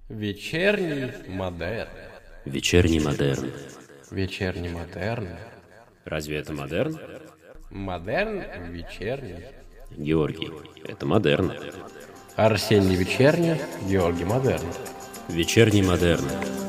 Вечерний модерн. Вечерний модерн. Вечерний модерн. Разве это модерн? Модерн вечерний. Георгий, это модерн. Арсений вечерний, Георгий модерн. Вечерний модерн.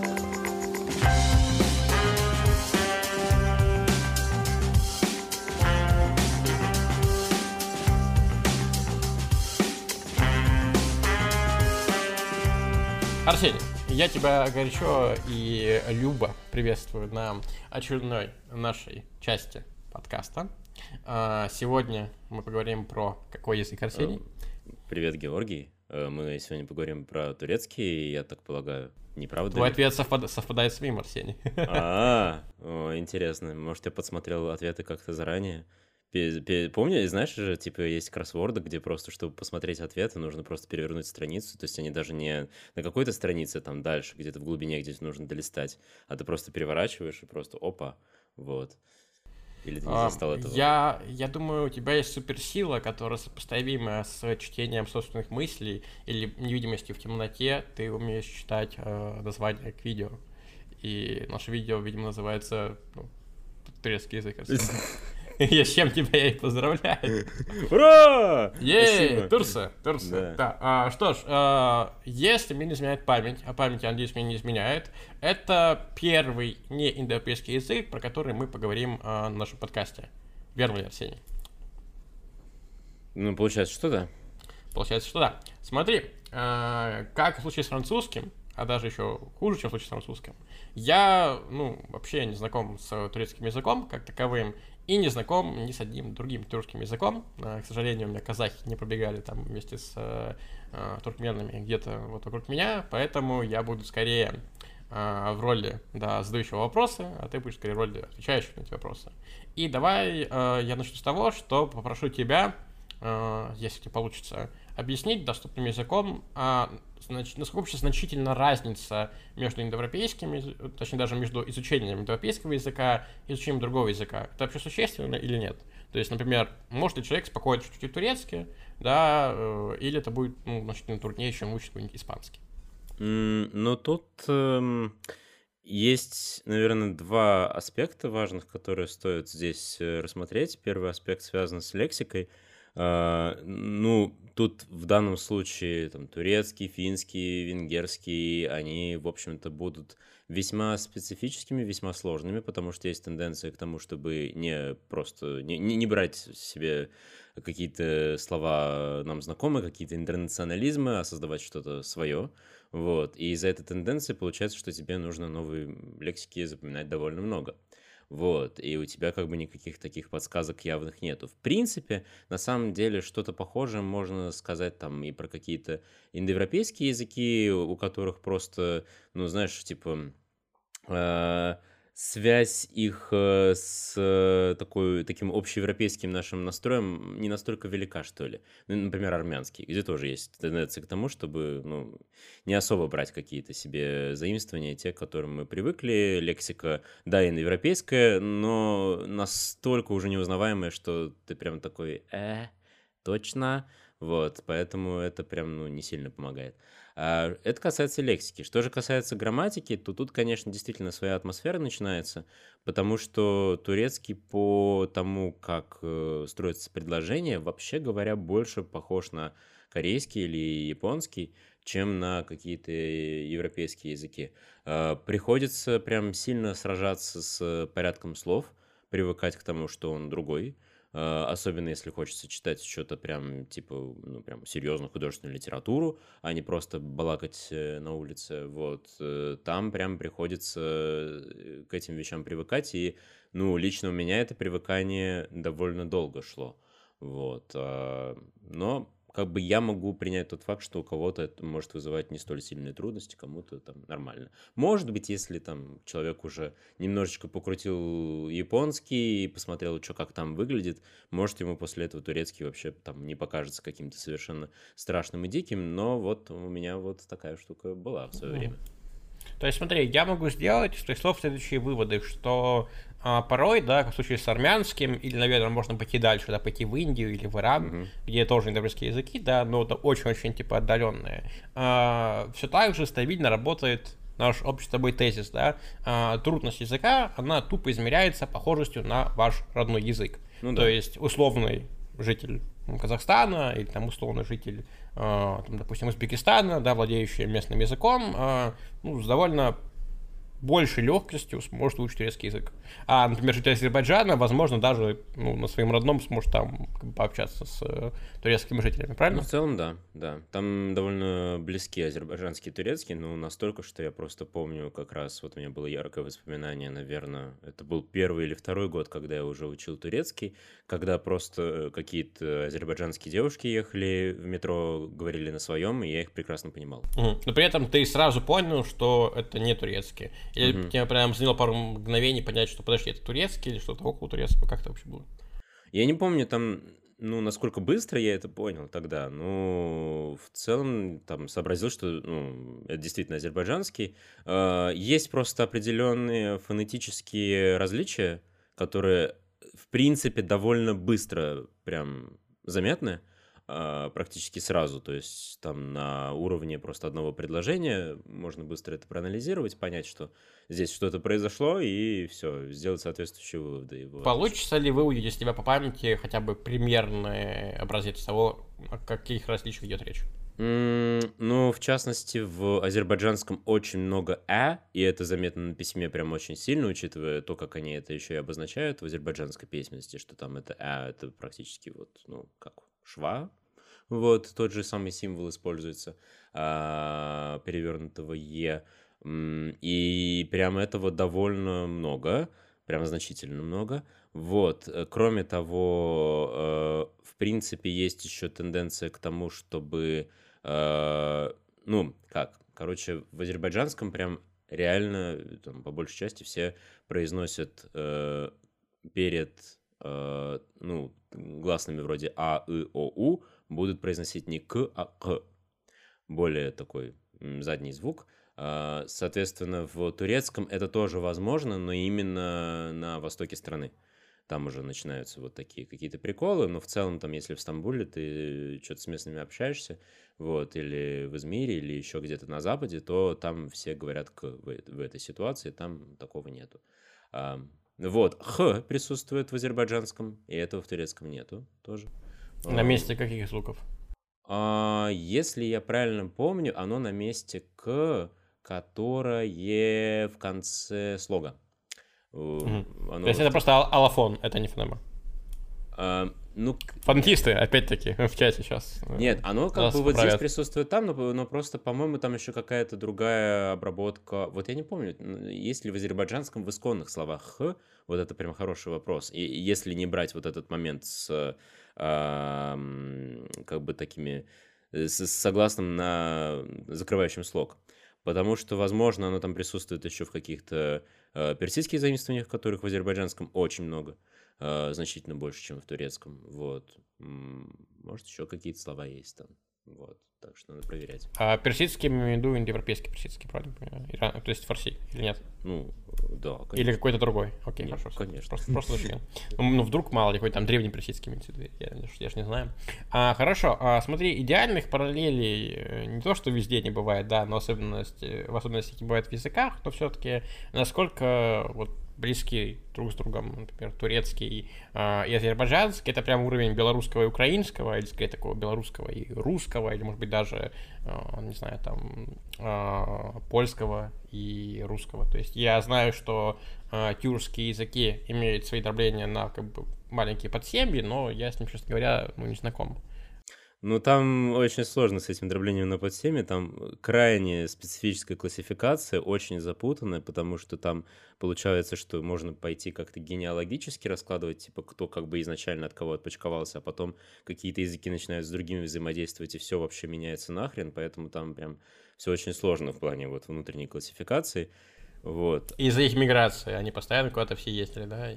Арсений, я тебя горячо и любо приветствую на очередной нашей части подкаста. Сегодня мы поговорим про какой язык, Арсений? Привет, Георгий. Мы сегодня поговорим про турецкий, я так полагаю. Не правда Твой ли? ответ совпадает с моим, Арсений. Интересно. Может, я подсмотрел ответы как-то заранее? Помню, знаешь же, типа, есть кроссворды, где просто, чтобы посмотреть ответы, нужно просто перевернуть страницу, то есть они даже не на какой-то странице там дальше, где-то в глубине, где нужно долистать, а ты просто переворачиваешь и просто опа, вот. Или ты не застал этого? Я думаю, у тебя есть суперсила, которая сопоставима с чтением собственных мыслей или невидимостью в темноте. Ты умеешь читать названия к видео. И наше видео, видимо, называется турецкий язык. Я с чем тебя и поздравляю. Ура! Ей, Спасибо. Турция. Да. Да. Что ж, если мне не изменяет память, а память, я надеюсь, мне не изменяет, это первый неиндоевропейский язык, про который мы поговорим на нашем подкасте. Верно ли, Арсений? Ну, получается, что да. Получается, что да. Смотри, как в случае с французским, а даже еще хуже, чем в случае с французским, я, вообще не знаком с турецким языком как таковым, и не знаком ни с одним другим тюркским языком. К сожалению, у меня казахи не пробегали там вместе с туркменами где-то вот вокруг меня, поэтому я буду скорее в роли, задающего вопросы, а ты будешь скорее в роли отвечающего на эти вопросы. И давай я начну с того, что попрошу тебя, если тебе получится, объяснить доступным языком, насколько вообще значительна разница между индоевропейским, точнее даже между изучением индоевропейского языка и изучением другого языка. Это вообще существенно или нет? То есть, например, может ли человек спокойно учить турецкий, или это будет значительно труднее, чем учить какой-нибудь испанский? Но тут есть, наверное, два аспекта важных, которые стоит здесь рассмотреть. Первый аспект связан с лексикой. Тут в данном случае там, турецкий, финский, венгерский, они, в общем-то, будут весьма специфическими, весьма сложными, потому что есть тенденция к тому, чтобы не брать себе какие-то слова нам знакомые, какие-то интернационализмы, а создавать что-то свое. Вот. И из-за этой тенденции получается, что тебе нужно новые лексики запоминать довольно много. Вот, и у тебя как бы никаких таких подсказок явных нету. В принципе, на самом деле, что-то похожее можно сказать там и про какие-то индоевропейские языки, у которых просто, знаешь, типа, связь их с таким общеевропейским нашим настроем не настолько велика, что ли. Например, армянский, где тоже есть тенденция к тому, чтобы не особо брать какие-то себе заимствования, те, к которым мы привыкли. Лексика, да, индоевропейская, но настолько уже неузнаваемая, что ты прям такой, точно, вот, поэтому это прям, не сильно помогает. Это касается лексики. Что же касается грамматики, то тут, конечно, действительно своя атмосфера начинается, потому что турецкий по тому, как строится предложение, вообще говоря, больше похож на корейский или японский, чем на какие-то европейские языки. Приходится прям сильно сражаться с порядком слов, привыкать к тому, что он другой. Особенно если хочется читать что-то прям, типа, прям серьезную художественную литературу, а не просто балакать на улице, вот. Там прям приходится к этим вещам привыкать, и, лично у меня это привыкание довольно долго шло, вот. Но как бы я могу принять тот факт, что у кого-то это может вызывать не столь сильные трудности, кому-то там нормально. Может быть, если там человек уже немножечко покрутил японский и посмотрел, что как там выглядит, может, ему после этого турецкий вообще там не покажется каким-то совершенно страшным и диким, но вот у меня вот такая штука была в свое время. То есть, смотри, я могу сделать из твоих слов следующие выводы, что порой, да, как в случае с армянским, или, наверное, можно пойти дальше, да, пойти в Индию или в Иран, Мгм. где тоже индоевропейские языки, да, но это очень-очень, типа, отдаленные, все так же стабильно работает наш общий с тобой тезис, да, трудность языка, она тупо измеряется похожестью на ваш родной язык. Ну То да. есть условный житель Казахстана или там условный житель, там, допустим, Узбекистана, да, владеющий местным языком, ну, с довольно большей легкостью сможет выучить турецкий язык. А, например, житель Азербайджана, возможно, даже ну, на своем родном сможет там как бы, пообщаться с турецкими жителями, Ну, в правильно? целом, да, да. Там довольно близки азербайджанский и турецкий, но настолько, что я просто помню, как раз вот у меня было яркое воспоминание, наверное, это был первый или второй год, когда я уже учил турецкий, когда просто какие-то азербайджанские девушки ехали в метро, говорили на своем, и я их прекрасно понимал. Мгм. Но при этом ты сразу понял, что это не турецкий. Или Мгм. тебе прям заняло пару мгновений понять, что подожди, это турецкий или что-то около турецкого, как это вообще было? Я не помню там, ну, насколько быстро я это понял тогда, но в целом там сообразил, что ну, это действительно азербайджанский. Есть просто определенные фонетические различия, которые, в принципе, довольно быстро прям заметны, практически сразу. То есть там на уровне просто одного предложения можно быстро это проанализировать, понять, что здесь что-то произошло, и все, сделать соответствующие выводы его отличия. Получится ли выудить из тебя по памяти хотя бы примерный образец того, о каких различиях идет речь? Ну, в частности, в азербайджанском очень много и это заметно на письме прям очень сильно, учитывая то, как они это еще и обозначают в азербайджанской письменности, что там это это практически вот, ну, как шва, вот, тот же самый символ используется, перевернутого и прям этого довольно много, прям значительно много. Вот, кроме того, в принципе, есть еще тенденция к тому, чтобы ну, как, короче, в азербайджанском прям реально, там, по большей части, все произносят перед, ну, гласными вроде и, о, у, будут произносить не к, а к. Более такой задний звук. Соответственно, в турецком это тоже возможно, но именно на востоке страны. Там уже начинаются вот такие какие-то приколы, но в целом там, если в Стамбуле ты что-то с местными общаешься, вот, или в Измире, или еще где-то на Западе, то там все говорят в этой ситуации, там такого нету. А, вот, х присутствует в азербайджанском, и этого в турецком нету тоже. На А, месте каких звуков? Если я правильно помню, оно на месте к, которое в конце слога. Мгм. То Оно есть это просто аллофон, это не фонема. ну, нет. Фонетисты, опять-таки, в чате сейчас Нет, оно как нас бы вот здесь поправят. присутствует там, но просто, по-моему, там еще какая-то другая обработка. Вот я не помню, есть ли в азербайджанском в исконных словах «х», вот это прям хороший вопрос. И если не брать вот этот момент с как бы такими, с согласным на закрывающим слог. Потому что, возможно, оно там присутствует еще в каких-то персидских заимствованиях, которых в азербайджанском очень много, значительно больше, чем в турецком. Вот. Может, еще какие-то слова есть там. Вот. Так что надо проверять. А персидский имею в виду индоевропейский персидский, правильно понимаю? То есть фарси, или нет? Ну, да, Или конечно. какой-то другой? Окей, Нет, хорошо. конечно. Просто уточнил. Ну, вдруг мало ли, какой там древний персидский имеется в виду, я ж не знаю. Хорошо, смотри, идеальных параллелей не то, что везде не бывает, да, но в особенности не бывает в языках, но все-таки насколько вот близки друг с другом, например, турецкий и азербайджанский, это прям уровень белорусского и украинского, или скорее такого белорусского и русского, или может быть даже, не знаю, там, польского и русского. То есть я знаю, что тюркские языки имеют свои дробления на как бы маленькие подсемьи, но я с ним, честно говоря, ну, не знаком. Ну, там очень сложно с этим дроблением на подсеме, там крайне специфическая классификация, очень запутанная, потому что там получается, что можно пойти как-то генеалогически раскладывать, типа, кто как бы изначально от кого отпочковался, а потом какие-то языки начинают с другими взаимодействовать, и все вообще меняется нахрен, поэтому там прям все очень сложно в плане вот внутренней классификации, вот. Из-за их миграции они постоянно куда-то все ездили, да, и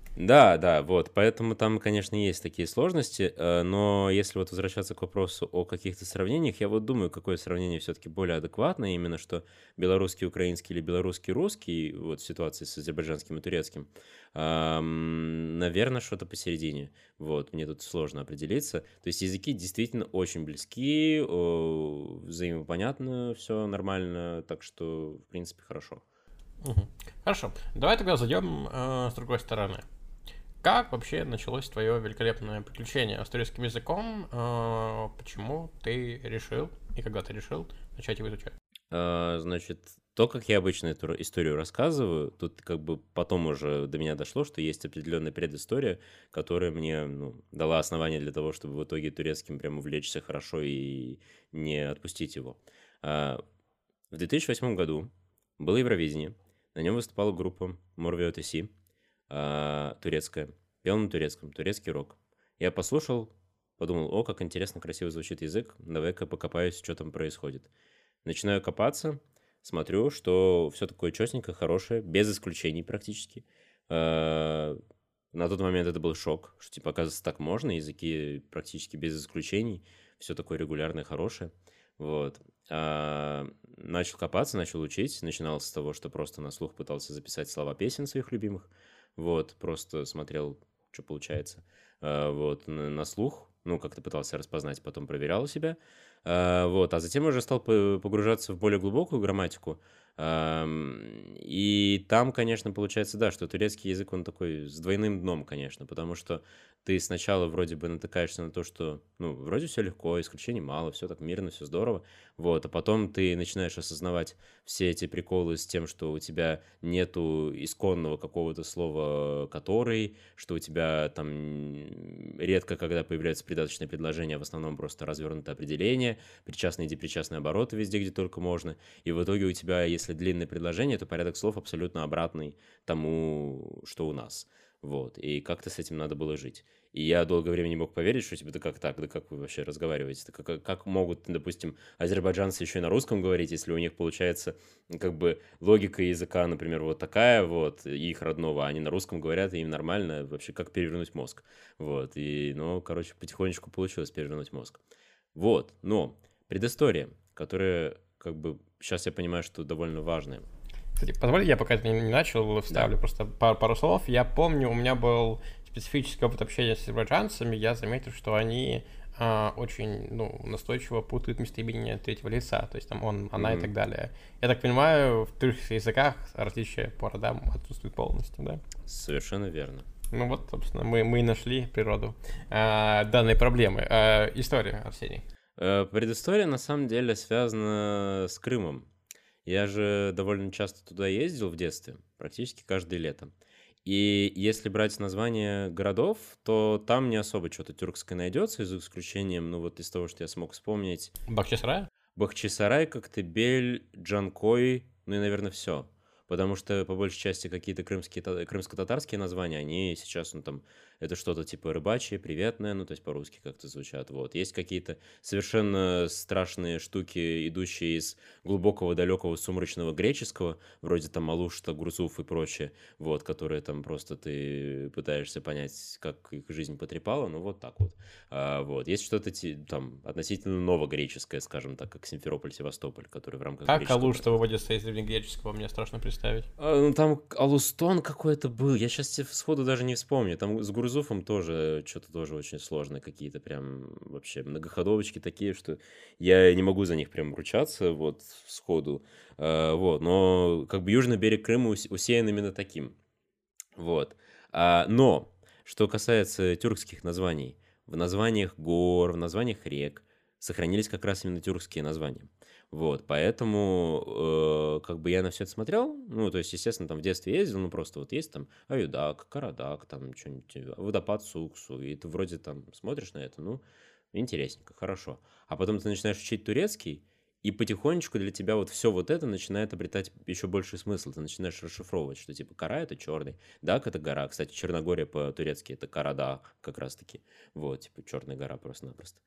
Да, да, вот, поэтому там, конечно, есть такие сложности, но если вот возвращаться к вопросу о каких-то сравнениях, я вот думаю, какое сравнение все-таки более адекватное, именно что белорусский, украинский или белорусский, русский, вот в ситуации с азербайджанским и турецким, наверное, что-то посередине, вот, мне тут сложно определиться, то есть языки действительно очень близки, взаимопонятно, все нормально, так что, в принципе, хорошо. Мгм. Хорошо, давай тогда зайдем с другой стороны. Как вообще началось твое великолепное приключение с турецким языком? Почему ты решил, и когда ты решил начать его изучать? Значит, то, как я обычно эту историю рассказываю, тут как бы потом уже до меня дошло, что есть определенная предыстория, которая мне, ну, дала основание для того, чтобы в итоге турецким прям увлечься хорошо и не отпустить его. А, В 2008 году было Евровидение, на нем выступала группа Morvio TC, турецкая, пела на турецком, турецкий рок. Я послушал, подумал, о, как интересно, красиво звучит язык, давай-ка покопаюсь, что там происходит. Начинаю копаться, смотрю, что все такое четенькое, хорошее, без исключений практически. На тот момент это был шок, что типа, оказывается, так можно, языки практически без исключений, все такое регулярное, хорошее. Вот. Начал копаться, начал учить. Начинал с того, что просто на слух пытался записать слова песен своих любимых. Вот, просто смотрел, что получается. Вот, на слух, ну, как-то пытался распознать, потом проверял у себя. Вот, а затем уже стал погружаться в более глубокую грамматику. И там, конечно, получается, да, что турецкий язык, он такой с двойным дном, конечно, потому что ты сначала вроде бы натыкаешься на то, что, ну, вроде все легко, исключений мало, все так мирно, все здорово, вот, а потом ты начинаешь осознавать все эти приколы с тем, что у тебя нету исконного какого-то слова «который», что у тебя там редко, когда появляются придаточные предложения, а в основном просто развернутое определение, причастные и депричастные обороты везде, где только можно, и в итоге у тебя, если длинное предложение, то порядок слов абсолютно обратный тому, что у нас. Вот, и как-то с этим надо было жить. И я долгое время не мог поверить, что типа, да как так, да как вы вообще разговариваете, да как могут, допустим, азербайджанцы еще и на русском говорить, если у них получается как бы логика языка, например, вот такая вот, их родного, а они на русском говорят, и им нормально, вообще как перевернуть мозг. Вот, и, ну, короче, потихонечку получилось перевернуть мозг. Вот, но предыстория, которая, как бы, сейчас я понимаю, что довольно важная. Кстати, позволь, я пока это не начал, Да. вставлю просто пару слов. Я помню, у меня был специфический опыт общения с азербайджанцами. Я заметил, что они очень, ну, настойчиво путают местоимение третьего лица. То есть там он, она и Мгм. так далее. Я так понимаю, в турецких языках различия по родам отсутствуют полностью, да? Совершенно верно. Ну вот, собственно, мы и нашли природу данной проблемы. История, Арсений. Предыстория на самом деле связана с Крымом. Я же довольно часто туда ездил в детстве, практически каждое лето. И если брать названия городов, то там не особо что-то тюркское найдется, за исключением, ну вот из того, что я смог вспомнить, Бахчисарай? Бахчисарай, Коктебель, Джанкой, ну и, наверное, все. Потому что, по большей части, какие-то крымско-татарские названия, они сейчас, ну, там, это что-то типа рыбачье, приветное, ну, то есть по-русски как-то звучат, вот. Есть какие-то совершенно страшные штуки, идущие из глубокого, далекого, сумрачного греческого, вроде там Алушта, Гурзуф и прочее, вот, которые там просто ты пытаешься понять, как их жизнь потрепала, ну, вот так вот. Вот. Есть что-то там относительно новогреческое, скажем так, как Симферополь, Севастополь, который в рамках Как греческого Алушта проходит. выводится из древнегреческого, мне страшно представить. Ну, там Алустон какой-то был, я сейчас тебе сходу даже не вспомню. Там с Гурзуфом тоже что-то тоже очень сложно, какие-то прям вообще многоходовочки такие, что я не могу за них прям ручаться вот сходу. Вот, но как бы южный берег Крыма усеян именно таким. Вот. Но, что касается тюркских названий, в названиях гор, в названиях рек сохранились как раз именно тюркские названия. Вот, поэтому, как бы я на все это смотрел, ну, то есть, естественно, там в детстве ездил, ну, просто вот есть там Аюдак, Карадак, там что-нибудь, водопад Суксу, и ты вроде там смотришь на это, ну, интересненько, хорошо. А потом ты начинаешь учить турецкий, и потихонечку для тебя вот все вот это начинает обретать еще больший смысл. Ты начинаешь расшифровывать, что типа кара это черный, дак это гора. Кстати, Черногория по-турецки это Карада как раз-таки. Вот, типа черная гора просто-напросто.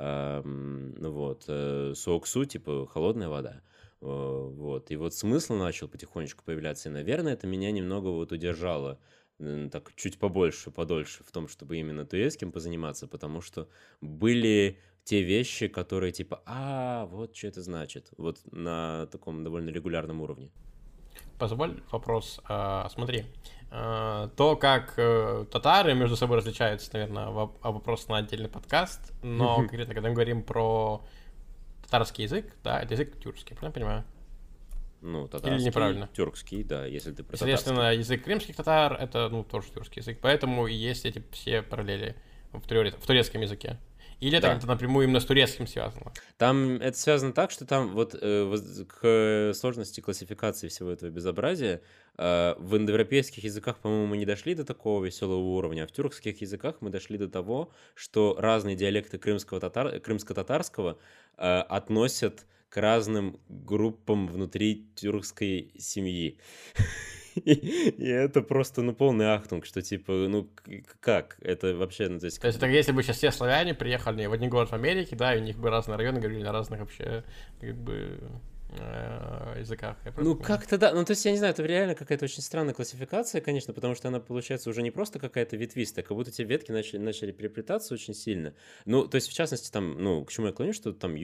Ну вот, Сооксу, типа холодная вода. Вот, и вот смысл начал потихонечку появляться, и, наверное, это меня немного вот удержало так чуть побольше, подольше в том, чтобы именно турецким позаниматься, потому что были те вещи, которые типа, вот что это значит, вот на таком довольно регулярном уровне. Позволь вопрос. Смотри, то, как татары между собой различаются, наверное, вопрос на отдельный подкаст, но конкретно, когда мы говорим про татарский язык, да, это язык тюркский, правильно понимаю? Ну, Или татарский, неправильно? тюркский, да, если ты про Соответственно, татарский. язык крымских татар это, ну, тоже тюркский язык, поэтому и есть эти все параллели в турецком языке. Или это Да. как-то напрямую именно с турецким связано? Там это связано так, что там вот к сложности классификации всего этого безобразия в индоевропейских языках, по-моему, мы не дошли до такого веселого уровня, а в тюркских языках мы дошли до того, что разные диалекты крымско-татарского относят к разным группам внутри тюркской семьи. И это просто, ну, полный ахтунг, что типа, ну, как? Это вообще, ну, то есть... То есть это если бы сейчас все славяне приехали в один город в Америке, да, и у них бы разные районы говорили на разных вообще, как бы, языках. Ну, как-то да. Ну, то есть, я не знаю, это реально какая-то очень странная классификация, конечно, потому что она получается уже не просто какая-то ветвистая, как будто те ветки начали переплетаться очень сильно. Ну, то есть, в частности, там, ну, к чему я клоню, что там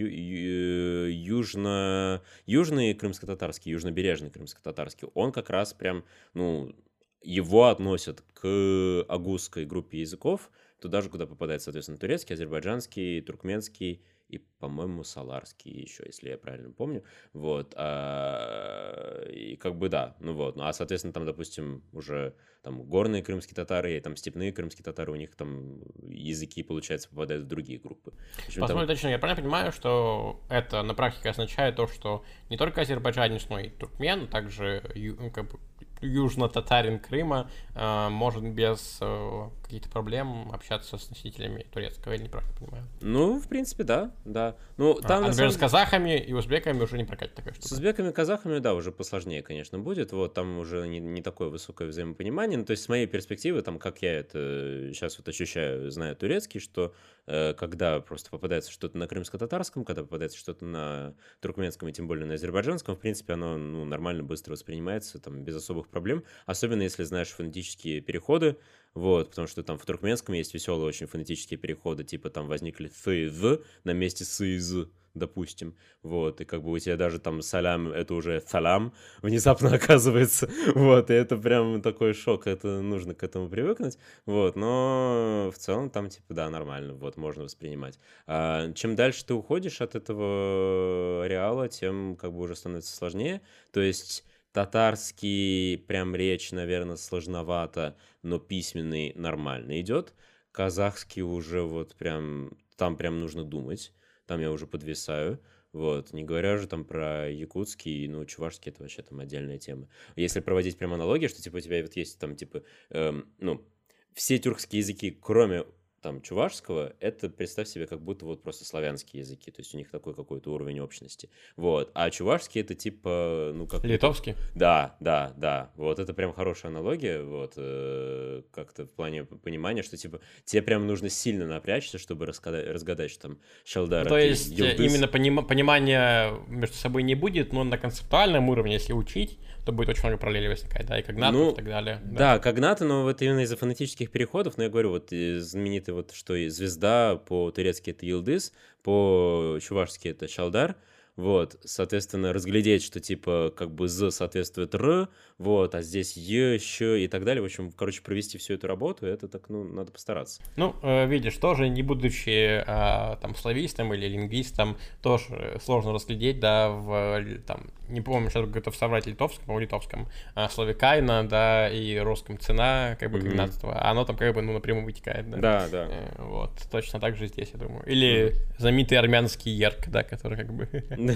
южный крымско-татарский, южнобережный крымско-татарский, он как раз прям, ну, его относят к агузской группе языков, туда же, куда попадает, соответственно, турецкий, азербайджанский, туркменский и, по-моему, саларский еще, если я правильно помню. Вот. И как бы да, ну вот. Ну, а, соответственно, там, допустим, уже там горные крымские татары и там степные крымские татары, у них там языки, получается, попадают в другие группы. Причем Посмотрим там... точно, я правильно понимаю, что это на практике означает то, что не только азербайджанец, но и туркмен, также как бы, южно-татарин Крыма может без каких-то проблем общаться с носителями турецкого, я неправильно понимаю? Ну, в принципе, да, да. Ну, там, на например, самом с казахами и узбеками уже не прокатит такая С штука. узбеками и казахами, да, уже посложнее, конечно, будет. Вот там уже не такое высокое взаимопонимание. Ну, то есть, с моей перспективы, там, как я это сейчас вот ощущаю, зная турецкий, что когда просто попадается что-то на крымско-татарском, когда попадается что-то на туркменском и тем более на азербайджанском, в принципе, оно ну, нормально, быстро воспринимается, там, без особых проблем. Особенно, если знаешь фонетические переходы, вот, потому что там в туркменском есть веселые очень фонетические переходы, типа там возникли th, «th» на месте «сы» и «з», допустим, вот, и как бы у тебя даже там салям, это уже салам внезапно оказывается, вот, и это прям такой шок, это нужно к этому привыкнуть, вот, но в целом там, типа, да, нормально, вот, можно воспринимать. Чем дальше ты уходишь от этого ареала, тем как бы уже становится сложнее, то есть татарский прям речь, наверное, сложновато, но письменный нормально идет, казахский уже вот прям, там прям нужно думать, там я уже подвисаю, вот, не говоря уже там про якутский, ну, чувашский, это вообще там отдельная тема. Если проводить прям аналогии, что, типа, у тебя вот есть там, типа, ну, все тюркские языки, кроме там чувашского, это, представь себе, как будто вот просто славянские языки, то есть у них такой какой-то уровень общности, вот, а чувашский это типа, ну, как... Литовский? Да, вот это прям хорошая аналогия, вот, как-то в плане понимания, что, типа, тебе прям нужно сильно напрячься, чтобы разгадать, что там Шалдар То это есть Йылдыз. именно понимания между собой не будет, но на концептуальном уровне, если учить, то будет очень много параллелей возникать, да, и когнатов Ну, и так далее. да, когнаты, но вот именно из-за фонетических переходов, но я говорю, вот знаменитый вот, что и звезда по-турецки это Йылдыз, по-чувашски это Шалдар, вот, соответственно, разглядеть, что типа как бы «з» соответствует «р», вот, а здесь «е», «щ» и так далее, в общем, короче, провести всю эту работу, это так, ну, надо постараться. Ну, видишь, тоже не будучи там славистом или лингвистом, тоже сложно разглядеть, да, там, не помню, сейчас готов соврать литовском, по литовском, слове «кайна», да, и русском «цена», как бы, когнатство, оно там как бы, ну, напрямую вытекает, да. Да. Вот, точно так же здесь, я думаю. Или знаменитый армянский ерк, да, который как бы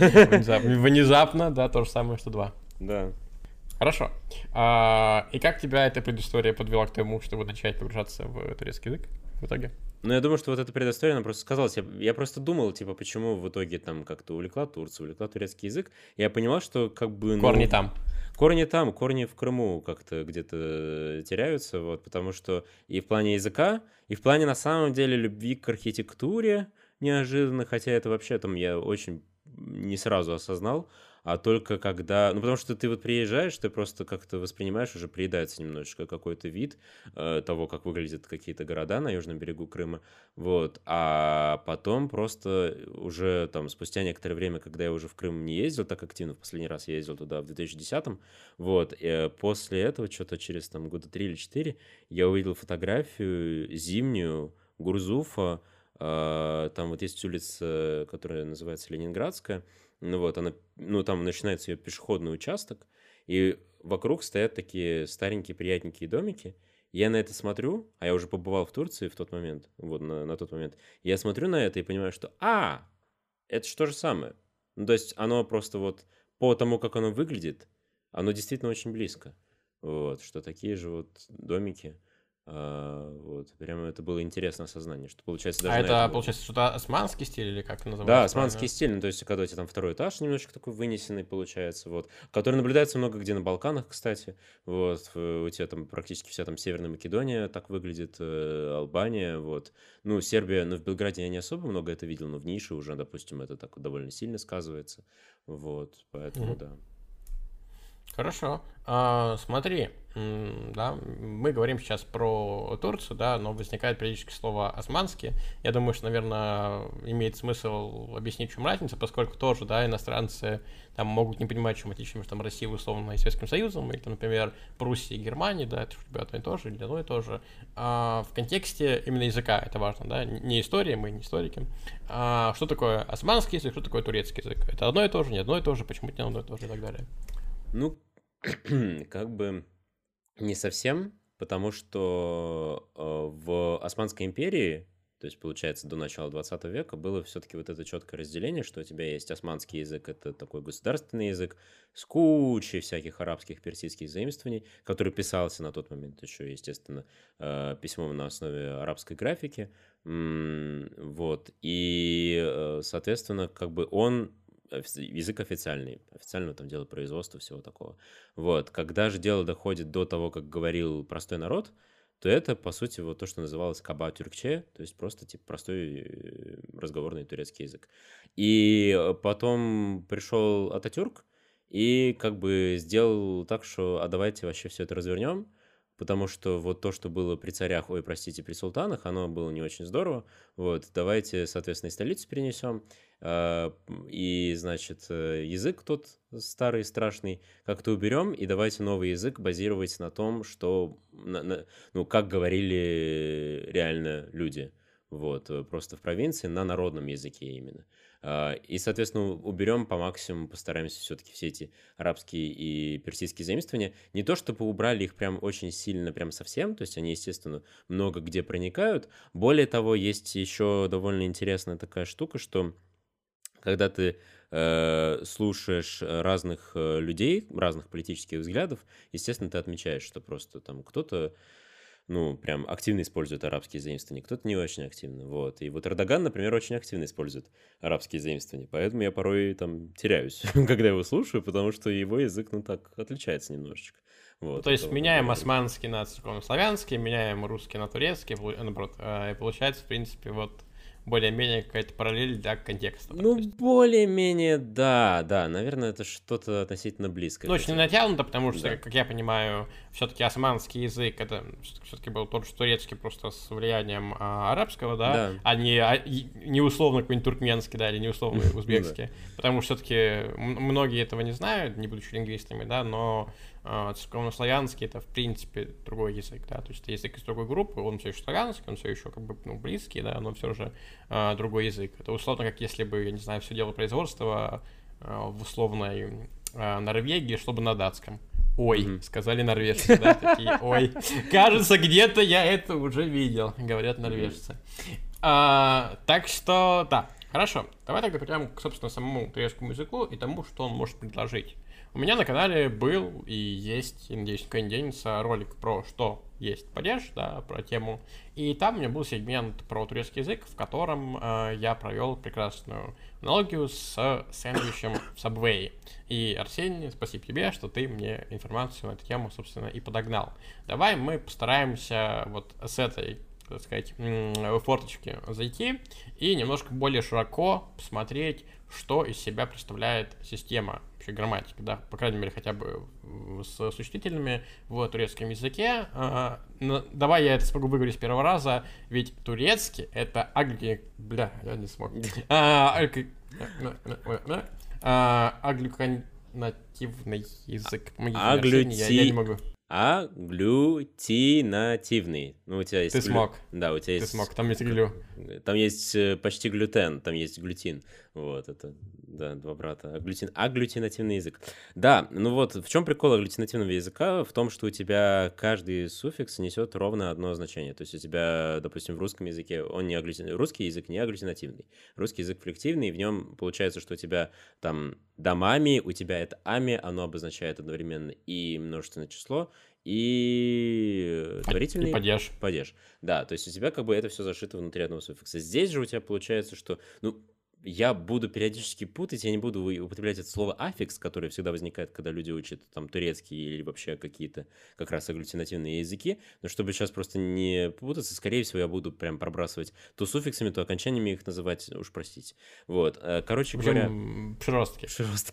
внезапно, да, то же самое, что два. Да. Хорошо. И как тебя эта предыстория подвела к тому, чтобы начать погружаться в турецкий язык в итоге? Ну, я думаю, что вот эта предыстория, она просто сказалась. Я просто думал, типа, почему в итоге там как-то увлекла Турцию, увлекла турецкий язык. Я понимал, что как бы... Корни там. Корни там, корни в Крыму как-то где-то теряются, вот, потому что и в плане языка, и в плане, на самом деле, любви к архитектуре неожиданно, хотя это вообще там я очень не сразу осознал, а только когда... Ну, потому что ты вот приезжаешь, ты просто как-то воспринимаешь, уже приедается немножечко какой-то вид того, как выглядят какие-то города на южном берегу Крыма, вот, а потом просто уже там спустя некоторое время, когда я уже в Крым не ездил так активно, в последний раз я ездил туда в 2010-м, вот, после этого, что-то через там года 3 или 4, я увидел фотографию зимнюю Гурзуфа, там вот есть улица, которая называется Ленинградская, ну вот, она, ну там начинается ее пешеходный участок, и вокруг стоят такие старенькие приятненькие домики. Я на это смотрю, а я уже побывал в Турции в тот момент, вот на тот момент. Я смотрю на это и понимаю, что, это же то же самое. Ну, то есть оно просто вот по тому, как оно выглядит, оно действительно очень близко. Вот, что такие же вот домики. Вот, прямо это было интересное осознание, что получается А даже на это, этом уровне. получается, что-то османский стиль или как это Да, называется османский правильно? стиль, ну, то есть, когда у тебя там второй этаж немножечко такой вынесенный получается, вот, который наблюдается много где на Балканах, кстати, вот, у тебя там практически вся там Северная Македония так выглядит, Албания, вот, ну, Сербия, ну, в Белграде я не особо много это видел, но в Нише уже, допустим, это так довольно сильно сказывается, вот, поэтому Мгм. да. Хорошо. Смотри, да, мы говорим сейчас про Турцию, да, но возникает периодически слово «османский». Я думаю, что, наверное, имеет смысл объяснить, в чем разница, поскольку тоже, да, иностранцы там могут не понимать, в чем отличие между там, Россией, условно, и Советским Союзом, или, там, например, Пруссией и Германией, да, это же ребята одно и то же, или одно и то же. В контексте именно языка это важно, да, не история, мы не историки. Что такое османский язык, что такое турецкий язык? Это одно и то же, не одно и то же, почему это не одно и то же и так далее. Ну, как бы не совсем, потому что в Османской империи, то есть, получается, до начала 20 века было все-таки вот это четкое разделение, что у тебя есть османский язык, это такой государственный язык с кучей всяких арабских, персидских заимствований, который писался на тот момент еще, естественно, письмом на основе арабской графики. Вот. И, соответственно, как бы он язык официальный, официального там дела производства, всего такого. Вот. Когда же дело доходит до того, как говорил простой народ, то это, по сути, вот то, что называлось каба тюркче, то есть просто типа простой разговорный турецкий язык. И потом пришел Ататюрк и как бы сделал так, что а давайте вообще все это развернем, потому что вот то, что было при царях, ой, простите, при султанах, оно было не очень здорово. Вот, давайте, соответственно, и столицу перенесем. И, значит, язык тот старый, страшный как-то уберем, и давайте новый язык базировать на том, что, ну, как говорили реально люди. Вот, просто в провинции на народном языке именно. И, соответственно, уберем по максимуму, постараемся все-таки все эти арабские и персидские заимствования. Не то, чтобы убрали их прям очень сильно, прям совсем, то есть они, естественно, много где проникают. Более того, есть еще довольно интересная такая штука, что когда ты слушаешь разных людей, разных политических взглядов, естественно, ты отмечаешь, что просто там кто-то, ну, прям активно использует арабские заимствования, кто-то не очень активно, вот. И вот Эрдоган, например, очень активно использует арабские заимствования, поэтому я порой там теряюсь, когда его слушаю, потому что его язык, ну, так, отличается немножечко, Ну, вот, то от есть того, как меняем говорили. османский на церковно-славянский, меняем русский на турецкий, наоборот, и получается, в принципе, вот более-менее какая-то параллель для контекста, да, то Ну, есть. более-менее, да, да, наверное, это что-то относительно близкое Ну, к очень не этим, натянуто, потому что, да, как я понимаю, все-таки османский язык это все-таки был тот же турецкий, просто с влиянием арабского, да, да, не условно какой-нибудь туркменский, да, или не условно ну да. узбекский. Потому что все-таки многие этого не знают, не будучи лингвистами, да, но церковнославянский это в принципе другой язык, да, то есть это язык из другой группы, он все еще славянский, он все еще как бы ну, близкий, да, но все же другой язык. Это условно как если бы, я не знаю, все дело производства в условной Норвегии, чтобы на датском. Ой, Мгм. сказали норвежцы, да, такие, ой, кажется, где-то я это уже видел, говорят Мгм. норвежцы. Так что, да, хорошо, давай тогда перейдем к, собственно, самому турецкому языку и тому, что он может предложить. У меня на канале был и есть, и, надеюсь, никуда не денется, ролик про что есть падеж, да, про тему. И там у меня был сегмент про турецкий язык, в котором я провел прекрасную аналогию с сэндвичем в Subway. И, Арсений, спасибо тебе, что ты мне информацию на эту тему, собственно, и подогнал. Давай мы постараемся вот с этой так сказать, форточки зайти и немножко более широко посмотреть, что из себя представляет система вообще грамматики, да, по крайней мере, хотя бы с существительными в турецком языке. Давай я это смогу выговорить с первого раза, ведь турецкий — это бля, я не смог. Аглюкинативный язык. Я не могу. Аглютинативный. Ну, у тебя есть... Ты смог. Да, у тебя есть... Ты смог, там есть глю. Там есть почти глютен, там есть глютин. Вот, это, да, два брата. Аглютинативный язык. Да, ну вот, в чем прикол аглютинативного языка? В том, что у тебя каждый суффикс несет ровно одно значение. То есть у тебя, допустим, в русском языке, русский язык не аглютинативный. Русский язык флективный, и в нем получается, что у тебя там домами, у тебя это ами, оно обозначает одновременно и множественное число, и творительный падеж. Да, то есть у тебя как бы это все зашито внутри одного суффикса. Здесь же у тебя получается, что, ну, я буду периодически путать, я не буду употреблять это слово аффикс, которое всегда возникает, когда люди учат там турецкий или вообще какие-то как раз аглютинативные языки, но чтобы сейчас просто не путаться, скорее всего, я буду прям пробрасывать то суффиксами, то окончаниями их называть, уж простите. Вот, короче говоря... Приростки.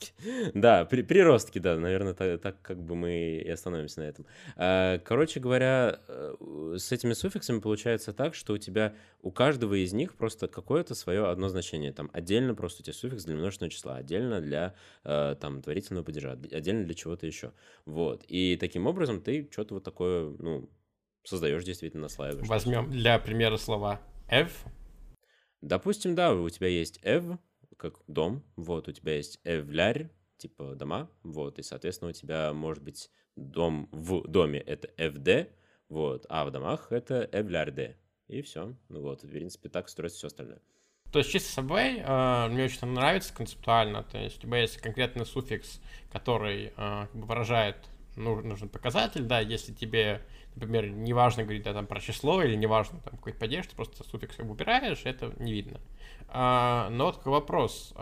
Да, приростки, да, наверное, так как бы мы и остановимся на этом. Короче говоря, с этими суффиксами получается так, что у каждого из них просто какое-то свое одно значение. Там отдельно просто у тебя суффикс для множественного числа, отдельно для там творительного падежа, отдельно для чего-то еще. Вот. И таким образом ты что-то вот такое, ну, создаешь действительно, наслаиваешь. Возьмем для примера слова «эв». Допустим, да, у тебя есть «эв», как дом, вот, у тебя есть «эвлярь», типа дома, вот, и, соответственно, у тебя может быть дом в доме — это «эвд», вот, а в домах — это «эвлярде». И все. Ну вот, в принципе, так строится все остальное. То есть чисто Subway мне очень нравится концептуально. То есть у тебя есть конкретный суффикс, который выражает нужный показатель, да, если тебе, например, не важно говорить там про число или не важно там какой-то падеж, ты просто суффикс убираешь, это не видно. Но вот такой вопрос.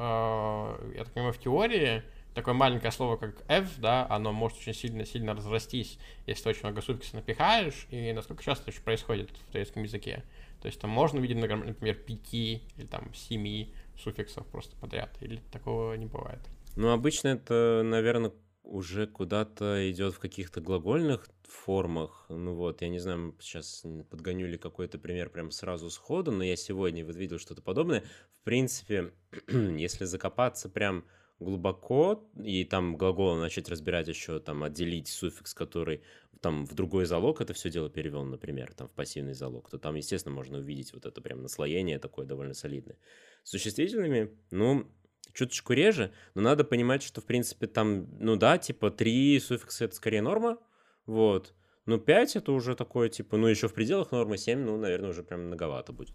Я так понимаю, в теории такое маленькое слово, как f, да, оно может очень сильно разрастись, если ты очень много суффиксов напихаешь, и насколько часто это происходит в турецком языке. То есть там можно увидеть, например, 5 или там 7 суффиксов просто подряд, или такого не бывает? Ну, обычно это, наверное, уже куда-то идет в каких-то глагольных формах. Ну вот, я не знаю, сейчас подгоню ли какой-то пример прям сразу сходу, но я сегодня вот видел что-то подобное. В принципе, если закопаться прям глубоко и там глагол начать разбирать еще, там отделить суффикс, который там в другой залог это все дело перевел, например, там в пассивный залог, то там, естественно, можно увидеть вот это прям наслоение такое довольно солидное. С существительными, ну, чуточку реже, но надо понимать, что, в принципе, там, ну да, типа 3 суффикса — это скорее норма, вот, но 5 — это уже такое, типа, ну, еще в пределах нормы, 7, ну, наверное, уже прям многовато будет.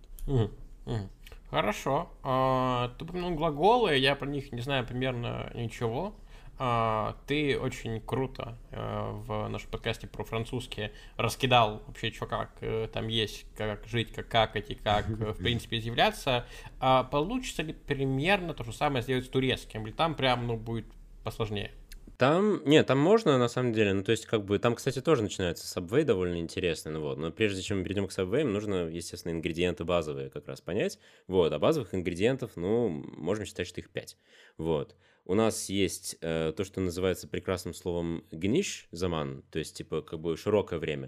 Хорошо. Ты упомянул глаголы, я про них не знаю примерно ничего. Ты очень круто в нашем подкасте про французский раскидал вообще, что как там есть, как жить, как какать и как, в принципе, изъявляться. Получится ли примерно то же самое сделать с турецким? Или там прям, ну, будет посложнее? Там, нет, там можно, на самом деле, ну, то есть, как бы, там, кстати, тоже начинается Subway довольно интересный, ну, вот, но прежде чем мы перейдем к Subway, нужно, естественно, ингредиенты базовые как раз понять, вот, а базовых ингредиентов, ну, можем считать, что их 5, вот. У нас есть то, что называется прекрасным словом гниш заман, то есть, типа, как бы широкое время,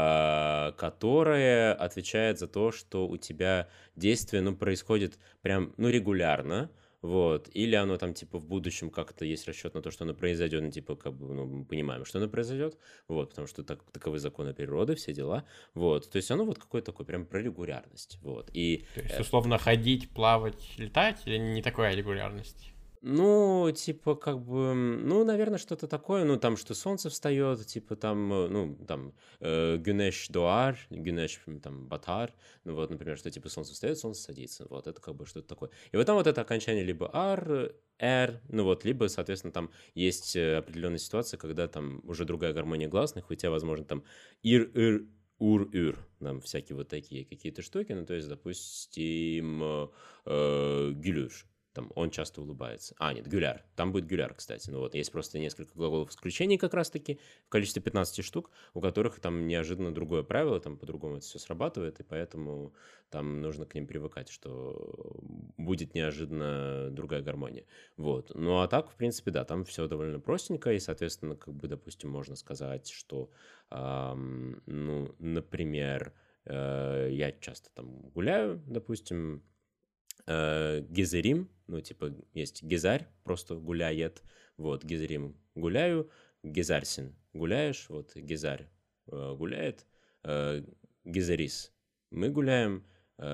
которое отвечает за то, что у тебя действие, ну, происходит прям, ну, регулярно, вот, или оно там, типа, в будущем как-то есть расчет на то, что оно произойдет, ну, типа, как бы, ну, мы понимаем, что оно произойдет, вот, потому что таковы законы природы, все дела, вот, то есть оно вот какое-то такое, прям про регулярность, вот, и... То есть, условно, ходить, плавать, летать, или не такая регулярность? Ну, типа, как бы, ну, наверное, что-то такое, ну, там, что солнце встает, типа, там, ну, там, гюнеш доар, гюнеш, там, батар, ну, вот, например, что, типа, солнце встает, солнце садится, вот, это как бы что-то такое. И вот там вот это окончание либо ар, эр, ну, вот, либо, соответственно, там есть определенная ситуация, когда там уже другая гармония гласных, у тебя, возможно, там, ир, ур, там, всякие вот такие какие-то штуки, ну, то есть, допустим, гюлюш. Там он часто улыбается. Нет, гуляр. Там будет гуляр, кстати. Ну вот, есть просто несколько глаголов исключений как раз-таки в количестве 15 штук, у которых там неожиданно другое правило, там по-другому это все срабатывает, и поэтому там нужно к ним привыкать, что будет неожиданно другая гармония. Вот. Ну а так, в принципе, да, там все довольно простенько, и, соответственно, как бы, допустим, можно сказать, что, ну, например, я часто там гуляю, допустим, гезерим, ну, типа, есть гезарь, просто гуляет, вот, гезерим гуляю, гезарсин гуляешь, вот, гезарь гуляет, гезарис мы гуляем,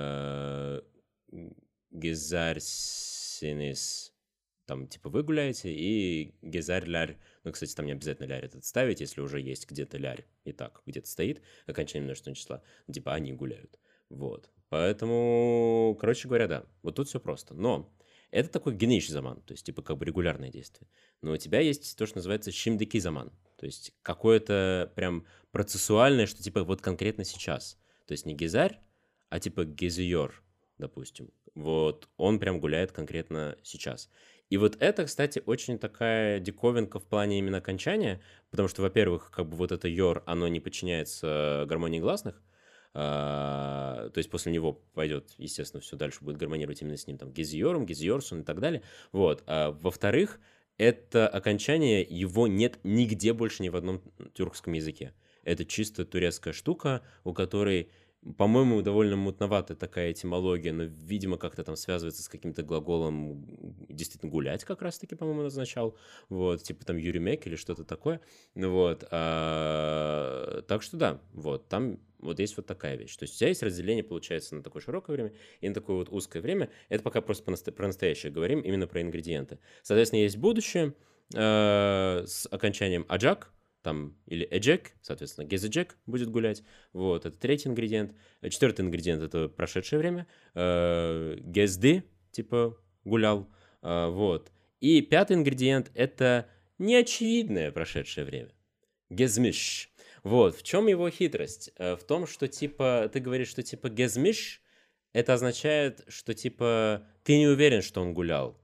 гезарсинис, там, типа, вы гуляете, и гезарь-лярь, ну, кстати, там не обязательно лярь этот ставить, если уже есть где-то лярь, и так, где-то стоит окончание множественного числа, типа, они гуляют, вот. Поэтому, короче говоря, да, вот тут все просто. Но это такой генейший заман, то есть типа как бы регулярное действие. Но у тебя есть то, что называется шимдеки заман, то есть какое-то прям процессуальное, что типа вот конкретно сейчас. То есть не гезарь, а типа гезиор, допустим. Вот он прям гуляет конкретно сейчас. И вот это, кстати, очень такая диковинка в плане именно окончания, потому что, во-первых, как бы вот это йор, оно не подчиняется гармонии гласных, то есть после него пойдет, естественно, все дальше будет гармонировать именно с ним, там, гезиором, гезиорсун и так далее. Вот. Во-вторых, это окончание, его нет нигде больше ни в одном тюркском языке. Это чисто турецкая штука, у которой, по-моему, довольно мутноватая такая этимология, но, видимо, как-то там связывается с каким-то глаголом действительно гулять как раз-таки, по-моему, означал. Вот, типа там юримек или что-то такое. Вот. Так что да, вот, там вот есть вот такая вещь. То есть у тебя есть разделение, получается, на такое широкое время и на такое вот узкое время. Это пока просто про настоящее говорим, именно про ингредиенты. Соответственно, есть будущее с окончанием аджак, там, или эджек, соответственно, гезеджек будет гулять. Вот, это третий ингредиент. Четвертый ингредиент — это прошедшее время. Гезды, типа, гулял. Вот. И пятый ингредиент — это неочевидное прошедшее время. Гезмиш. Вот, в чем его хитрость? В том, что, типа, ты говоришь, что, типа, гезмиш, это означает, что, типа, ты не уверен, что он гулял,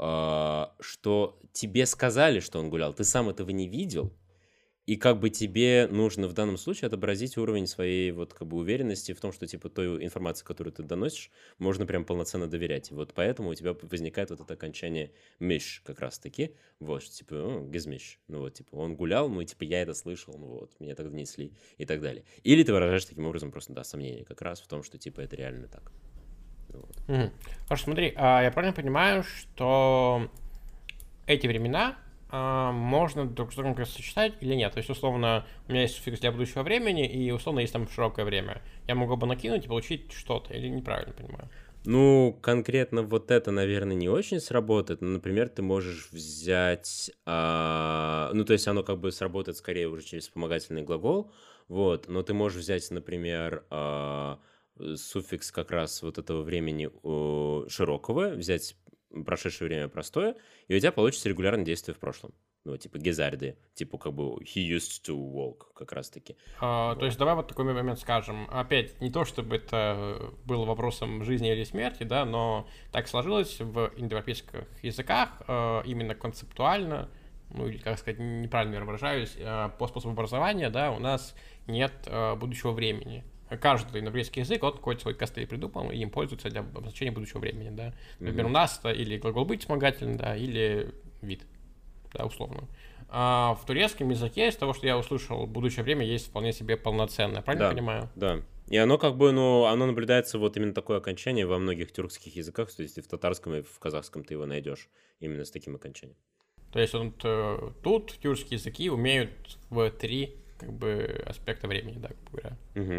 что тебе сказали, что он гулял, ты сам этого не видел, и как бы тебе нужно в данном случае отобразить уровень своей вот как бы уверенности в том, что типа той информации, которую ты доносишь, можно прям полноценно доверять. И вот поэтому у тебя возникает вот это окончание миш как раз-таки. Вот, что типа, гизмиш. Ну вот, типа, он гулял, ну и типа я это слышал, ну вот, меня так донесли и так далее. Или ты выражаешь таким образом просто, да, сомнение как раз в том, что типа это реально так. Вот. Хорошо, смотри, я правильно понимаю, что эти времена можно друг с другом сочетать или нет? То есть, условно, у меня есть суффикс для будущего времени, и, условно, есть там широкое время. Я могу бы накинуть и получить что-то, или неправильно понимаю? Ну, конкретно вот это, наверное, не очень сработает. Но, например, ты можешь взять... ну, то есть оно как бы сработает скорее уже через вспомогательный глагол, вот, но ты можешь взять, например, суффикс как раз вот этого времени широкого, взять прошедшее время простое, и у тебя получится регулярное действие в прошлом. Ну, типа гезарды, типа как бы he used to walk, как раз-таки. То есть давай вот такой момент скажем. Опять, не то чтобы это было вопросом жизни или смерти, да, но так сложилось в индоевропейских языках именно концептуально, ну или, как сказать, неправильно выражаюсь, по способу образования, да, у нас нет будущего времени. Каждый индоевропейский язык, он какой-то свой костыль придумал, и им пользуются для обозначения будущего времени, да. Например, у нас это или глагол быть вспомогательный, да, или вид, да, условно. А в турецком языке, из того, что я услышал, будущее время есть вполне себе полноценное, правильно понимаю? Да. И оно как бы, ну, оно наблюдается вот именно такое окончание во многих тюркских языках, то есть и в татарском, и в казахском ты его найдешь именно с таким окончанием. То есть он тут тюркские языки умеют в 3 как бы аспекта времени, да, как говоря.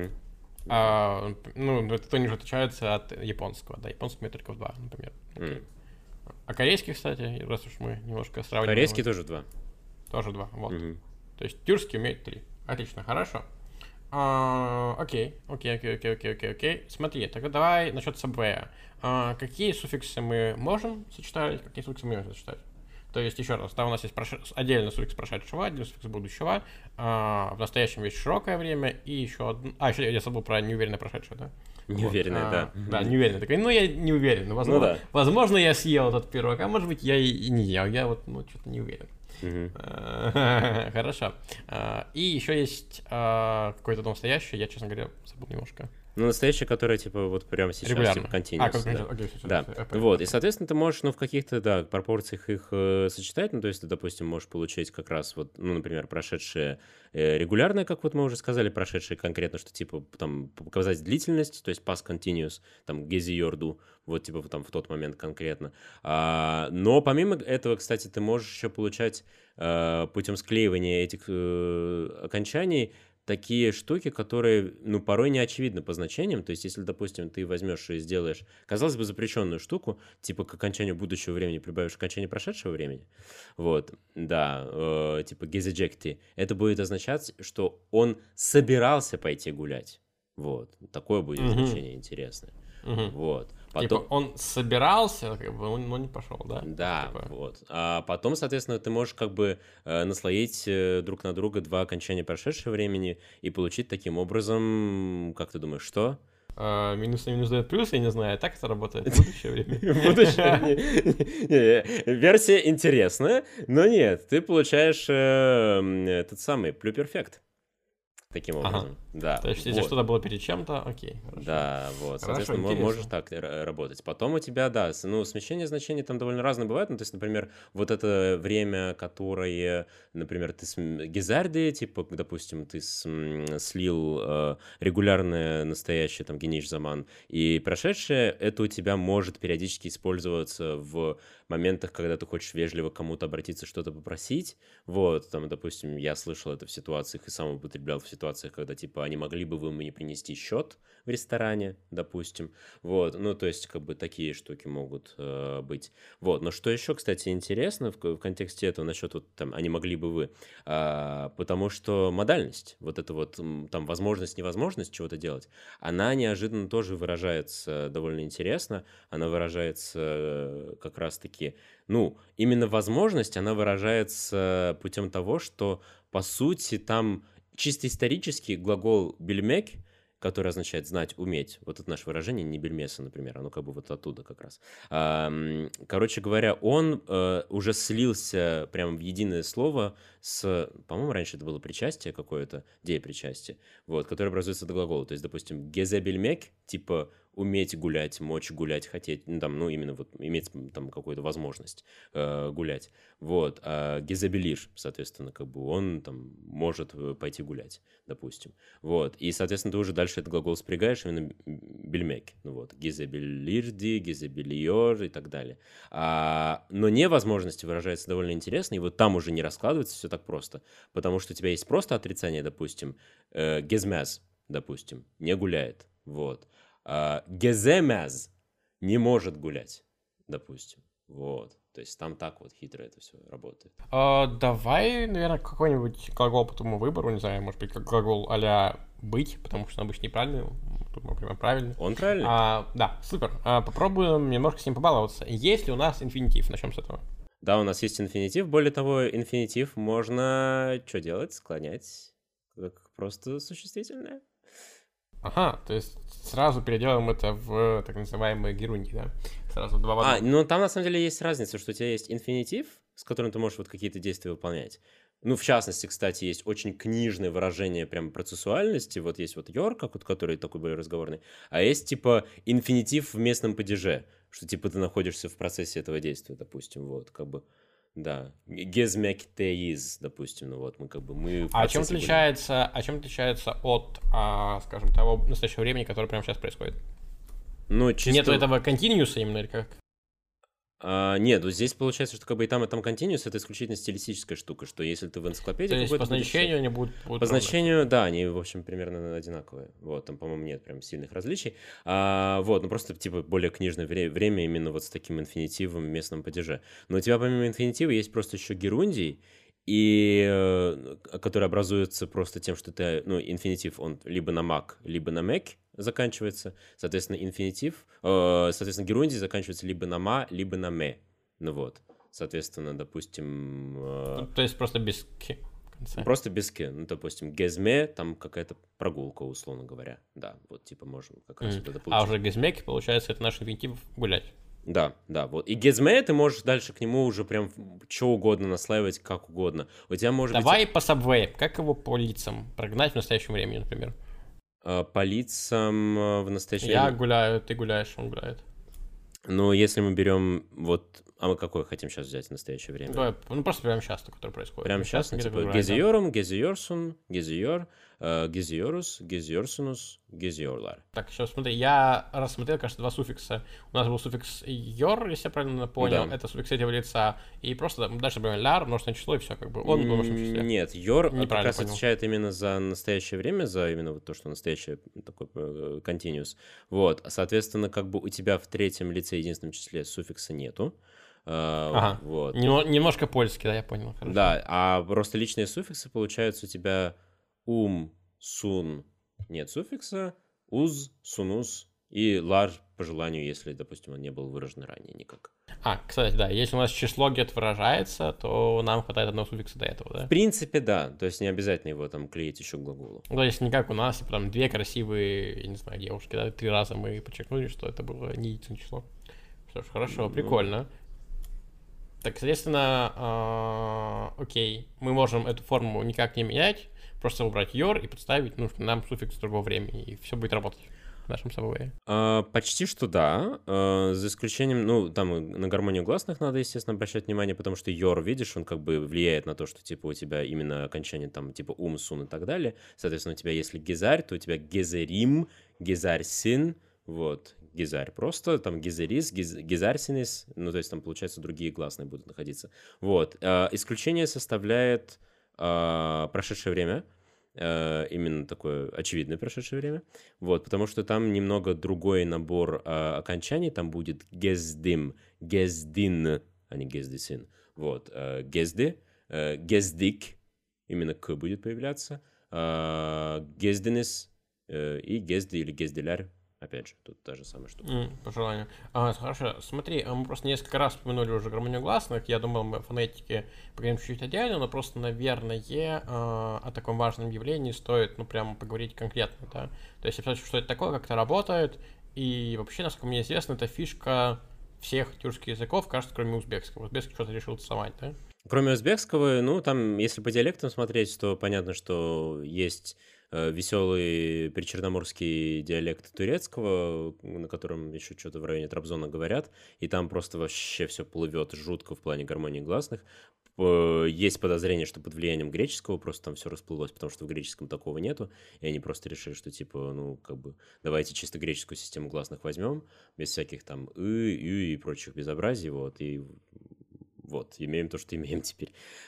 Ну, это ниже отличается от японского, да, японский умеет только в 2, например. А корейский, кстати, раз уж мы немножко сравниваем. Корейский тоже 2. Тоже 2, вот. То есть тюркский умеет 3. Отлично, хорошо. Окей. Смотри, тогда давай насчет сабвея. Какие суффиксы мы можем сочетать, какие суффиксы мы не можем сочетать? То есть, еще раз, да, у нас есть отдельный суффикс прошедшего, отдельный суффикс будущего, в настоящем есть широкое время, и еще одно... еще я забыл про неуверенное прошедшее, да? Неуверенный, да. Да, неуверенный. Такой, ну, я не уверен. да. Возможно, я съел этот пирог, а может быть, я и не ел. Я вот, что-то не уверен. Хорошо. И еще есть какой-то настоящий, я, честно говоря, забыл немножко. Ну, настоящая, которая, типа, вот прямо сейчас, Регулярно. типа, continuous, да. Окей, Да, вот, и, соответственно, ты можешь, в каких-то, да, пропорциях их сочетать, то есть ты, допустим, можешь получить как раз вот, например, прошедшие регулярные, как вот мы уже сказали, прошедшие конкретно, что, типа, там, показать длительность, то есть past continuous, там, gezi yordu, вот, типа, там, в тот момент конкретно. Но помимо этого, кстати, ты можешь еще получать путем склеивания этих окончаний такие штуки, которые, порой не очевидны по значениям. То есть, если, допустим, ты возьмешь и сделаешь, казалось бы, запрещенную штуку, типа к окончанию будущего времени прибавишь окончание прошедшего времени, вот, да, типа gezejekti, это будет означать, что он собирался пойти гулять. Вот, такое будет значение интересное. Вот. Типа он собирался, но не пошел, да? Да, типа... вот. А потом, соответственно, ты можешь как бы наслоить друг на друга два окончания прошедшего времени и получить таким образом, как ты думаешь, что? Минус на минус дает плюс, я не знаю, так это работает в будущее время. Версия интересная, но нет, ты получаешь этот самый плюперфект. Таким образом, да. То есть, если что-то было перед чем-то, окей. Хорошо. Да, вот, соответственно, можешь так работать. Потом у тебя, да, смещение значений там довольно разные бывают. То есть, например, вот это время, которое, например, ты с Гизарди, типа, допустим, ты слил регулярное настоящее, там, Гениш Заман, и прошедшее, это у тебя может периодически использоваться в моментах, когда ты хочешь вежливо кому-то обратиться, что-то попросить. Вот, там, допустим, я слышал это в ситуациях и сам употреблял в ситуациях, когда, типа, они могли бы вы мне принести счет в ресторане, допустим. Вот, то есть, как бы, такие штуки могут быть. Вот, но что еще, кстати, интересно в контексте этого насчет вот там, они могли бы вы, потому что модальность, вот эта вот там возможность, невозможность чего-то делать, она неожиданно тоже выражается довольно интересно. Она выражается как раз-таки, именно возможность, она выражается путем того, что, по сути, там чисто исторически глагол «бельмек», который означает «знать», «уметь», вот это наше выражение, не «бельмеса», например, оно как бы вот оттуда как раз. Короче говоря, он уже слился прям в единое слово с, по-моему, раньше это было причастие какое-то, деепричастие, вот, которое образуется до глагола. То есть, допустим, «гезе бельмек», типа уметь гулять, мочь гулять, хотеть, именно вот иметь там какую-то возможность гулять. Вот. А гезебелиш, соответственно, как бы он там может пойти гулять, допустим. Вот. И, соответственно, ты уже дальше этот глагол спрягаешь именно бельмек. Вот. Гезебелирди, гезебелиор и так далее. Но невозможности выражается довольно интересно, и вот там уже не раскладывается все так просто. Потому что у тебя есть просто отрицание, допустим, гезмяз, допустим, не гуляет. Вот. Геземяз не может гулять, допустим. Вот. То есть там так вот хитро это все работает. Давай, наверное, какой-нибудь глагол по твоему выбору, не знаю, может быть, как глагол а-ля «быть», потому что он обычно неправильный, тут, например, правильный. Он правильный? Да, супер. Попробуем немножко с ним побаловаться. Есть ли у нас инфинитив? Начнем с этого. Да, у нас есть инфинитив. Более того, инфинитив можно что делать? Склонять как просто существительное. Ага, то есть сразу переделаем это в так называемые герундии, да? Сразу два в одном. Там на самом деле есть разница, что у тебя есть инфинитив, с которым ты можешь вот какие-то действия выполнять. В частности, кстати, есть очень книжное выражение прям процессуальности. Вот есть вот your, который такой более разговорный, а есть типа инфинитив в местном падеже, что типа ты находишься в процессе этого действия, допустим, вот, как бы. Да, gezmekteis, допустим, мы как бы мы. А чем отличается от, скажем, того настоящего времени, которое прямо сейчас происходит? Чисто... Нету этого континьюса именно или как? Нет, здесь получается, что как бы и там continuous это исключительно стилистическая штука, что если ты в энциклопедии... То есть по значению они будут по значению, да, они, в общем, примерно одинаковые. Вот, там, по-моему, нет прям сильных различий. Просто, типа, более книжное время именно вот с таким инфинитивом в местном падеже. Но у тебя помимо инфинитива есть просто еще герундий, и который образуется просто тем, что ты, инфинитив, он либо на мак, либо на мек заканчивается, соответственно, герундий заканчивается либо на ма, либо на ме, соответственно, допустим... То есть просто без в конце. Просто без «к». Ну, допустим, «гезме» там какая-то прогулка, условно говоря. Да, вот типа можно как раз вот это А получить. уже гизмеки, получается, это наш инфинитив гулять. Да, да, вот. И «гезме» ты можешь дальше к нему уже прям что угодно наслаивать, как угодно. У тебя может быть Давай по Subway. Как его по лицам прогнать в настоящем времени, например? по лицам в настоящее Я время. гуляю, ты гуляешь, он гуляет. Ну, если мы берем вот... А мы какой хотим сейчас взять в настоящее время? Давай, ну просто прямо сейчас, которое происходит. Прямо сейчас, ну, где-то типа выбирай, да. «гезиорум», «гезиорсун», «гезиор», «гезиорус», «гезиорсунус», «гезиорлар». Так, сейчас смотри, я рассмотрел, кажется, два суффикса. У нас был суффикс «йор», если я правильно понял, Да. это суффикс третьего лица, и просто дальше берем «ляр», множественное число, и все, как бы он в множественном числе. Нет, «йор» как Неправильно раз понял. отвечает именно за настоящее время, за именно вот то, что настоящее такой continuous. Вот, соответственно, как бы у тебя в третьем лице единственном числе суффикса нету. Ага, Вот. немножко польский, да, я понял, хорошо. Да, а просто личные суффиксы получаются у тебя сун, нет суффикса, уз, сунус и лар по желанию, если, допустим, он не был выражен ранее никак. Кстати, да, если у нас число где-то выражается, то нам хватает одного суффикса до этого, да? В принципе, да, то есть не обязательно его там клеить еще к глаголу. Ну, то есть не как у нас, типа там две красивые, я не знаю, девушки, да, 3 раза мы подчеркнули, что это было не единственное число. Что ж, хорошо, прикольно. Так, соответственно, окей, мы можем эту форму никак не менять, просто убрать your и подставить нам суффикс другого времени, и все будет работать в нашем Subway. Почти что да, за исключением, ну, там на гармонию гласных надо, естественно, обращать внимание, потому что your, видишь, он как бы влияет на то, что, типа, у тебя именно окончание там, типа, сун и так далее. Соответственно, у тебя, если гизарь, то у тебя гезерим, гизарь-син, вот, гизарь просто, там гизерис, гизарсинис, ну, то есть там, получается, другие гласные будут находиться. Вот, исключение составляет прошедшее время, именно такое очевидное прошедшее время, вот, потому что там немного другой набор окончаний, там будет гездим, гездин, а не гездисин, вот, гезды, гездик, именно к будет появляться, гездинис и гезды или гезделяр. Опять же, тут та же самая штука. По желанию. Хорошо, смотри, мы просто несколько раз вспомянули уже гармонию гласных. Я думал, мы о фонетике поговорим чуть-чуть отдельно, но просто, наверное, о таком важном явлении стоит, прямо поговорить конкретно, да. То есть описать, что это такое, как это работает, и вообще, насколько мне известно, это фишка всех тюркских языков, кажется, кроме узбекского. Узбекский что-то решил тусовать, да? Кроме узбекского, ну, там, если по диалектам смотреть, то понятно, что есть веселый причерноморский диалект турецкого, на котором еще что-то в районе Трабзона говорят, и там просто вообще все плывет жутко в плане гармонии гласных. Есть подозрение, что под влиянием греческого просто там все расплылось, потому что в греческом такого нету, и они просто решили, что типа, ну, как бы, давайте чисто греческую систему гласных возьмем, без всяких там и прочих безобразий, вот, и вот, имеем то, что имеем теперь.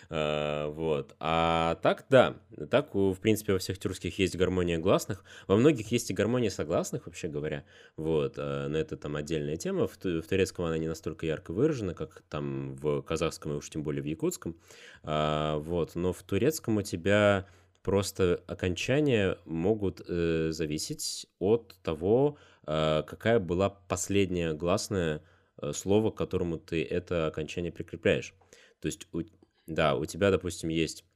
Вот. А так, да, так, в принципе, во всех тюркских есть гармония гласных. Во многих есть и гармония согласных, вообще говоря. Вот. Но это там отдельная тема. В турецком она не настолько ярко выражена, как там в казахском и уж тем более в якутском. Вот. Но в турецком у тебя просто окончания могут зависеть от того, какая была последняя гласная слово, к которому ты это окончание прикрепляешь. То есть, у тебя, допустим, есть...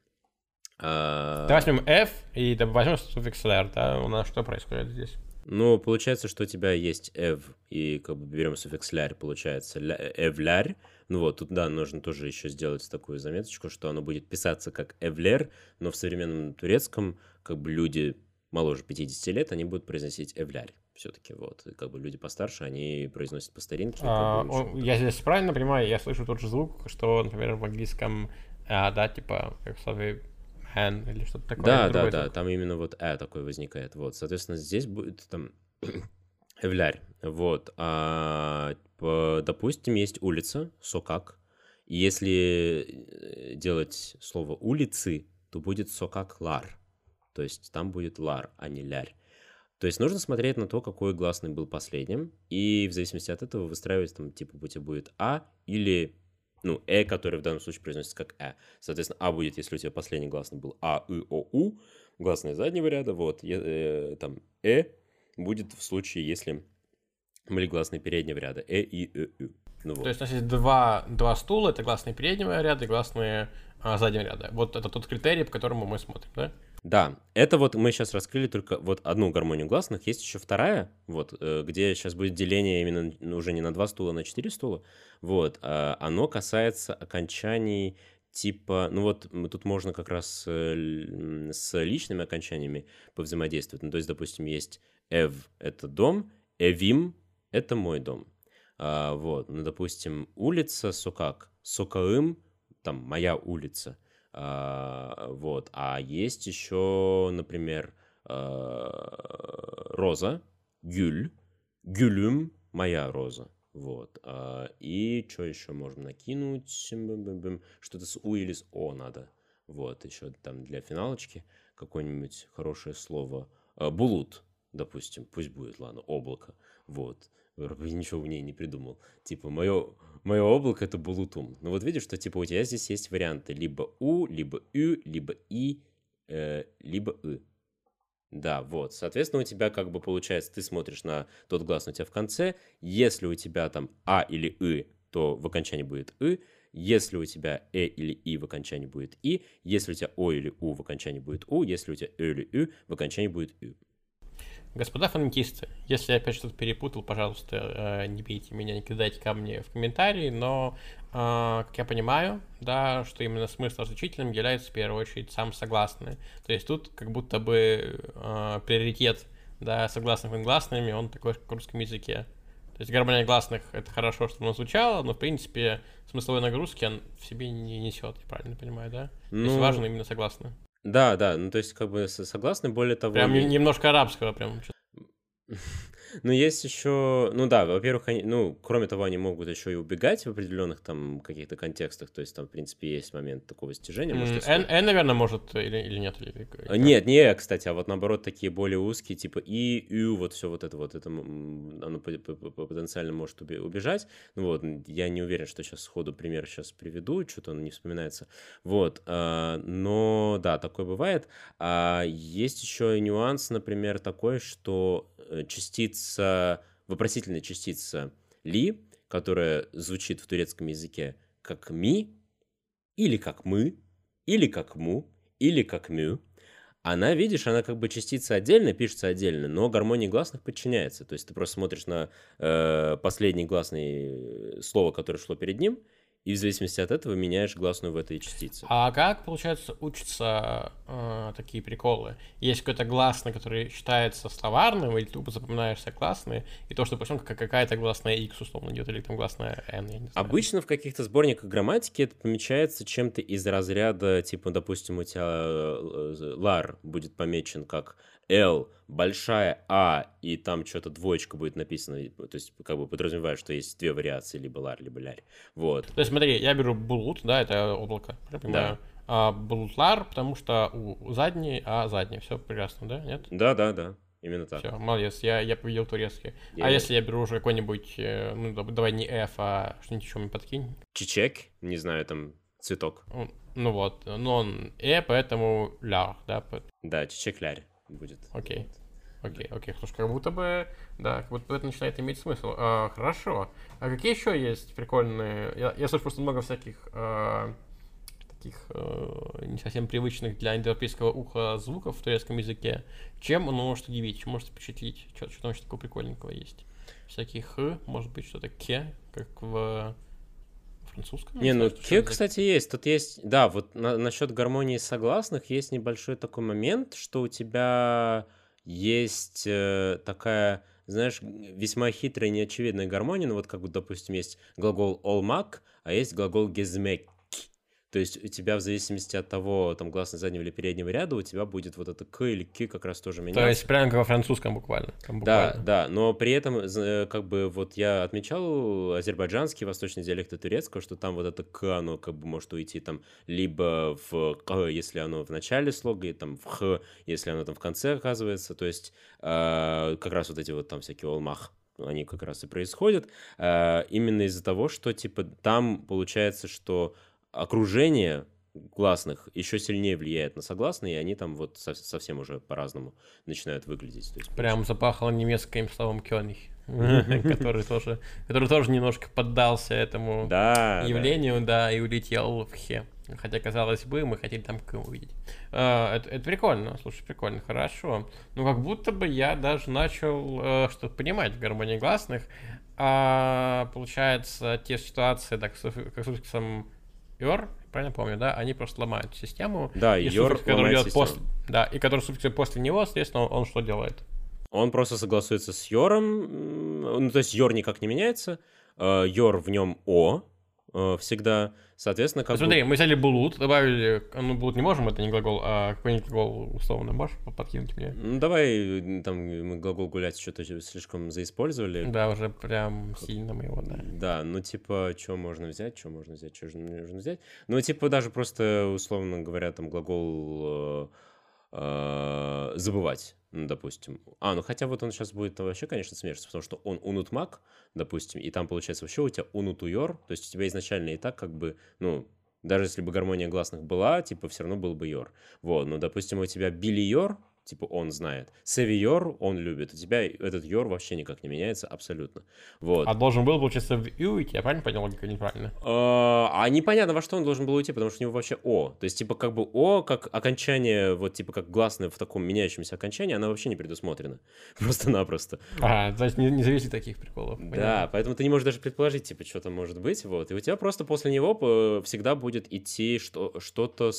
Давай возьмем F и возьмем суффикс ler, да? У нас что происходит здесь? Ну, получается, что у тебя есть ev, и как бы берем суффикс ляр, получается evляр. Ну вот, тут, да, нужно тоже еще сделать такую заметочку, что оно будет писаться как evler, но в современном турецком как бы люди моложе 50 лет, они будут произносить evляр. Все-таки вот, и как бы люди постарше, они произносят по старинке. Я здесь правильно понимаю, я слышу тот же звук, что, например, в английском, да, типа, как в слове man или что-то такое. Да, там именно вот такой возникает. Вот, соответственно, здесь будет там эвлярь. Вот, допустим, есть улица, сокак. И если делать слово улицы, то будет сокак-лар. То есть там будет лар, а не лярь. То есть нужно смотреть на то, какой гласный был последним, и в зависимости от этого выстраивать там, типа, у тебя будет или, ну, который в данном случае произносится как Соответственно, будет, если у тебя последний гласный был у, гласные заднего ряда, вот, там, будет в случае, если были гласные переднего ряда, и, ю. Ну То вот. есть у нас есть два стула, это гласные переднего ряда и гласные заднего ряда. Вот это тот критерий, по которому мы смотрим, да? Да, это вот мы сейчас раскрыли только вот одну гармонию гласных. Есть еще вторая, вот, где сейчас будет деление именно уже не на 2 стула, а на 4 стула. Вот, оно касается окончаний типа, ну вот тут можно как раз с личными окончаниями повзаимодействовать. Ну, то есть, допустим, есть эв — это дом, эвим — это мой дом. Вот, ну, допустим, улица Сокак, Сокаым, там, моя улица. Вот. А есть еще, например, роза, гюль, гюлюм, моя роза. Вот. И что еще можно накинуть? Что-то с У или с О надо. Вот. Еще там для финалочки какое-нибудь хорошее слово. Булут, допустим. Пусть будет, ладно, облако. Вот. Ничего в ней не придумал. Типа, мое облако — это булутум. Ну вот видишь, что типа у тебя здесь есть варианты либо У, либо Ю, либо И, либо И. Да, вот. Соответственно, у тебя как бы получается, ты смотришь на тот гласный у тебя в конце. Если у тебя там А или И, то в окончании будет И. Если у тебя или И, в окончании будет И. Если у тебя О или У, в окончании будет У. Если у тебя или Ю, в окончании будет Ю. Господа фонетисты, если я опять что-то перепутал, пожалуйста, не бейте меня, не кидайте ко мне в комментарии, но, как я понимаю, да, что именно смысл различительным является в первую очередь сам согласные. То есть тут как будто бы приоритет, да, согласных над гласными, он такой, как в русском языке. То есть гармония гласных — это хорошо, что оно звучало, но, в принципе, смысловой нагрузки он в себе не несет, я правильно понимаю, да? То есть важно Ну, именно согласные. да, да, ну то есть как бы согласны, более того, Прям немножко арабского, прям. ну, есть еще, ну да, во-первых, ну, кроме того, они могут еще и убегать в определенных там каких-то контекстах, то есть там, в принципе, есть момент такого стяжения. Может, если... Наверное, может, или нет, или как? Нет, не, кстати, а вот наоборот, такие более узкие, типа И, Ю, вот все вот, это оно потенциально может убежать. Ну вот, я не уверен, что сейчас сходу пример сейчас приведу, что-то он не вспоминается. Вот, но да, такое бывает. Есть еще и нюанс, например, такой, что частица, вопросительная частица ли, которая звучит в турецком языке как ми, или как мы, или как му, или как мю, она, видишь, она как бы частица отдельно, пишется отдельно, но гармонии гласных подчиняется. То есть ты просто смотришь на последний гласный слово, которое шло перед ним, и в зависимости от этого меняешь гласную в этой частице. А как, получается, учатся такие приколы? Есть какой-то гласный, который считается словарным, или тупо запоминаешь все гласные, и то, что, допустим, какая-то гласная X условно идет, или там гласная N, я не знаю. Обычно в каких-то сборниках грамматики это помечается чем-то из разряда, типа, допустим, у тебя лар будет помечен как L, большая А, и там что-то двоечка будет написано, то есть как бы подразумевает, что есть две вариации, либо лар, либо лярь. Вот. То есть смотри, я беру булут, да, это облако, я понимаю. Да. Булутлар, потому что у задней, а задней. Все прекрасно, да? Нет? Да, именно так. Все, молодец, я победил турецкий. Я- А если я беру уже какой-нибудь, ну, давай не F, а что-нибудь еще мне подкинь. Чечек, не знаю, там цветок. Ну вот, но он поэтому ляр, да? Да, чечек-лярь будет. Окей. Окей. Слушай, как будто бы, да, как будто бы это начинает иметь смысл. Хорошо. А какие еще есть прикольные? Я слышу просто много всяких таких не совсем привычных для индоевропейского уха звуков в турецком языке. Чем он может удивить, чем может впечатлить? Что там еще такого прикольненького есть? Всякие х, может быть, что-то ке, как в французском? Не, ну знаю, что ке, это за- кстати, есть. Тут есть, да, вот насчет гармонии согласных есть небольшой такой момент, что у тебя есть такая, знаешь, весьма хитрая, неочевидная гармония. Ну вот как бы, допустим, есть глагол olmak, а есть глагол gezmek. То есть у тебя в зависимости от того, там, гласный заднего или переднего ряда, у тебя будет вот это к или ки как раз тоже меняться. То есть прям как во французском буквально. Там буквально. Да, но при этом, как бы, вот я отмечал азербайджанский, восточный диалекты турецкого, что там вот это к, оно как бы может уйти там либо в к, если оно в начале слога, и там в х, если оно там в конце оказывается, то есть как раз вот эти вот там всякие олмах, они как раз и происходят, именно из-за того, что, типа, там получается, что окружение гласных еще сильнее влияет на согласные, и они там вот совсем уже по-разному начинают выглядеть. То есть, Прям запахло немецким словом кёnig. который тоже немножко поддался этому Да, да. явлению, да, и улетел в Хе. Хотя, казалось бы, мы хотели там К увидеть. Это прикольно, слушай, прикольно, хорошо. Ну, как будто бы я даже начал что-то понимать в гармонии гласных. Получается, те ситуации, так, как с суффиксом «ер», правильно помню, да, они просто ломают систему. Да, И «ер» суффикс, который ломает идет систему. после, да, и который суффикс после него, соответственно, он что делает? Он просто согласуется с «ером», ну, то есть «ер» никак не меняется, «ер» в нем «о» всегда, соответственно, как бы... Смотри, мы взяли булут, добавили, ну, булут не можем, это не глагол, а какой-нибудь глагол условно, можешь подкинуть мне? Ну, давай, там, мы глагол «гулять» что-то слишком заиспользовали. Да, уже прям сильно мы его, да. Да, ну, типа, что можно взять, что можно взять. Ну, типа, даже просто, условно говоря, там, глагол «забывать», ну, допустим. Ну, хотя вот он сейчас будет вообще, конечно, смешно, потому что он «унутмак», допустим, и там, получается, вообще у тебя «унутуйор», то есть у тебя изначально и так, как бы, ну, даже если бы гармония гласных была, типа, все равно был бы «йор». Вот, ну, допустим, у тебя «били-йор», типа, он знает. «Севи-йор», он любит. У тебя этот «йор» вообще никак не меняется абсолютно. Вот. А должен был, получается, в «ю» уйти, я правильно понял, логику неправильно? А непонятно, во что он должен был уйти, потому что у него вообще «о». То есть, типа, как бы «о», как окончание, вот, типа, как гласное в таком меняющемся окончании, она вообще не предусмотрена. Просто-напросто. То есть не зависит таких приколов. Да, Понятно. поэтому ты не можешь даже предположить, типа, что там может быть, вот. И у тебя просто после него всегда будет идти что-то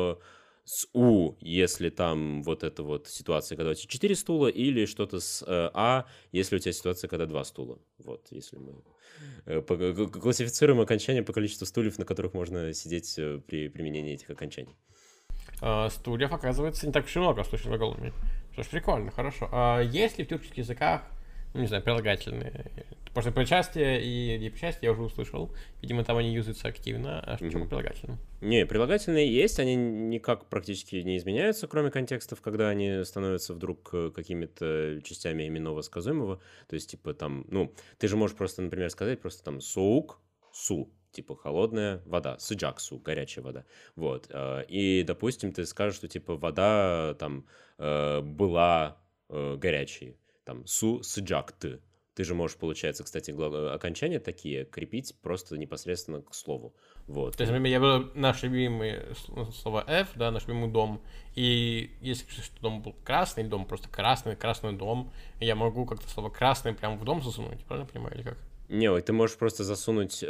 с «у», если там вот эта вот ситуация, когда у тебя 4 стула, или что-то с «а», если у тебя ситуация, когда 2 стула. Вот, если мы классифицируем окончания по количеству стульев, на которых можно сидеть при применении этих окончаний. Стульев, оказывается, не так уж и много с точными глаголами. Что ж, прикольно, хорошо. Есть ли в тюркских языках, ну, не знаю, прилагательные? Потому что причастие и причастие я уже услышал. Видимо, там они юзаются активно. А что по прилагательным? Не, прилагательные есть, они никак практически не изменяются, кроме контекстов, когда они становятся вдруг какими-то частями именного сказуемого. То есть, типа, там, ну, ты же можешь просто, например, сказать просто там «соук», «су», типа холодная вода, «сыджак су», горячая вода. Вот. И, допустим, ты скажешь, что, типа, вода там была горячей. Там «су сыджак ты». Ты же можешь, получается, кстати, окончания такие крепить просто непосредственно к слову. Вот. То есть, например, я беру наш любимый слово F, да, наш любимый дом, и если что дом был красный, дом просто красный дом, я могу как-то слово красный прямо в дом засунуть, правильно понимаю, или как? Не, ты можешь просто засунуть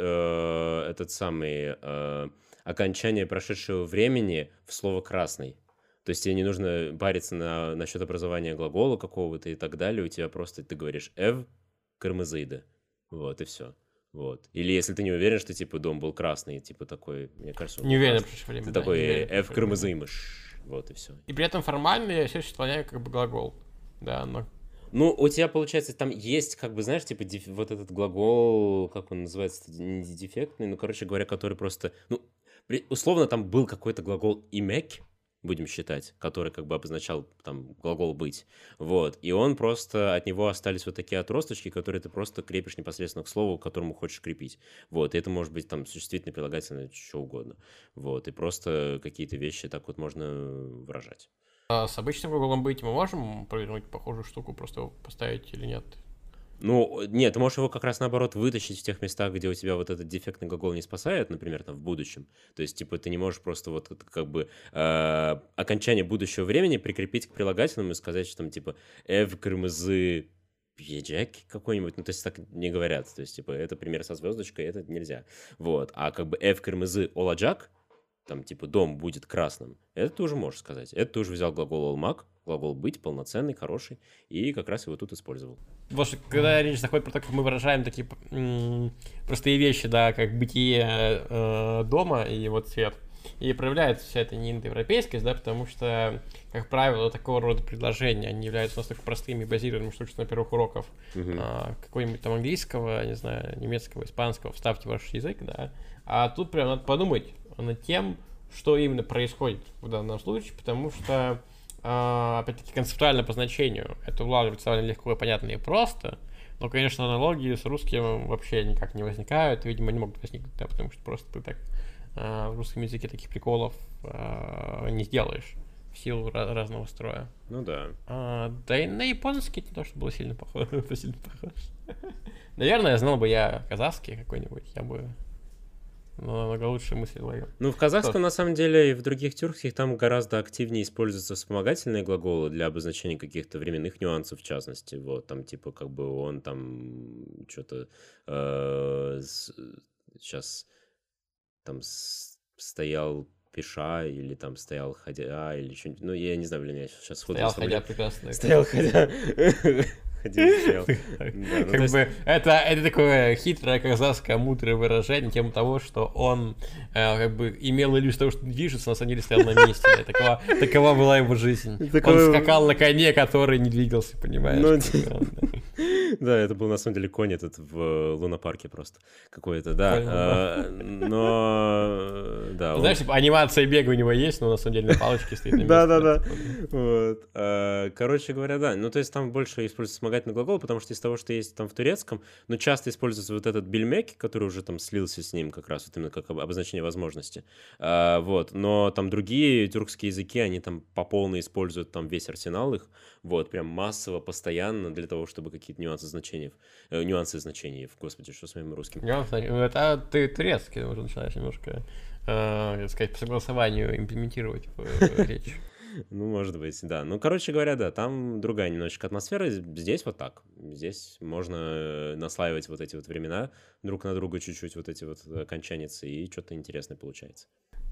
этот самый окончание прошедшего времени в слово «красный». То есть тебе не нужно париться насчет образования глагола какого-то и так далее. У тебя просто, ты говоришь «эв кырмызыйды». Вот, и все. Вот. Или если ты не уверен, что, типа, дом был красный, типа, такой, мне кажется, он Не был уверен в красный. прошлое время. Ты да, такой не уверен в «эв прошлое время. кырмызыймыш». Вот, и все. И при этом формально я все еще исполняю как бы глагол. Да, но... Ну, у тебя, получается, там есть, как бы, знаешь, типа, вот этот глагол, как он называется, не дефектный, ну, короче говоря, который просто, ну, условно, там был какой-то глагол «имек», будем считать, который как бы обозначал там глагол «быть», вот, и он просто, от него остались вот такие отросточки, которые ты просто крепишь непосредственно к слову, к которому хочешь крепить, вот, и это может быть там существительное, прилагательное, что угодно, вот, и просто какие-то вещи так вот можно выражать. С обычным глаголом «быть» мы можем провернуть похожую штуку, просто его поставить или нет? Ну, нет, ты можешь его как раз наоборот вытащить в тех местах, где у тебя вот этот дефектный глагол не спасает, например, там в будущем. То есть, типа, ты не можешь просто вот как бы окончание будущего времени прикрепить к прилагательному и сказать, что там, типа, «эв кырмызы пьеджек» какой-нибудь. Ну, то есть, так не говорят. То есть, типа, это пример со звездочкой, это нельзя. Вот. А как бы «эв кырмызы оладжак», там, типа, дом будет красным, это ты уже можешь сказать. Это ты уже взял глагол «олмак», глагол «быть», полноценный, хороший, и как раз его тут использовал. Потому что когда речь заходит про то, как мы выражаем такие простые вещи, да, как бытие дома и вот цвет, и проявляется вся эта неиндоевропейскость, да, потому что, как правило, такого рода предложения, они являются настолько простыми и базированными, что на первых уроках какого-нибудь там английского, не знаю, немецкого, испанского, вставьте ваш язык, да, а тут прям надо подумать над тем, что именно происходит в данном случае, потому что, опять-таки, концептуально по значению это улавливается довольно легко и понятно и просто, но, конечно, аналогии с русским вообще никак не возникают, и, видимо, не могут возникнуть, да, потому что просто ты так в русском языке таких приколов не сделаешь. в силу разного строя. Ну да. Да и на японский не то, что было сильно похоже. Наверное, знал бы я казахский какой-нибудь, я бы намного лучше мысли ловил. Ну, в казахском, на самом деле, и в других тюркских там гораздо активнее используются вспомогательные глаголы для обозначения каких-то временных нюансов, в частности. Вот, там, типа, как бы он там что-то сейчас там стоял пеша, или там стоял ходя, или что-нибудь. Ну, я не знаю, блин, я сейчас сходу Стоял ходя прекрасно. Стоял ходя. Ходил, стоял. Как бы это такое хитрое казахское мудрое выражение тем того, что он как бы имел иллюзию того, что движется, на самом деле стоял на месте. Такова была его жизнь. Он скакал на коне, который не двигался, понимаешь? Да, это был на самом деле конь этот в лунопарке просто какой-то, да. Но да. Знаешь, типа анимация бега у него есть, но на самом деле на палочке стоит на месте. Да-да-да. Короче говоря, да. Ну, то есть там больше используется вспомогательный глагол, потому что из того, что есть там в турецком, но часто используется вот этот бельмек, который уже там слился с ним как раз, вот именно как обозначение возможности. Вот. Но там другие тюркские языки, они там по полной используют там весь арсенал их, вот, прям массово, постоянно, для того, чтобы какие-то нюансы значений, господи, что с моим русским? Это ты турецкий уже начинаешь немножко, так сказать, по согласованию имплементировать в речь. Ну, может быть, да. Ну, короче говоря, да, там другая немножечко атмосфера. Здесь вот так. Здесь можно наслаивать вот эти вот времена друг на друга чуть-чуть, вот эти вот окончаницы, и что-то интересное получается.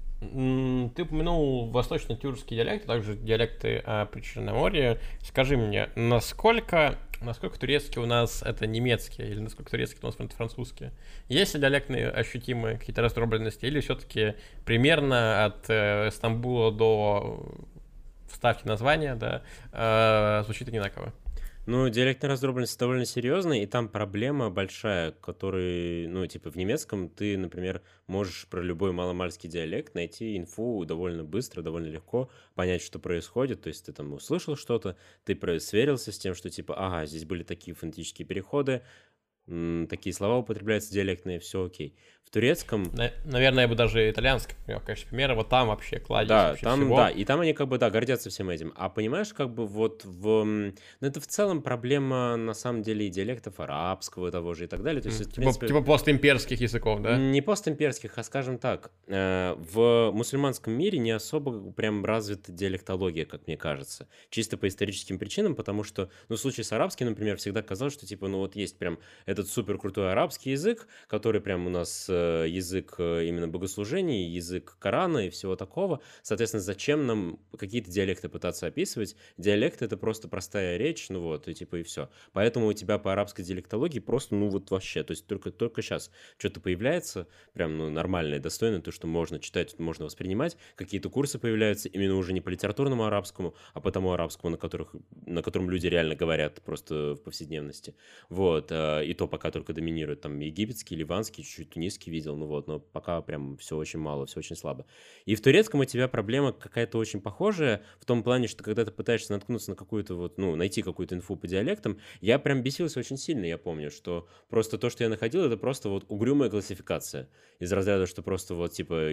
Ты упомянул восточно-тюркский диалект, а также диалекты Причерноморья. Скажи мне, насколько турецкий у нас это немецкий, или насколько турецкий у нас это французский? Есть ли диалектные ощутимые какие-то раздробленности, или все-таки примерно от Стамбула до вставки названия, да, звучит одинаково? Ну, диалектная раздробленность довольно серьезная, и там проблема большая, который, ну, типа в немецком ты, например, можешь про любой маломальский диалект найти инфу довольно быстро, довольно легко, понять, что происходит, то есть ты там услышал что-то, ты сверился с тем, что типа, ага, здесь были такие фонетические переходы, такие слова употребляются диалектные, все окей. В турецком... Наверное, я бы даже итальянский привел, конечно, пример. Вот там вообще кладезь да, вообще там, всего. Да, и там они как бы, да, гордятся всем этим. А понимаешь, как бы вот ну, это в целом проблема, на самом деле, и диалектов арабского того же и так далее. То есть, типа постимперских языков, да? Не постимперских, а, скажем так, в мусульманском мире не особо прям развита диалектология, как мне кажется. Чисто по историческим причинам, потому что, ну, в случае с арабским, например, всегда казалось, что, типа, ну, вот есть прям этот супер крутой арабский язык, который прям у нас язык именно богослужений, язык Корана и всего такого. Соответственно, зачем нам какие-то диалекты пытаться описывать? Диалект — это просто простая речь, ну вот, и типа и все. Поэтому у тебя по арабской диалектологии просто, ну вот вообще, то есть только сейчас что-то появляется, прям, ну, нормальное, достойное, то, что можно читать, можно воспринимать. Какие-то курсы появляются именно уже не по литературному арабскому, а по тому арабскому, на котором люди реально говорят просто в повседневности. Вот, и то пока только доминирует там египетский, ливанский, чуть-чуть тунисский видел, ну вот, но пока прям все очень мало, все очень слабо. И в турецком у тебя проблема какая-то очень похожая, в том плане, что когда ты пытаешься наткнуться на какую-то вот, ну, найти какую-то инфу по диалектам, я прям бесился очень сильно, я помню, что просто то, что я находил, это просто вот угрюмая классификация из разряда, что просто вот типа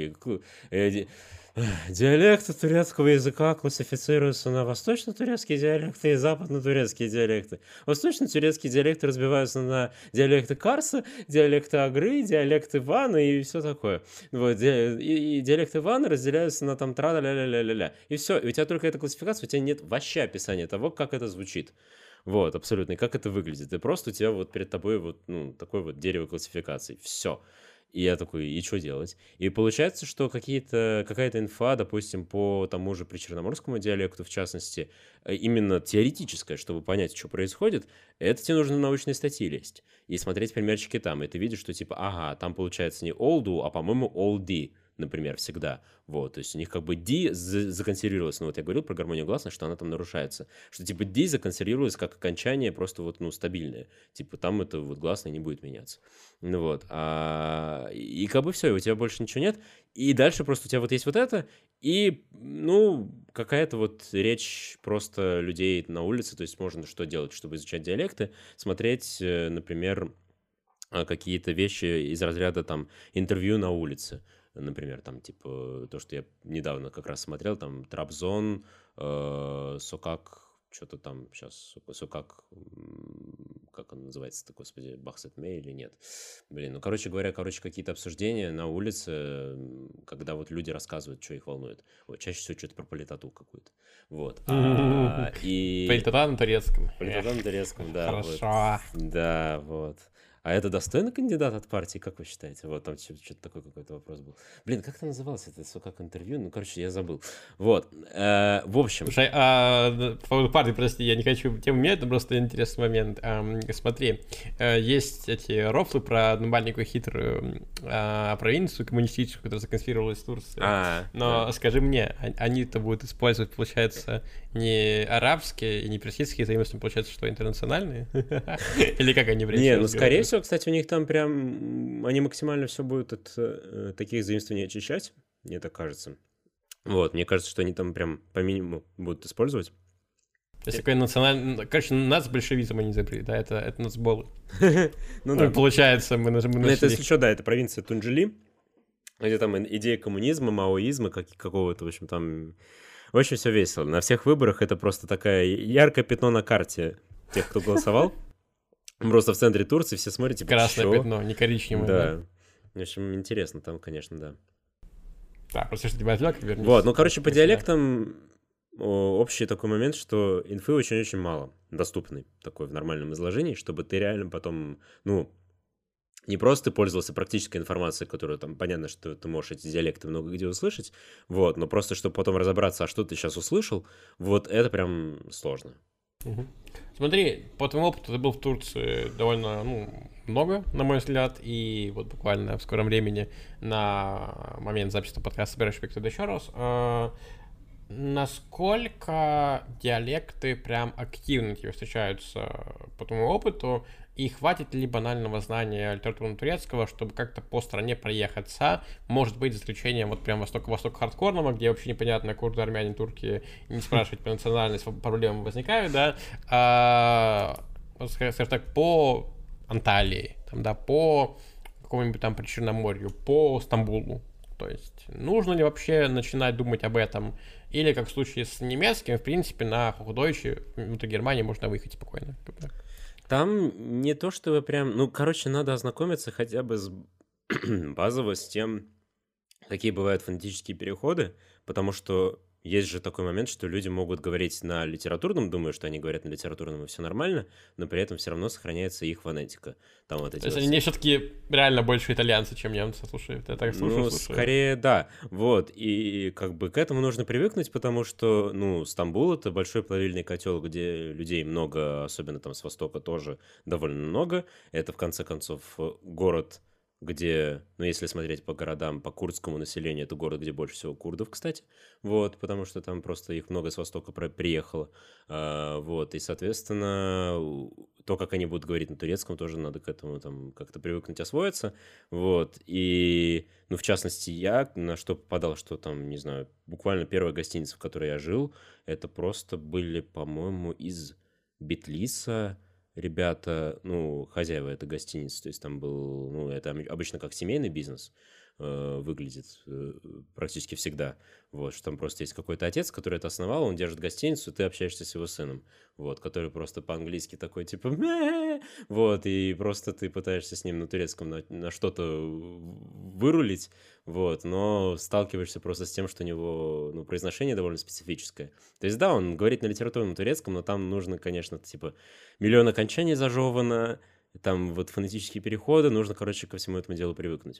диалекты турецкого языка классифицируются на восточно-турецкие диалекты и западно-турецкие диалекты. Восточно-турецкие диалекты разбиваются на диалекты Карса, диалекты Агры, диалекты Вана и все такое. Вот, и диалекты Вана разделяются на там тра-ля-ля-ля-ля-ля. И все, и у тебя только эта классификация, у тебя нет вообще описания того, как это звучит. Вот, абсолютно, и как это выглядит. И просто у тебя вот перед тобой вот, ну, такое вот дерево классификаций. Все. И я такой, и что делать? И получается, что какая-то инфа, допустим, по тому же причерноморскому диалекту, в частности, именно теоретическая, чтобы понять, что происходит, это тебе нужно научные статьи лезть и смотреть примерчики там. И ты видишь, что типа, ага, там получается не олду, а, по-моему, олди, например, всегда. Вот, то есть у них как бы D законсервировалось. Ну вот я говорил про гармонию гласных, что она там нарушается. Что типа D законсервировалось как окончание просто вот, ну, стабильное. Типа там это вот гласное не будет меняться. Ну вот. И как бы все, и у тебя больше ничего нет. И дальше просто у тебя вот есть вот это, и, ну, какая-то вот речь просто людей на улице. То есть можно что делать, чтобы изучать диалекты? Смотреть, например, какие-то вещи из разряда там интервью на улице. например, там, типа, то, что я недавно как раз смотрел, там, Трабзон, Сокак, что-то там сейчас, Сокак, как он называется-то, господи, Бахсет Мэй или нет? Блин, ну, короче говоря, какие-то обсуждения на улице, когда вот люди рассказывают, что их волнует. Вот, чаще всего что-то про политоту какую-то. Вот. И Политота на турецком. политота на турецком, да, вот. Хорошо. Да, вот. А это достойный кандидат от партии, как вы считаете? Вот там что-то такой какой-то вопрос был. Блин, как это называлось? Это как интервью? Ну, короче, я забыл. Вот. В общем. Слушай, по поводу партии, прости, я не хочу тему менять, это просто интересный момент. Смотри, есть эти рофлы про одну маленькую хитрую провинцию коммунистическую, которая законспирировалась в Турции. Но Да. скажи мне, они-то будут использовать, получается, не арабские и не персидские заимствования, получается, что интернациональные? Или как они в речи Не, ну, скорее разговаривают? всего, кстати, у них там прям... Они максимально все будут от таких заимствований очищать, мне так кажется. Вот, мне кажется, что они там прям по минимуму будут использовать. То есть такой национальный... Короче, нацбольшевизм они изобрели, да, это нацболы. Ну Ну, да. получается, мы Ну, это, нашли. если что, да, это провинция Тунджили, где там идея коммунизма, маоизма какого-то, в общем, там очень все весело. На всех выборах это просто такое яркое пятно на карте тех, кто голосовал. Просто в центре Турции все смотрят, типа, Красное чё? пятно, не коричневое, да. Да. В общем, интересно там, конечно, да. Да, просто что тебя отвлек, вернись. Вот, ну, короче, по к сюда. диалектам общий такой момент, что инфы очень-очень мало доступной такой в нормальном изложении, чтобы ты реально потом, ну, не просто ты пользовался практической информацией, которую там понятно, что ты можешь эти диалекты много где услышать, вот, но просто чтобы потом разобраться, а что ты сейчас услышал, вот это прям сложно. Мгм. Смотри, по твоему опыту ты был в Турции довольно много, на мой взгляд, и вот буквально в скором времени на момент записи этого подкаста собираешь туда еще раз. Насколько диалекты прям активно тебе встречаются по твоему опыту, и хватит ли банального знания литературного турецкого, чтобы как-то по стране проехаться, может быть, за исключением вот прям восток хардкорного, где вообще непонятно, курды, армяне, турки, не спрашивать по национальности, проблемы возникают, да, вот скажем так, по Анталии, там, да, по какому-нибудь там Причерноморью, по Стамбулу. То есть нужно ли вообще начинать думать об этом? Или, как в случае с немецким, в принципе, на Хохдойче внутри Германии можно выехать спокойно. Там не то, чтобы прям, ну, короче, надо ознакомиться хотя бы базово с тем, какие бывают фонетические переходы, потому что есть же такой момент, что люди могут говорить на литературном, думая, что они говорят на литературном и все нормально, но при этом все равно сохраняется их фонетика. Там вот эти То есть вот они все-таки реально больше итальянцы, чем немцы, слушай. Я так слушаю. скорее, да. Вот, и как бы к этому нужно привыкнуть, потому что, ну, Стамбул — это большой плавильный котел, где людей много, особенно там с востока тоже довольно много. Это, в конце концов, город, где, ну, если смотреть по городам, по курдскому населению, это город, где больше всего курдов, кстати, вот, потому что там просто их много с востока приехало, вот, и, соответственно, то, как они будут говорить на турецком, тоже надо к этому там как-то привыкнуть, освоиться, вот, и, ну, в частности, я на что попадал, что там, не знаю, буквально первая гостиница, в которой я жил, это просто были, по-моему, из Битлиса, ребята, ну, хозяева этой гостиницы, то есть там был, ну, это обычно как семейный бизнес выглядит практически всегда, вот, что там просто есть какой-то отец, который это основал, он держит гостиницу, ты общаешься с его сыном, вот, который просто по-английски такой, типа, «Мэ!» вот, и просто ты пытаешься с ним на турецком на что-то вырулить, вот, но сталкиваешься просто с тем, что у него, ну, произношение довольно специфическое. То есть, да, он говорит на литературном турецком, но там нужно, конечно, типа, миллион окончаний зажевано, там вот фонетические переходы, нужно, короче, ко всему этому делу привыкнуть.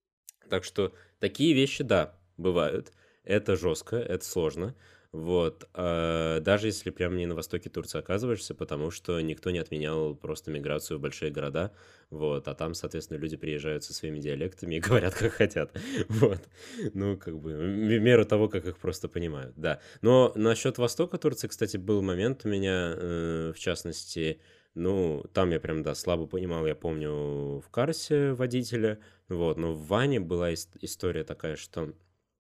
Так что такие вещи, да, бывают. Это жестко, это сложно. Вот. Даже если прямо не на востоке Турции оказываешься, потому что никто не отменял просто миграцию в большие города. Вот. А там, соответственно, люди приезжают со своими диалектами и говорят, как хотят. Вот. Ну, как бы, в меру того, как их просто понимают, да. Но насчет востока Турции, кстати, был момент у меня, в частности, ну, там я прям, да, слабо понимал, я помню, в Карсе водителя, вот, но в Ване была история такая, что,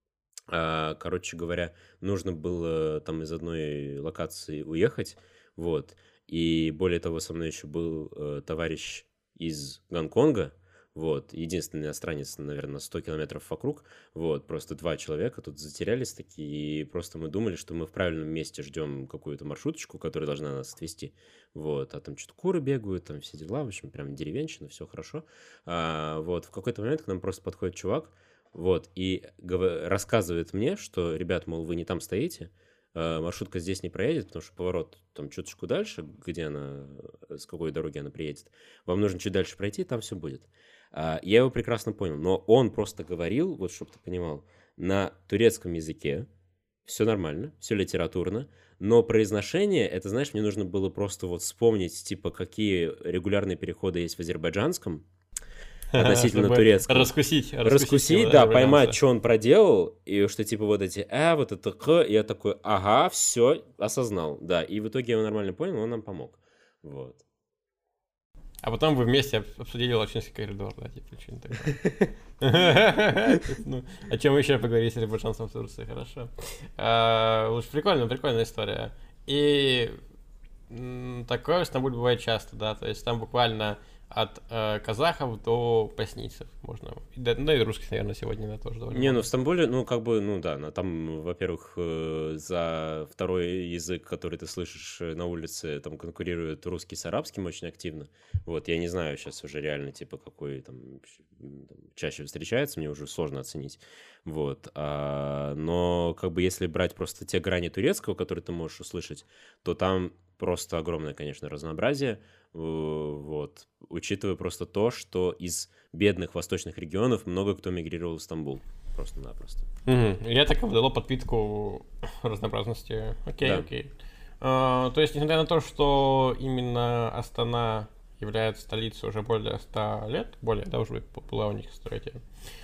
короче говоря, нужно было там из одной локации уехать, вот, и более того, со мной еще был товарищ из Гонконга, Вот, единственный иностранец, наверное, на 100 километров вокруг, вот, просто 2 человека тут затерялись такие, и просто мы думали, что мы в правильном месте ждем какую-то маршруточку, которая должна нас отвезти, вот, а там что-то куры бегают, там все дела, в общем, прям деревенщина, все хорошо, вот, в какой-то момент к нам просто подходит чувак, вот, и рассказывает мне, что, ребят, мол, вы не там стоите, маршрутка здесь не проедет, потому что поворот там чуточку дальше, где она, с какой дороги она приедет, вам нужно чуть дальше пройти, там все будет. Я его прекрасно понял, но он просто говорил, вот чтобы ты понимал, на турецком языке, все нормально, все литературно, но произношение, это, знаешь, мне нужно было просто вот вспомнить, типа, какие регулярные переходы есть в азербайджанском относительно Чтобы турецкого. раскусить Раскусить, да, поймать, что он проделал, и что типа вот эти вот это к, и я такой, ага, все, осознал, да, и в итоге я его нормально понял, он нам помог, вот. А потом вы вместе обсудили Лачинский коридор, да, типа, что-нибудь такое. Ну, о чем еще поговорить с азербайджанцем в Турции, хорошо. Уж прикольная история. И такое в Стамбуле бывает часто, да, то есть там буквально от казахов до боснийцев можно. Да, ну и русских, наверное, сегодня да, тоже довольно Не, ну много. в Стамбуле, ну как бы, ну да, там, во-первых, за второй язык, который ты слышишь на улице, там конкурирует русский с арабским очень активно. Вот, я не знаю сейчас уже реально, типа, какой там чаще встречается, мне уже сложно оценить. Вот, но как бы если брать просто те грани турецкого, которые ты можешь услышать, то там просто огромное, конечно, разнообразие. Вот, учитывая просто то, что из бедных восточных регионов много кто мигрировал в Стамбул. Просто-напросто. И это как бы дало подпитку разнообразности. Окей, Да. окей. То есть, несмотря на то, что именно Астана является столицей уже более 100 лет, более, да, уже была у них столетие.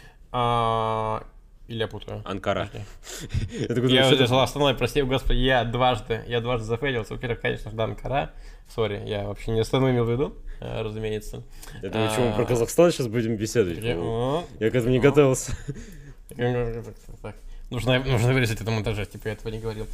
Или я путаю? Анкара. Подожди. Я сказал Астана, прости, господи, я дважды зафейлился. Во-первых, конечно же, да, Анкара. Сори, я вообще не Астану имел в виду, разумеется. Я думаю, что мы про Казахстан сейчас будем беседовать. Я к этому не готовился. Нужно вырезать это монтаже, типа я этого не говорил.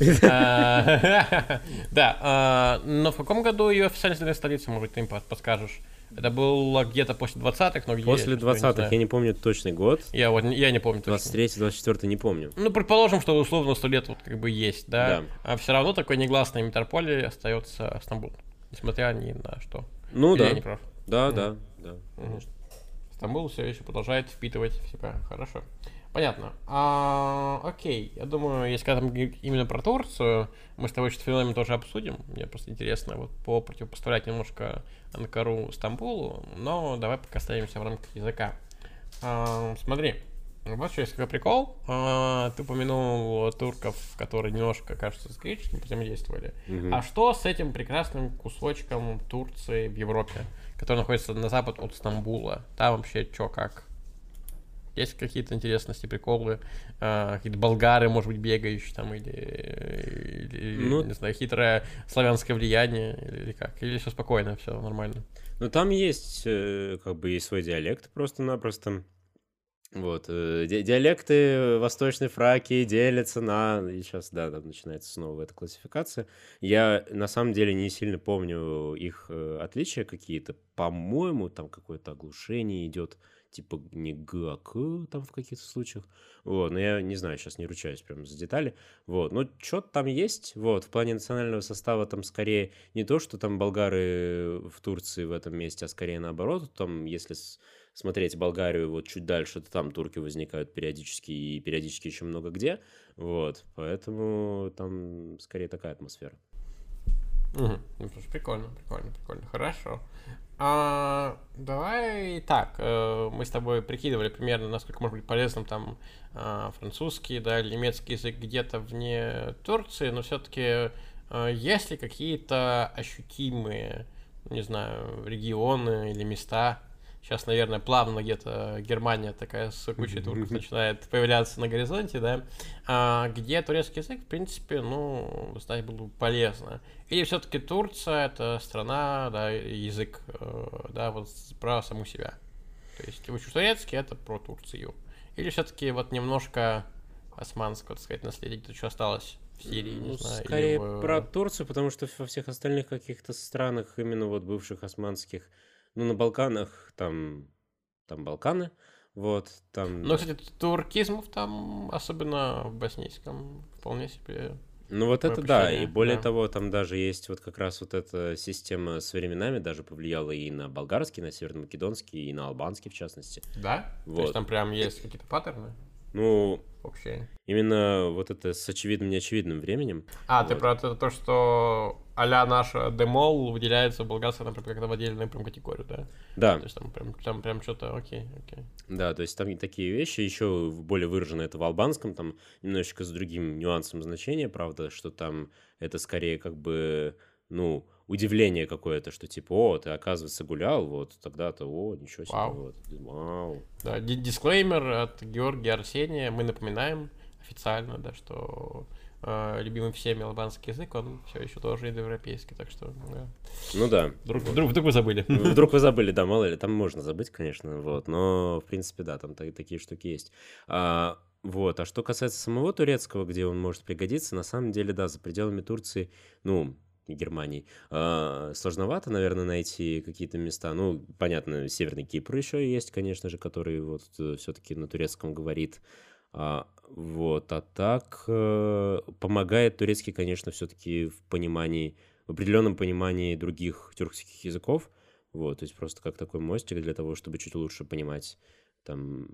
Да, но в каком году ее официально столица, может быть, ты им подскажешь? Это было где-то после 20-х, но где? После 20-х, я не помню точный год. Я не помню точно. 23-24 не помню. Ну, предположим, что условно 100 лет вот как бы есть, да? А все равно такой негласной метрополией остается Стамбул, несмотря ни на что. Ну да. Я не прав? Да. Стамбул все еще продолжает впитывать в себя. Хорошо. Понятно. Окей. Я думаю, если когда там именно про Турцию, мы с тобой этот феномен тоже обсудим. Мне просто интересно вот противопоставлять немножко Анкару Стамбулу, но давай пока оставимся в рамках языка. Смотри, вот что есть какой прикол. Ты упомянул турков, которые немножко, кажется, с греческим взаимодействовали. А что с этим прекрасным кусочком Турции в Европе, который находится на запад от Стамбула? Там вообще что, как? Есть какие-то интересности, приколы, какие-то болгары, может быть, бегающие там, или не знаю, хитрое славянское влияние, или как? Или все спокойно, все нормально? Ну, там есть, как бы, есть свой диалект просто-напросто. Вот, диалекты Восточной Фракии делятся на... И сейчас, да, там начинается снова эта классификация. Я, на самом деле, не сильно помню их отличия какие-то. По-моему, там какое-то оглушение идет, типа не Г, а К там в каких-то случаях. Вот, но я не знаю, сейчас не ручаюсь прям за детали. Вот, но что-то там есть. Вот, в плане национального состава там скорее не то, что там болгары в Турции в этом месте, а скорее наоборот. Там, если смотреть Болгарию вот чуть дальше, то там турки возникают периодически, и периодически еще много где. Вот, поэтому там скорее такая атмосфера. Ну, слушай, прикольно. Хорошо. Давай так, мы с тобой прикидывали примерно, насколько может быть полезным там французский, да, или немецкий язык где-то вне Турции, но все-таки есть ли какие-то ощутимые, не знаю, регионы или места? Сейчас, наверное, плавно где-то Германия такая с кучей турков начинает появляться на горизонте, да, где турецкий язык, в принципе, ну, знать было бы полезно. Или все-таки Турция — это страна, да, язык, да, вот про саму себя. То есть, учишь турецкий — это про Турцию. Или все-таки вот немножко османского, так сказать, наследия, где-то что осталось в Сирии, не знаю. Скорее про Турцию, потому что во всех остальных каких-то странах, именно вот бывших османских, ну, на Балканах там там Балканы, вот, там... Но, кстати, туркизмов там, особенно в боснийском, вполне себе Ну вот такое это да, и ощущение, более да. того, там даже есть вот как раз вот эта система с временами даже повлияла и на болгарский, на северомакедонский, и на албанский в частности. Да? То есть Вот. там прям есть какие-то паттерны Ну, общие? именно вот это с очевидным неочевидным временем. А, ты Вот. про то, что а-ля наша демол выделяется в болгарском, например, как-то в отдельную прям категорию, да? Да, То есть там прям что-то, окей. да, то есть там и такие вещи, еще более выражено это в албанском, там немножечко с другим нюансом значения, правда, что там это скорее как бы, ну, удивление какое-то, что типа, о, ты, оказывается, гулял, вот тогда-то, о, ничего себе, Вау. вот, вау. Да, дисклеймер от Георгия Арсения. Мы напоминаем официально, да, что любимый всеми албанский язык, он все еще тоже индоевропейский, так что да. Ну да. Вдруг вы забыли. Вдруг вы забыли, да, мало ли, там можно забыть, конечно, вот, но, в принципе, да, там такие штуки есть. Вот, а что касается самого турецкого, где он может пригодиться, на самом деле, да, за пределами Турции, ну, и Германии, сложновато, наверное, найти какие-то места. Ну, понятно, Северный Кипр еще есть, конечно же, который вот все-таки на турецком говорит. Вот, а так помогает турецкий, конечно, все-таки в понимании, в определенном понимании других тюркских языков. Вот, то есть просто как такой мостик для того, чтобы чуть лучше понимать там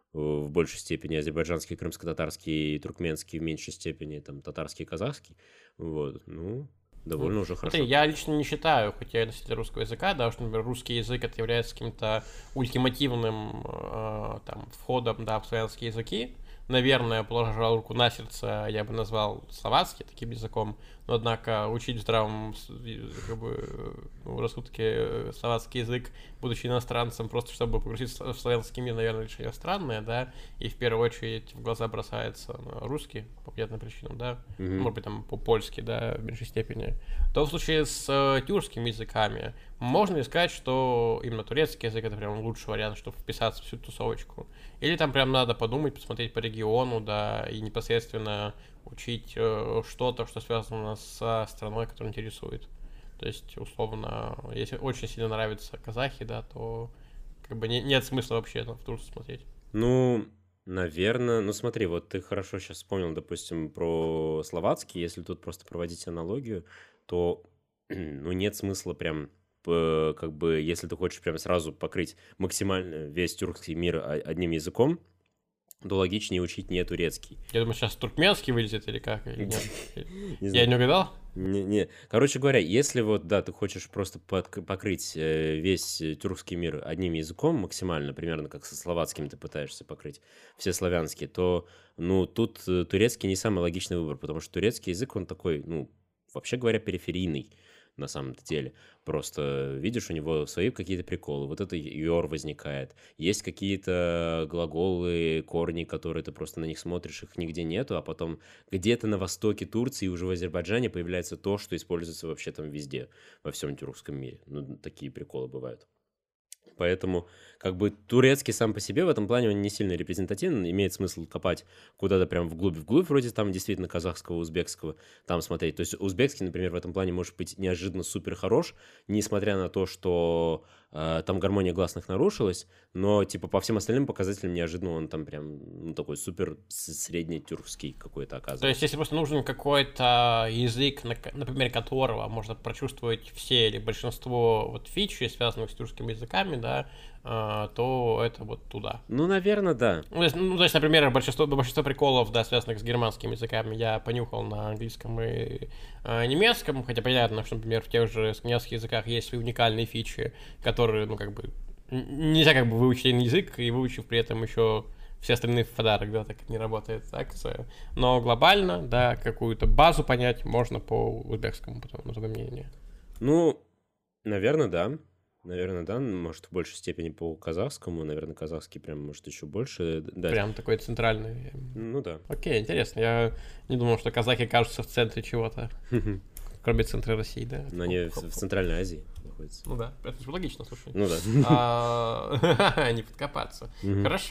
в большей степени азербайджанский, крымско-татарский, туркменский, в меньшей степени там татарский, казахский. Вот, ну, довольно уже Смотри, хорошо. я лично не считаю, хотя я носитель русского языка, да, что, например, русский язык это является каким-то ультимативным там, входом, да, в славянские языки. Наверное, положа руку на сердце, я бы назвал словацкий таким языком, но, однако, учить в здравом как бы, рассудке словацкий язык, будучи иностранцем, просто чтобы погрузиться в славянский мир, наверное, решение странное, да, и в первую очередь в глаза бросается русский, по понятным причинам, да, может быть, там по-польски, да, в меньшей степени, то в случае с тюркскими языками можно ли сказать, что именно турецкий язык это прям лучший вариант, чтобы вписаться в всю тусовочку? Или там прям надо подумать, посмотреть по региону, да, и непосредственно учить что-то, что связано со страной, которая интересует? То есть, условно, если очень сильно нравятся казахи, да, то как бы нет смысла вообще там, в Турцию смотреть. Ну, наверное, ну смотри, вот ты хорошо сейчас вспомнил, допустим, про словацкий, если тут просто проводить аналогию, то, ну, нет смысла прям, как бы, если ты хочешь прям сразу покрыть максимально весь тюркский мир одним языком, то логичнее учить не турецкий. Я думаю, сейчас туркменский вылезет или как, или нет? Не Я знаю. не угадал? Не. Короче говоря, если вот, да, ты хочешь просто покрыть весь тюркский мир одним языком максимально, примерно как со словацким ты пытаешься покрыть все славянские, то, ну, тут турецкий не самый логичный выбор, потому что турецкий язык, он такой, ну, вообще говоря, периферийный на самом-то деле. Просто видишь, у него свои какие-то приколы. Вот это йор возникает. Есть какие-то глаголы, корни, которые ты просто на них смотришь, их нигде нету, а потом где-то на востоке Турции, уже в Азербайджане появляется то, что используется вообще там везде, во всем тюркском мире. Ну, такие приколы бывают. Поэтому, как бы, турецкий сам по себе в этом плане он не сильно репрезентативен, имеет смысл копать куда-то прям вглубь, вроде там действительно казахского, узбекского, там смотреть. То есть узбекский, например, в этом плане может быть неожиданно супер хорош, несмотря на то, что там гармония гласных нарушилась, но, типа, по всем остальным показателям неожиданно он там прям, ну, такой супер средний тюркский какой-то То оказывается. есть, если просто нужен какой-то язык, на примере которого можно прочувствовать все или большинство вот фичи, связанных с тюркскими языками, да, то это вот туда. Ну, наверное, да. То есть, например, большинство приколов, да, связанных с германскими языками, я понюхал на английском и немецком, хотя понятно, что, например, в тех же скандинавских языках есть свои уникальные фичи, которые, ну, как бы, нельзя как бы выучить один язык и выучив при этом еще все остальные в подарок, да, так не работает так. Но глобально, да, какую-то базу понять можно по узбекскому, потом, на другое мнение. Ну, наверное, да. Наверное, да. Может, в большей степени по казахскому. Наверное, казахский прям может еще больше дать. Прям такой центральный. Ну да. Окей, интересно. Я не думал, что казахи кажутся в центре чего-то, кроме центра России, да. Но они в Центральной Азии находятся. Ну да, это же логично, слушай. Ну да. Не подкопаться. Хорошо.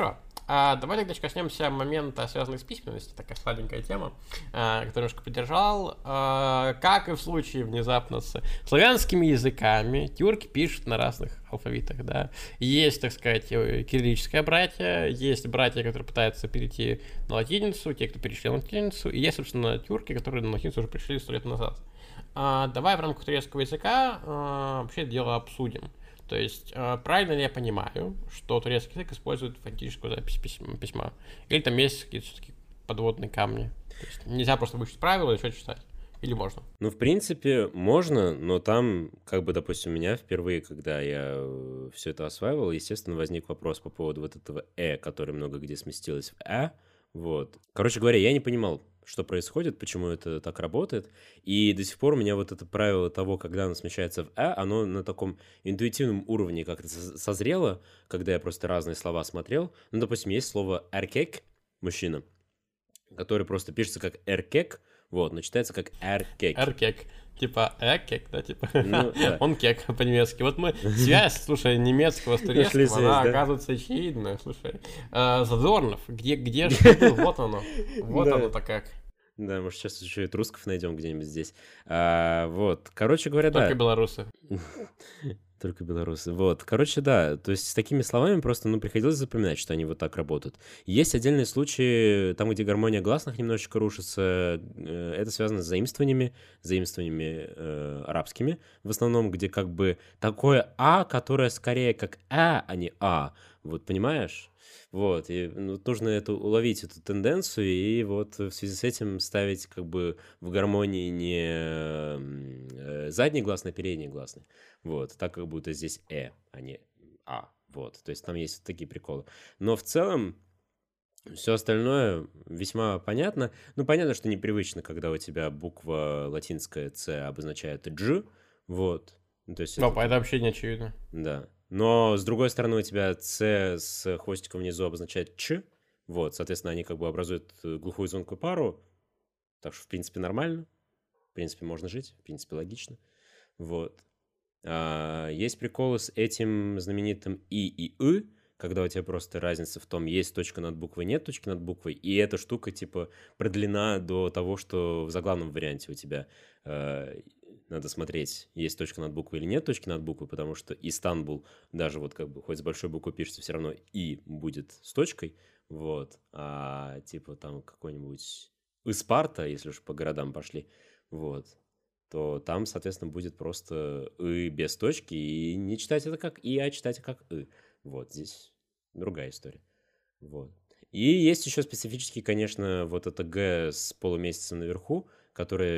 Давай тогда коснемся момента, связанных с письменностью, такая сладенькая тема, которую немножко поддержал. Как и в случае внезапно с славянскими языками, тюрки пишут на разных алфавитах, да. Есть, так сказать, кириллическое братья, есть братья, которые пытаются перейти на латиницу, те, кто перешли на латиницу, и есть, собственно, тюрки, которые на латиницу уже пришли 100 лет назад. Давай в рамках турецкого языка вообще это дело обсудим. То есть, правильно ли я понимаю, что турецкий язык использует фонетическую запись письма? Или там есть какие-то все-таки подводные камни? То есть, нельзя просто выучить правила и еще читать? Или можно? Ну, в принципе, можно, но там, как бы, допустим, у меня впервые, когда я все это осваивал, естественно, возник вопрос по поводу вот этого который много где сместилось в вот. Короче говоря, я не понимал, что происходит, почему это так работает, и до сих пор у меня вот это правило того, когда оно смещается в оно на таком интуитивном уровне как-то созрело, когда я просто разные слова смотрел. Ну, допустим, есть слово «эркек», мужчина, который просто пишется как «эркек», вот, но читается как «эркек». Эркек. Типа экек, да, типа Ну, да. он кек по-немецки. Вот мы связь, слушай, немецкого с турецким, связь, она да. оказывается очевидная, слушай. Задорнов, где что было, вот оно, вот Да. оно-то как. Да, может, сейчас еще и трусков найдем где-нибудь здесь. Вот, короче говоря, Только да. белорусы. Только белорусы. Вот, короче, да, то есть с такими словами просто, приходилось запоминать, что они вот так работают. Есть отдельные случаи, там, где гармония гласных немножечко рушится, это связано с заимствованиями арабскими, в основном, где как бы такое которое скорее как а не вот, понимаешь? Вот, и нужно уловить эту тенденцию, и вот в связи с этим ставить как бы в гармонии не задний гласный, а передний гласный. Вот, так как будто здесь а не вот, то есть там есть такие приколы. Но в целом все остальное весьма понятно. Ну, понятно, что непривычно, когда у тебя буква латинская «Ц» обозначает «дж», вот. Ну, то есть это вообще не очевидно. Да. Но, с другой стороны, у тебя «Ц» с хвостиком внизу обозначает «ч», вот, соответственно, они как бы образуют глухую звонкую пару, так что, в принципе, нормально, в принципе, можно жить, в принципе, логично, вот. Есть приколы с этим знаменитым и когда у тебя просто разница в том, есть точка над буквой, нет точки над буквой, и эта штука, типа, продлена до того, что в заглавном варианте у тебя надо смотреть, есть точка над буквой или нет точки над буквой, потому что Истанбул, даже вот как бы, хоть с большой буквы пишется, все равно и будет с точкой, вот, типа там какой-нибудь Испарта, если уж по городам пошли, вот, то там, соответственно, будет просто без точки, и не читать это как а читать как Вот, здесь другая история. Вот. И есть еще специфически, конечно, вот это Г с полумесяцем наверху, которое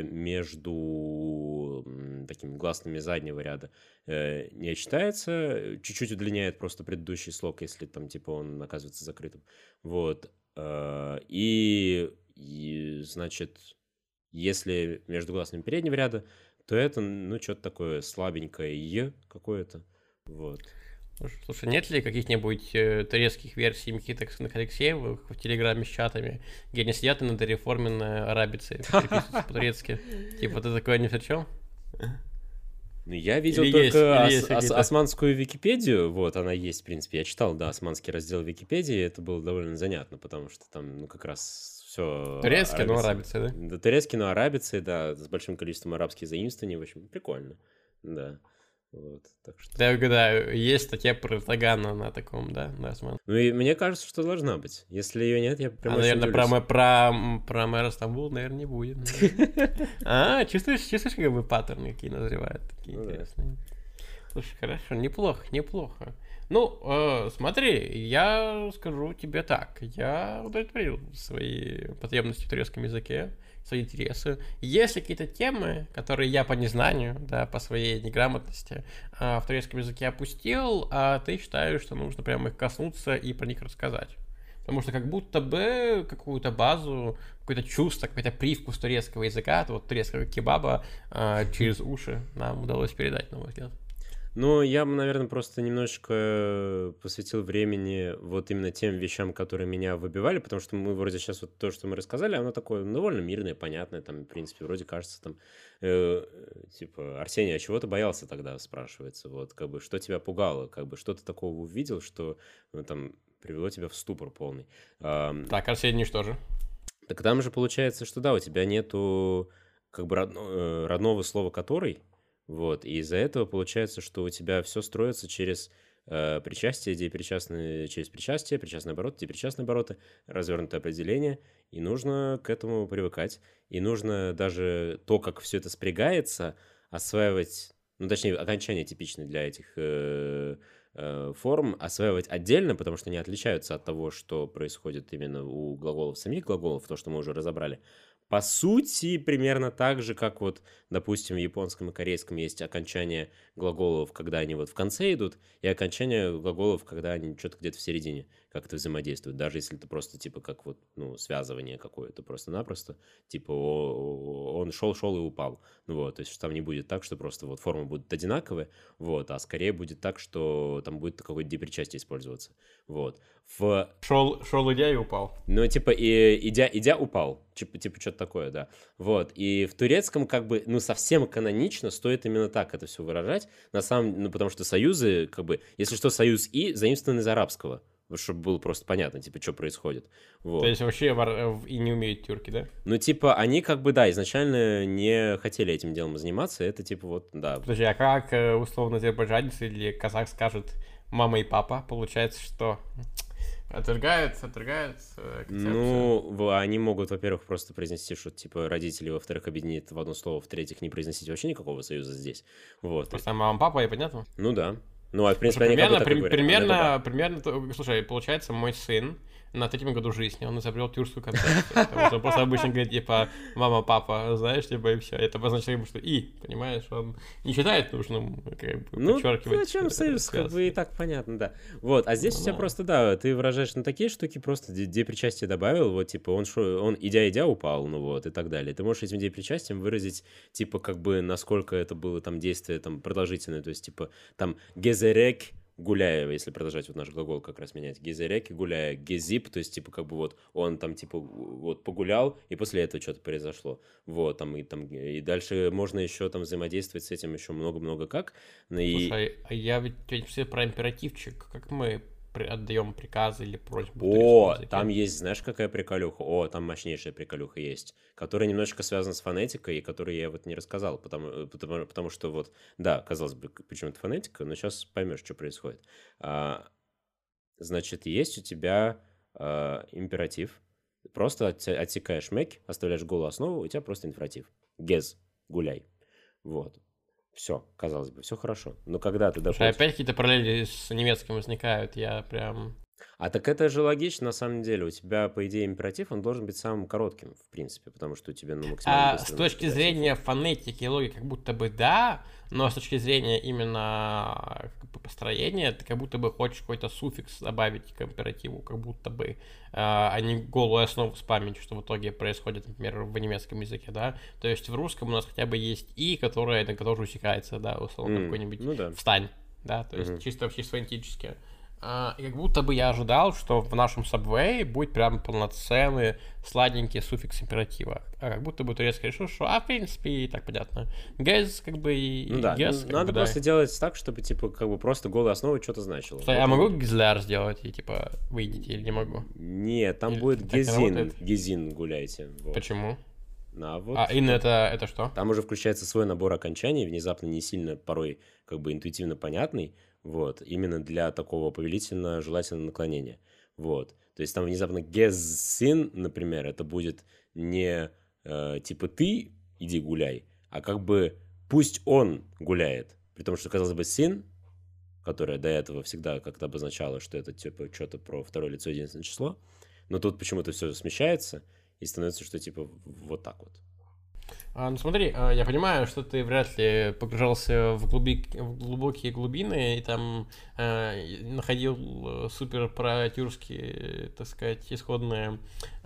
между такими гласными заднего ряда не читается, чуть-чуть удлиняет просто предыдущий слог, если там, типа, он оказывается закрытым. Вот. И значит... Если между гласными переднего ряда, то это, что-то такое слабенькое «е» какое-то, вот. Слушай, нет ли каких-нибудь турецких версий Микиты Алексеевых в Телеграме с чатами, где они сидят и недореформенные арабицы переписываются по-турецки? Типа, ты такое не встречал? Ну, я видел только османскую Википедию, вот, она есть, в принципе. Я читал, да, османский раздел Википедии, это было довольно занятно, потому что там, как раз все... Турецкий, но арабицы, да? Да, турецкий, но арабицы, да, с большим количеством арабских заимствований, в общем, прикольно, да. Вот, так что... Да, есть статья про Эрдогана на таком, да, на осман. Ну, и мне кажется, что должна быть. Если ее нет, я прям наверное, про мэра Стамбула, наверное, не будет. Чувствуешь, как бы паттерны какие назревают, такие интересные. Слушай, хорошо, неплохо. Ну, смотри, я скажу тебе так. Я удовлетворил свои потребности в турецком языке, свои интересы. Есть какие-то темы, которые я по незнанию, да, по своей неграмотности в турецком языке опустил, а ты считаешь, что нужно прямо их коснуться и про них рассказать. Потому что как будто бы какую-то базу, какое-то чувство, какой-то привкус турецкого языка, вот турецкого кебаба через уши нам удалось передать, на мой взгляд. Ну, я бы, наверное, просто немножечко посвятил времени вот именно тем вещам, которые меня выбивали, потому что мы вроде сейчас вот то, что мы рассказали, оно такое довольно мирное, понятное, там, в принципе, вроде кажется, там, типа, Арсений, а чего ты боялся тогда, спрашивается, вот, как бы, что тебя пугало, как бы, что ты такого увидел, что, там, привело тебя в ступор полный. Так, Арсений, что же? Так там же получается, что да, у тебя нету как бы родного слова «который», вот, и из-за этого получается, что у тебя все строится через причастие, деепричастные, через причастие, причастные обороты, деепричастные обороты, развернутое определение, и нужно к этому привыкать, и нужно даже то, как все это спрягается, осваивать, ну, точнее, окончание типичное для этих форм осваивать отдельно, потому что они отличаются от того, что происходит именно у глаголов, самих глаголов, то, что мы уже разобрали. По сути, примерно так же, как вот, допустим, в японском и корейском есть окончание глаголов, когда они вот в конце идут, и окончание глаголов, когда они что-то где-то в середине как-то взаимодействуют. Даже если это просто типа как вот, ну, связывание какое-то просто-напросто, типа он шел и упал. Ну вот, то есть там не будет так, что просто вот формы будут одинаковые, вот, а скорее будет так, что там будет какое-то депричастие использоваться. Вот. Шел идя и упал. Ну, типа, идя упал. Типа, что-то такое, да. Вот. И в турецком, как бы, ну, совсем канонично стоит именно так это все выражать. Ну, потому что союзы, как бы, если что, союз «и» заимствован из арабского. Чтобы было просто понятно, типа, что происходит. Вот. То есть вообще и не умеют тюрки, да? Ну, типа, они как бы, да, изначально не хотели этим делом заниматься. Это, типа, вот, да. Подожди, а как условно азербайджанец или казах скажет мама и папа? Получается, что отвергают концепцию. Ну, они могут, во-первых, просто произнести что-то типа родители, во-вторых, объединить в одно слово, в-третьих, не произносить вообще никакого союза здесь. Вот. Просто мама, папа, и понятно? Ну да. Ну, а в принципе, они как бы так и говорят. Примерно, слушай, получается, мой сын на 3-м году жизни, он изобрел тюркскую концепцию. Потому что он просто обычно говорит, типа, мама, папа, знаешь, типа, и все. Это обозначает, что понимаешь, он не считает нужным, как бы, подчеркивать. Ну, зачем союз, как бы и так понятно, да. Вот, а здесь у тебя просто, да, ты выражаешь на такие штуки, просто депричастие добавил, вот, типа, он идя упал, ну вот, и так далее. Ты можешь этим депричастием выразить, типа, как бы, насколько это было там действие, там, продолжительное, то есть, типа, там, гезерек, гуляя, если продолжать вот наш глагол как раз менять, гезерек, гуляя, гезип, то есть, типа, как бы вот он там, типа, вот погулял, и после этого что-то произошло. Вот, и дальше можно еще там взаимодействовать с этим еще много-много как. Слушай, а я ведь все про императивчик, как мы отдаем приказы или просьбы. О, там есть, знаешь, какая приколюха? Там мощнейшая приколюха есть, которая немножечко связана с фонетикой, и которую я вот не рассказал, потому что вот, да, казалось бы, почему это фонетика, но сейчас поймешь, что происходит. Значит, есть у тебя императив, просто отсекаешь мек, оставляешь голую основу, у тебя просто инфератив. Гез, гуляй. Вот. Все, казалось бы, все хорошо. Но когда ты допустим... Опять какие-то параллели с немецким возникают, я прям... А так это же логично, на самом деле. У тебя, по идее, императив, он должен быть самым коротким, в принципе, потому что у тебя, ну, максимально быстро... С точки зрения фонетики и логики, как будто бы да, но с точки зрения именно как бы построения, ты как будто бы хочешь какой-то суффикс добавить к императиву, как будто бы, а не голую основу спамить, что в итоге происходит, например, в немецком языке, да. То есть в русском у нас хотя бы есть «и», которое усекается, да, условно, какой-нибудь «встань», да, то есть чисто вообще фонетически. И как будто бы я ожидал, что в нашем Subway будет прям полноценный сладенький суффикс императива. А как будто бы турецкий решил, что, в принципе, и так понятно. Гэз, как бы, и гэз. Надо просто делать так, чтобы, типа, как бы просто голая основа что-то значило. Я могу гизляр сделать и, типа, выйдите или не могу? Нет, там будет гезин гуляйте. Почему? Вот. Ин это что? Там уже включается свой набор окончаний, внезапно не сильно, порой, как бы, интуитивно понятный. Вот, именно для такого повелительно желательного наклонения. Вот. То есть там внезапно гезин, например, это будет не типа ты иди гуляй, а как бы пусть он гуляет. При том, что, казалось бы, син, которая до этого всегда как-то обозначала, что это типа что-то про второе лицо единственное число, но тут почему-то все смещается и становится, что типа вот так вот. Ну смотри, я понимаю, что ты вряд ли погружался в глубокие глубины и там находил супер протюркские, так сказать, исходные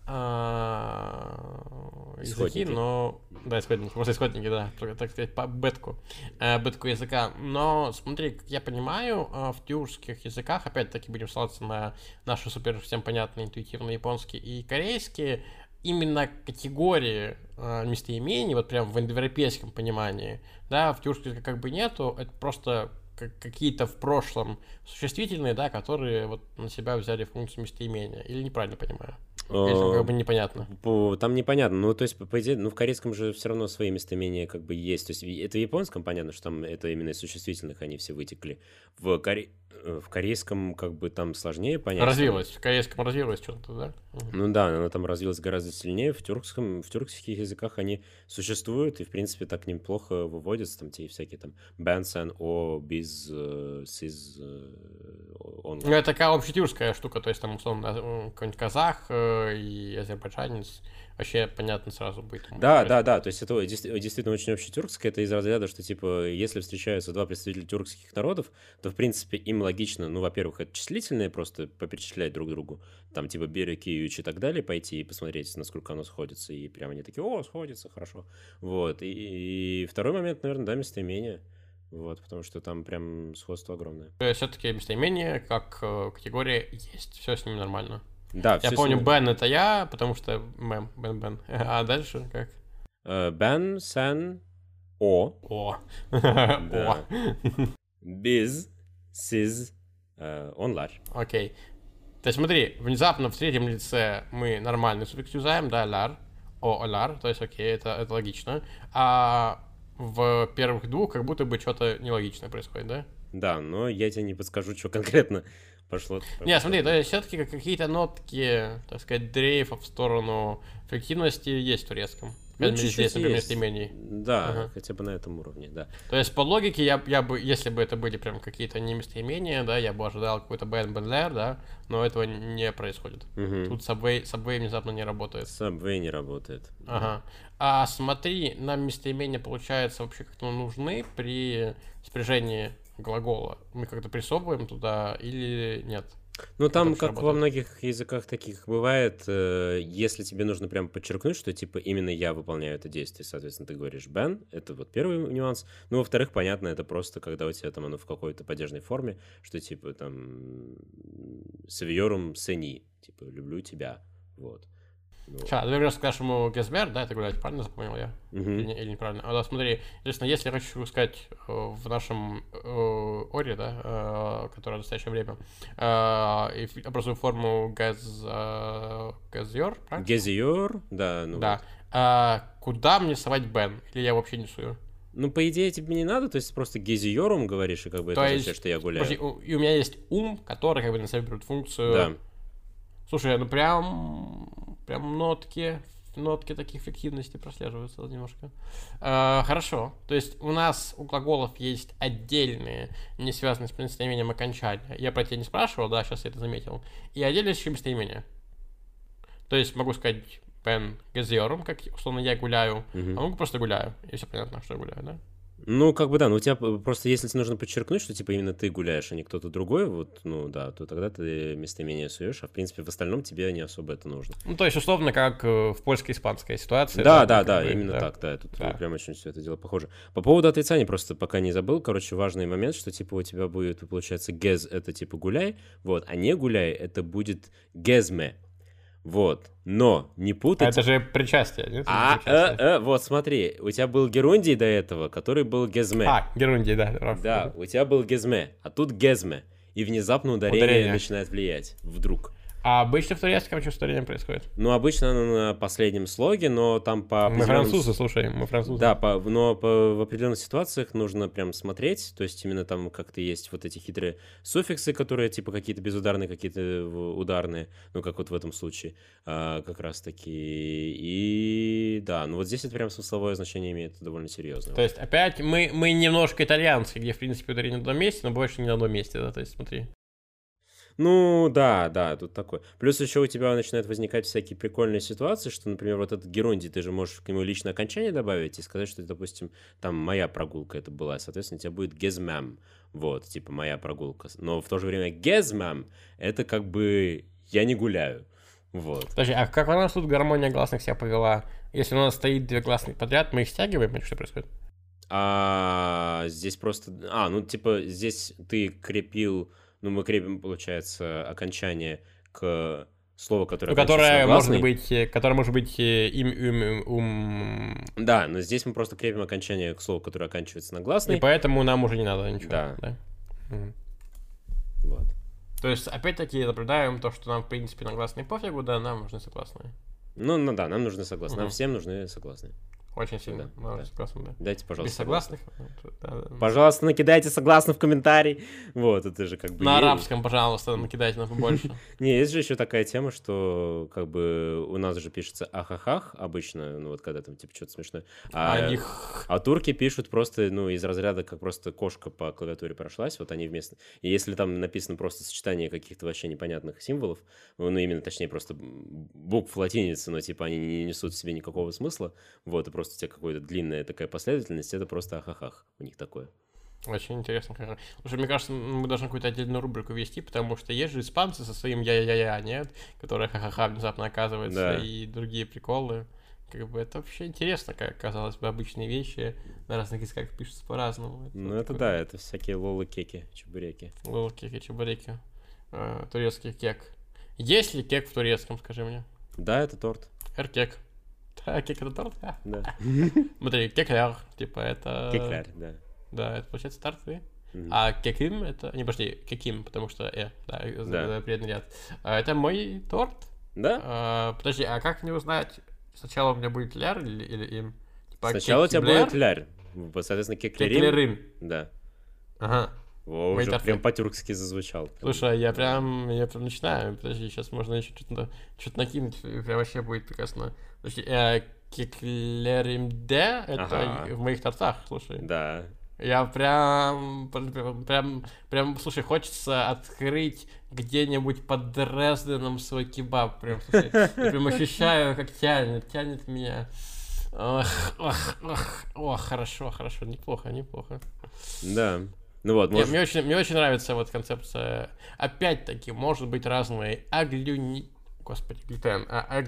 языки, но... Да, исходники, просто исходники, да, так сказать, по бетку языка. Но смотри, как я понимаю, в тюркских языках, опять-таки будем ссылаться на наши супер всем понятные интуитивные японские и корейские, именно категории местоимений, вот прям в индоевропейском понимании, да, в тюркском как бы нету, это просто какие-то в прошлом существительные, да, которые вот на себя взяли функцию местоимения. Или неправильно понимаю? Или там как бы непонятно? Там непонятно. Ну, то есть, по идее, ну, в корейском же все равно свои местоимения как бы есть. То есть, это в японском понятно, что там это именно из существительных они все вытекли. В корейском как бы там сложнее понять. Развилось. В корейском развилось что-то, да? Ну да, оно там развилось гораздо сильнее. В тюркских языках они существуют, и, в принципе, так неплохо выводятся. Там те всякие там бенсен, о, без, сиз, он. Ну, это такая общетюркская штука, то есть там, условно, какой-нибудь казах и азербайджанец, вообще понятно сразу будет. Да, то есть это действительно очень общетюркское, это из разряда, что, типа, если встречаются два представителя тюркских народов, то, в принципе, им логично, ну, во-первых, это числительные, просто поперечислять друг другу, там, типа, берег, ючи и так далее, пойти и посмотреть, насколько оно сходится, и прямо они такие, о, сходится, хорошо, вот, и второй момент, наверное, да, местоимение. Вот, потому что там прям сходство огромное. Все-таки местоимение как категория есть, все с ним нормально. Да, я помню, Бен это я, потому что Бен. А дальше как? Бен, Сен, О. О. Biz, siz, onlar. Окей. То есть смотри, внезапно в третьем лице мы нормальный суффикс юзаем, да, ляр, олар, то есть окей, это логично. А в первых двух как будто бы что-то нелогичное происходит, да? Да, но я тебе не подскажу, что конкретно пошло. Не, смотри, то есть все-таки какие-то нотки, так сказать, дрейфа в сторону эффективности есть в турецком. Ну, чуть-чуть здесь, например, есть. местоимений. Да, хотя бы на этом уровне, да. То есть по логике я бы, если бы это были прям какие-то не местоимения, да, я бы ожидал какой-то бен-бенлер, да, но этого не происходит. Тут Subway внезапно не работает. Subway не работает. Ага. А смотри, нам местоимения, получается, вообще как-то нужны при спряжении глагола. Мы как-то присовываем туда или нет? Ну, там, как во многих языках таких бывает, если тебе нужно прям подчеркнуть, что, типа, именно я выполняю это действие, соответственно, ты говоришь «бен», это вот первый нюанс. Ну, во-вторых, понятно, это просто, когда у тебя там оно в какой-то падежной форме, что, типа, там «севьорум сени», типа «люблю тебя», вот. Сейчас, ты говоришь, скажешь ему Гесбер, да, это гулять, правильно запомнил я? Или неправильно? А да, смотри, естественно, если я хочу сказать в нашем оре, да, которое в настоящее время, и образую форму Газьор, правильно? Газьор, да. Ну да. Вот. Куда мне совать Бен? Или я вообще не сую? Ну, по идее, тебе не надо, то есть просто гезиорум говоришь, и как бы это означает, что я гуляю. И у меня есть который как бы на себя берет функцию... Да. Слушай, ну прям нотки таких эффективности прослеживаются немножко. Хорошо. То есть у нас у глаголов есть отдельные, не связанные с местоимением окончания. Я про тебя не спрашивал, да, сейчас я это заметил. И отдельные еще местоимения. То есть могу сказать пен газиорум, как условно я гуляю, а могу просто гуляю. И все понятно, что я гуляю, да? Ну, как бы да, но у тебя просто, если тебе нужно подчеркнуть, что, типа, именно ты гуляешь, а не кто-то другой, вот, ну, да, то тогда ты местоимение суешь, а, в принципе, в остальном тебе не особо это нужно. Ну, то есть, условно, как в польско-испанской ситуации. Да, именно так, да, тут прям очень все это дело похоже. По поводу отрицания просто пока не забыл, короче, важный момент, что, типа, у тебя будет, получается, гез — это, типа, гуляй, вот, а не гуляй — это будет гезме. Вот, но не путать... Это же причастие, нет? Вот смотри, у тебя был герундий до этого, который был гезме. Герундий, да. Да, у тебя был гезме, а тут гезме. И внезапно ударение начинает влиять, вдруг. А обычно в турецком что с ударением происходит? Ну, обычно оно на последнем слоге, но там по... Мы французы, слушай, мы французы. Да, но в определенных ситуациях нужно прям смотреть, то есть именно там как-то есть вот эти хитрые суффиксы, которые типа какие-то безударные, какие-то ударные, ну, как вот в этом случае как раз-таки. И да, ну вот здесь это прям смысловое значение имеет довольно серьезное. То есть опять мы немножко итальянцы, где, в принципе, ударение на одном месте, но больше не на одном месте, да, то есть смотри. Ну, да, тут такое. Плюс еще у тебя начинают возникать всякие прикольные ситуации, что, например, вот этот герундий, ты же можешь к нему личное окончание добавить и сказать, что, допустим, там моя прогулка это была, соответственно, у тебя будет gezmem, вот, типа моя прогулка. Но в то же время gezmem это как бы я не гуляю, вот. Подожди, а как у нас тут гармония гласных себя повела? Если у нас стоит две гласных подряд, мы их стягиваем или что происходит? Здесь просто... ну, типа, здесь ты крепил... Ну, мы крепим, получается, окончание к слову, которое которое может быть Да, но здесь мы просто крепим окончание к слову, которое оканчивается на гласный. И поэтому нам уже не надо ничего. Да. Мгм. Вот. То есть, опять-таки, наблюдаем то, что нам, в принципе, на гласные пофигу, да, нам нужны согласные. Ну да, нам нужны согласные. Нам Мгм. всем нужны согласные. Очень Всегда, сильно. Ну, да. согласен, да. Дайте, Без пожалуйста, согласных? согласных. Да, да. Пожалуйста, накидайте согласно в комментарий. Вот, это же как бы... На арабском, пожалуйста, накидайте нам побольше. Не, есть же еще такая тема, что как бы у нас же пишется ахахах обычно, ну вот когда там типа что-то смешное, А а, них... а турки пишут просто, ну, из разряда, как просто кошка по клавиатуре прошлась, вот они вместо... И если там написано просто сочетание каких-то вообще непонятных символов, ну, именно, точнее, просто букв латиницы, но типа они не несут в себе никакого смысла, вот, и просто у тебя какая-то длинная такая последовательность, это просто ахахах у них такое. Очень интересно, конечно. Слушай, мне кажется, мы должны какую-то отдельную рубрику вести, потому что есть же испанцы со своим я-я-я-я, нет? Которые ха-ха-ха внезапно оказывается, Да. и другие приколы. Как бы это вообще интересно, как, казалось бы, обычные вещи на разных языках пишутся по-разному. Ну, это такое да, это всякие лолы-кеки, чебуреки. лолки, чебуреки, турецкий кек. Есть ли кек в турецком, скажи мне? Да, это торт. Эркек. Да, кек это торт? Да. Смотри, кекляр, типа это... Кеклярь, да. Да, это получается торты. Мгм. А кеким это... Не, подожди, кеким, потому что да, Да. приятный ряд. Это мой торт. Да? Подожди, а как мне узнать, сначала у меня будет ляр или им? Типа, Сначала у тебя кекибляр? будет лярь. Соответственно, кеклярим. Кеклярым. Да. Ага. Во, Мои уже торты. прям по-тюркски зазвучал. Слушай, я прям начинаю. Подожди, сейчас можно еще что-то накинуть, и прям вообще будет прекрасно. Подожди, кеклярим-де, это Ага. в моих тортах, слушай. Да. Я прям, слушай, хочется открыть где-нибудь под Дрезденом свой кебаб. Прям, слушай, я прям ощущаю, как тянет меня. Ох, хорошо, неплохо. Да. Ну вот, Не, может... мне очень нравится вот концепция. Опять-таки, может быть разные Господи, глютен.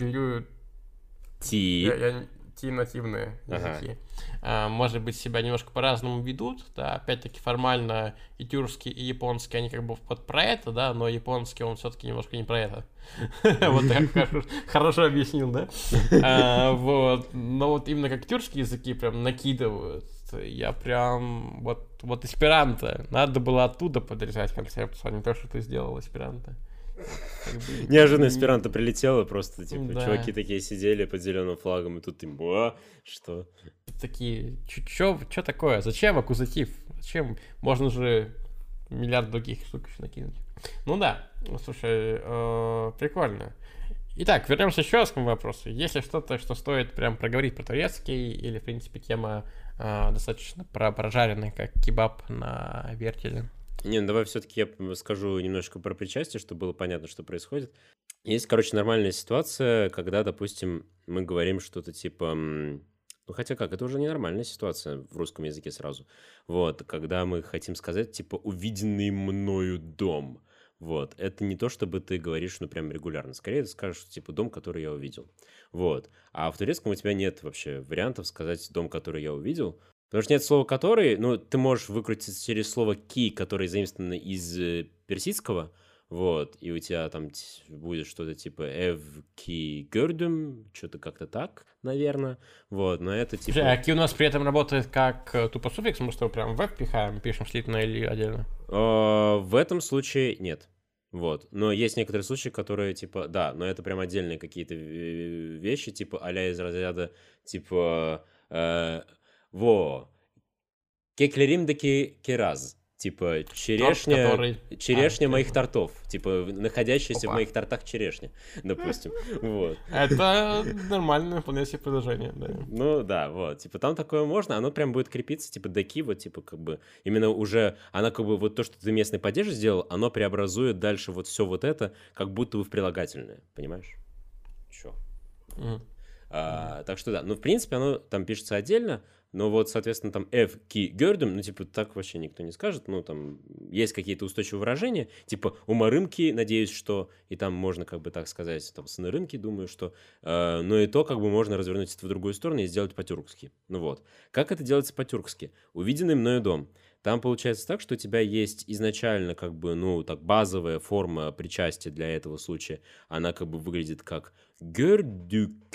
Ти. Те нативные Ага. языки. Может быть, себя немножко по-разному ведут, да, опять-таки формально и тюркский, и японский, они как бы вот про это, да, но японский, он все-таки немножко не про это. Вот так хорошо объяснил, да? Вот, но вот именно как тюркские языки прям накидывают, я прям, вот эсперанто, надо было оттуда подрезать концепцию, а не то, что ты сделал эсперанто. Неожиданно эсперанто прилетело, просто, типа, Да. чуваки такие сидели под зеленым флагом, и тут им, что? Такие, чё такое? Зачем аккузатив? Зачем? Можно же миллиард других штук еще накинуть. Ну да, слушай, прикольно. Итак, вернемся еще раз к моему вопросу. Есть ли что-то, что стоит прям проговорить про турецкий, или, в принципе, тема достаточно прожаренная, как кебаб на вертеле? Не, ну давай все-таки я скажу немножко про причастие, чтобы было понятно, что происходит. Есть, короче, нормальная ситуация, когда, допустим, мы говорим что-то типа... Ну, хотя как, это уже не нормальная ситуация в русском языке сразу. Вот, когда мы хотим сказать, типа, увиденный мною дом. Вот, это не то, чтобы ты говоришь, ну, прям регулярно. Скорее, ты скажешь, типа, дом, который я увидел. Вот. А в турецком у тебя нет вообще вариантов сказать дом, который я увидел. Потому что нет слова «который», ну, ты можешь выкрутиться через слово «ки», которое заимствовано из персидского, вот, и у тебя там будет что-то типа «эв ки гёрдüm», что-то как-то так, наверное, вот, но это типа... А ки у нас при этом работает как тупо суффикс, мы что, прям веб пихаем, пишем слитно или отдельно? В этом случае нет. Вот. Но есть некоторые случаи, которые, типа, да, но это прям отдельные какие-то вещи, типа, а-ля из разряда, типа, во, кеклеримдаки кераз. Типа, черешня моих тортов. Типа, находящаяся в моих тортах черешня, допустим. Вот. Это нормальное вполне себе предложение, да. Ну, да, вот. Типа, там такое можно, оно прям будет крепиться, типа, даки, вот, типа, как бы, именно уже, она как бы, вот то, что ты местный падеж сделал, оно преобразует дальше вот все вот это, как будто бы в прилагательное, понимаешь? Чё? Так что да, ну, в принципе, оно там пишется отдельно, но вот, соответственно, там F, ки, гёрдем, ну, типа, так вообще никто не скажет, ну, там есть какие-то устойчивые выражения, типа, умарымки, надеюсь, что, и там можно, как бы так сказать, там, сынырымки, думаю, что, но и то, как бы, можно развернуть это в другую сторону и сделать по-тюркски. Ну, вот. Как это делается по-тюркски? Увиденный мною дом. Там получается так, что у тебя есть изначально, как бы, ну, так, базовая форма причастия для этого случая, она, как бы, выглядит как гёрдюк.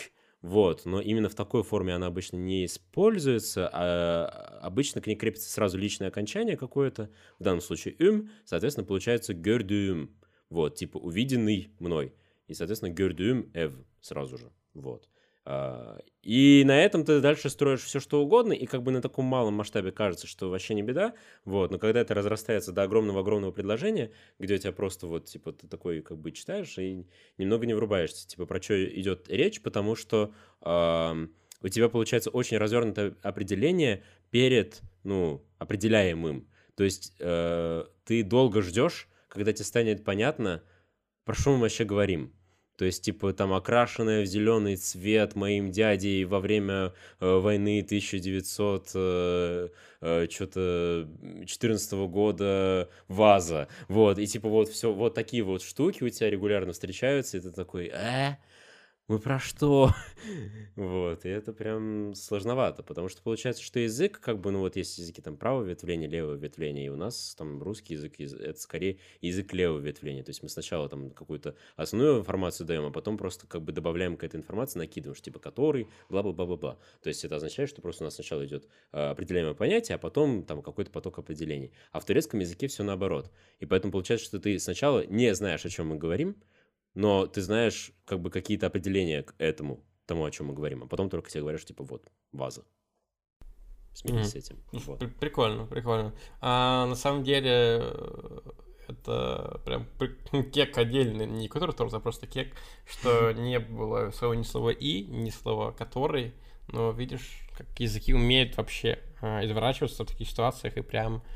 вот, но именно в такой форме она обычно не используется, а обычно к ней крепится сразу личное окончание какое-то, в данном случае соответственно, получается gördüğüm, вот, типа увиденный мной, и, соответственно, gördüğüm ev сразу же, вот. И на этом ты дальше строишь все, что угодно, и как бы на таком малом масштабе кажется, что вообще не беда, вот, но когда это разрастается до огромного-огромного предложения, где у тебя просто вот, типа, ты такой как бы читаешь и немного не врубаешься, типа, про что идет речь, потому что у тебя получается очень развернутое определение перед, ну, определяемым. То есть ты долго ждешь, когда тебе станет понятно, про что мы вообще говорим. То есть, типа, там, окрашенная в зеленый цвет моим дядей во время войны 1900 что-то 14 года ваза. Вот, и типа вот все, вот такие вот штуки у тебя регулярно встречаются, и ты такой, мы про что? Вот, и это прям сложновато, потому что получается, что язык, как бы, ну вот есть языки там правого ветвления, левого ветвления, и у нас там русский язык, это скорее язык левого ветвления, то есть мы сначала там какую-то основную информацию даем, а потом просто как бы добавляем к этой информации, накидываем, что типа который, бла-бла-бла-бла-бла. То есть это означает, что просто у нас сначала идет определяемое понятие, а потом там какой-то поток определений. А в турецком языке все наоборот. И поэтому получается, что ты сначала не знаешь, о чем мы говорим, но ты знаешь как бы какие-то определения к этому, тому, о чем мы говорим, а потом только тебе говорят, что типа вот, ваза. Смирись с этим. Вот. Прикольно, прикольно. А на самом деле это прям кек отдельный, не который тоже, а просто кек, что не было ни слова «и», ни слова «который», но видишь, как языки умеют вообще изворачиваться в таких ситуациях и прям,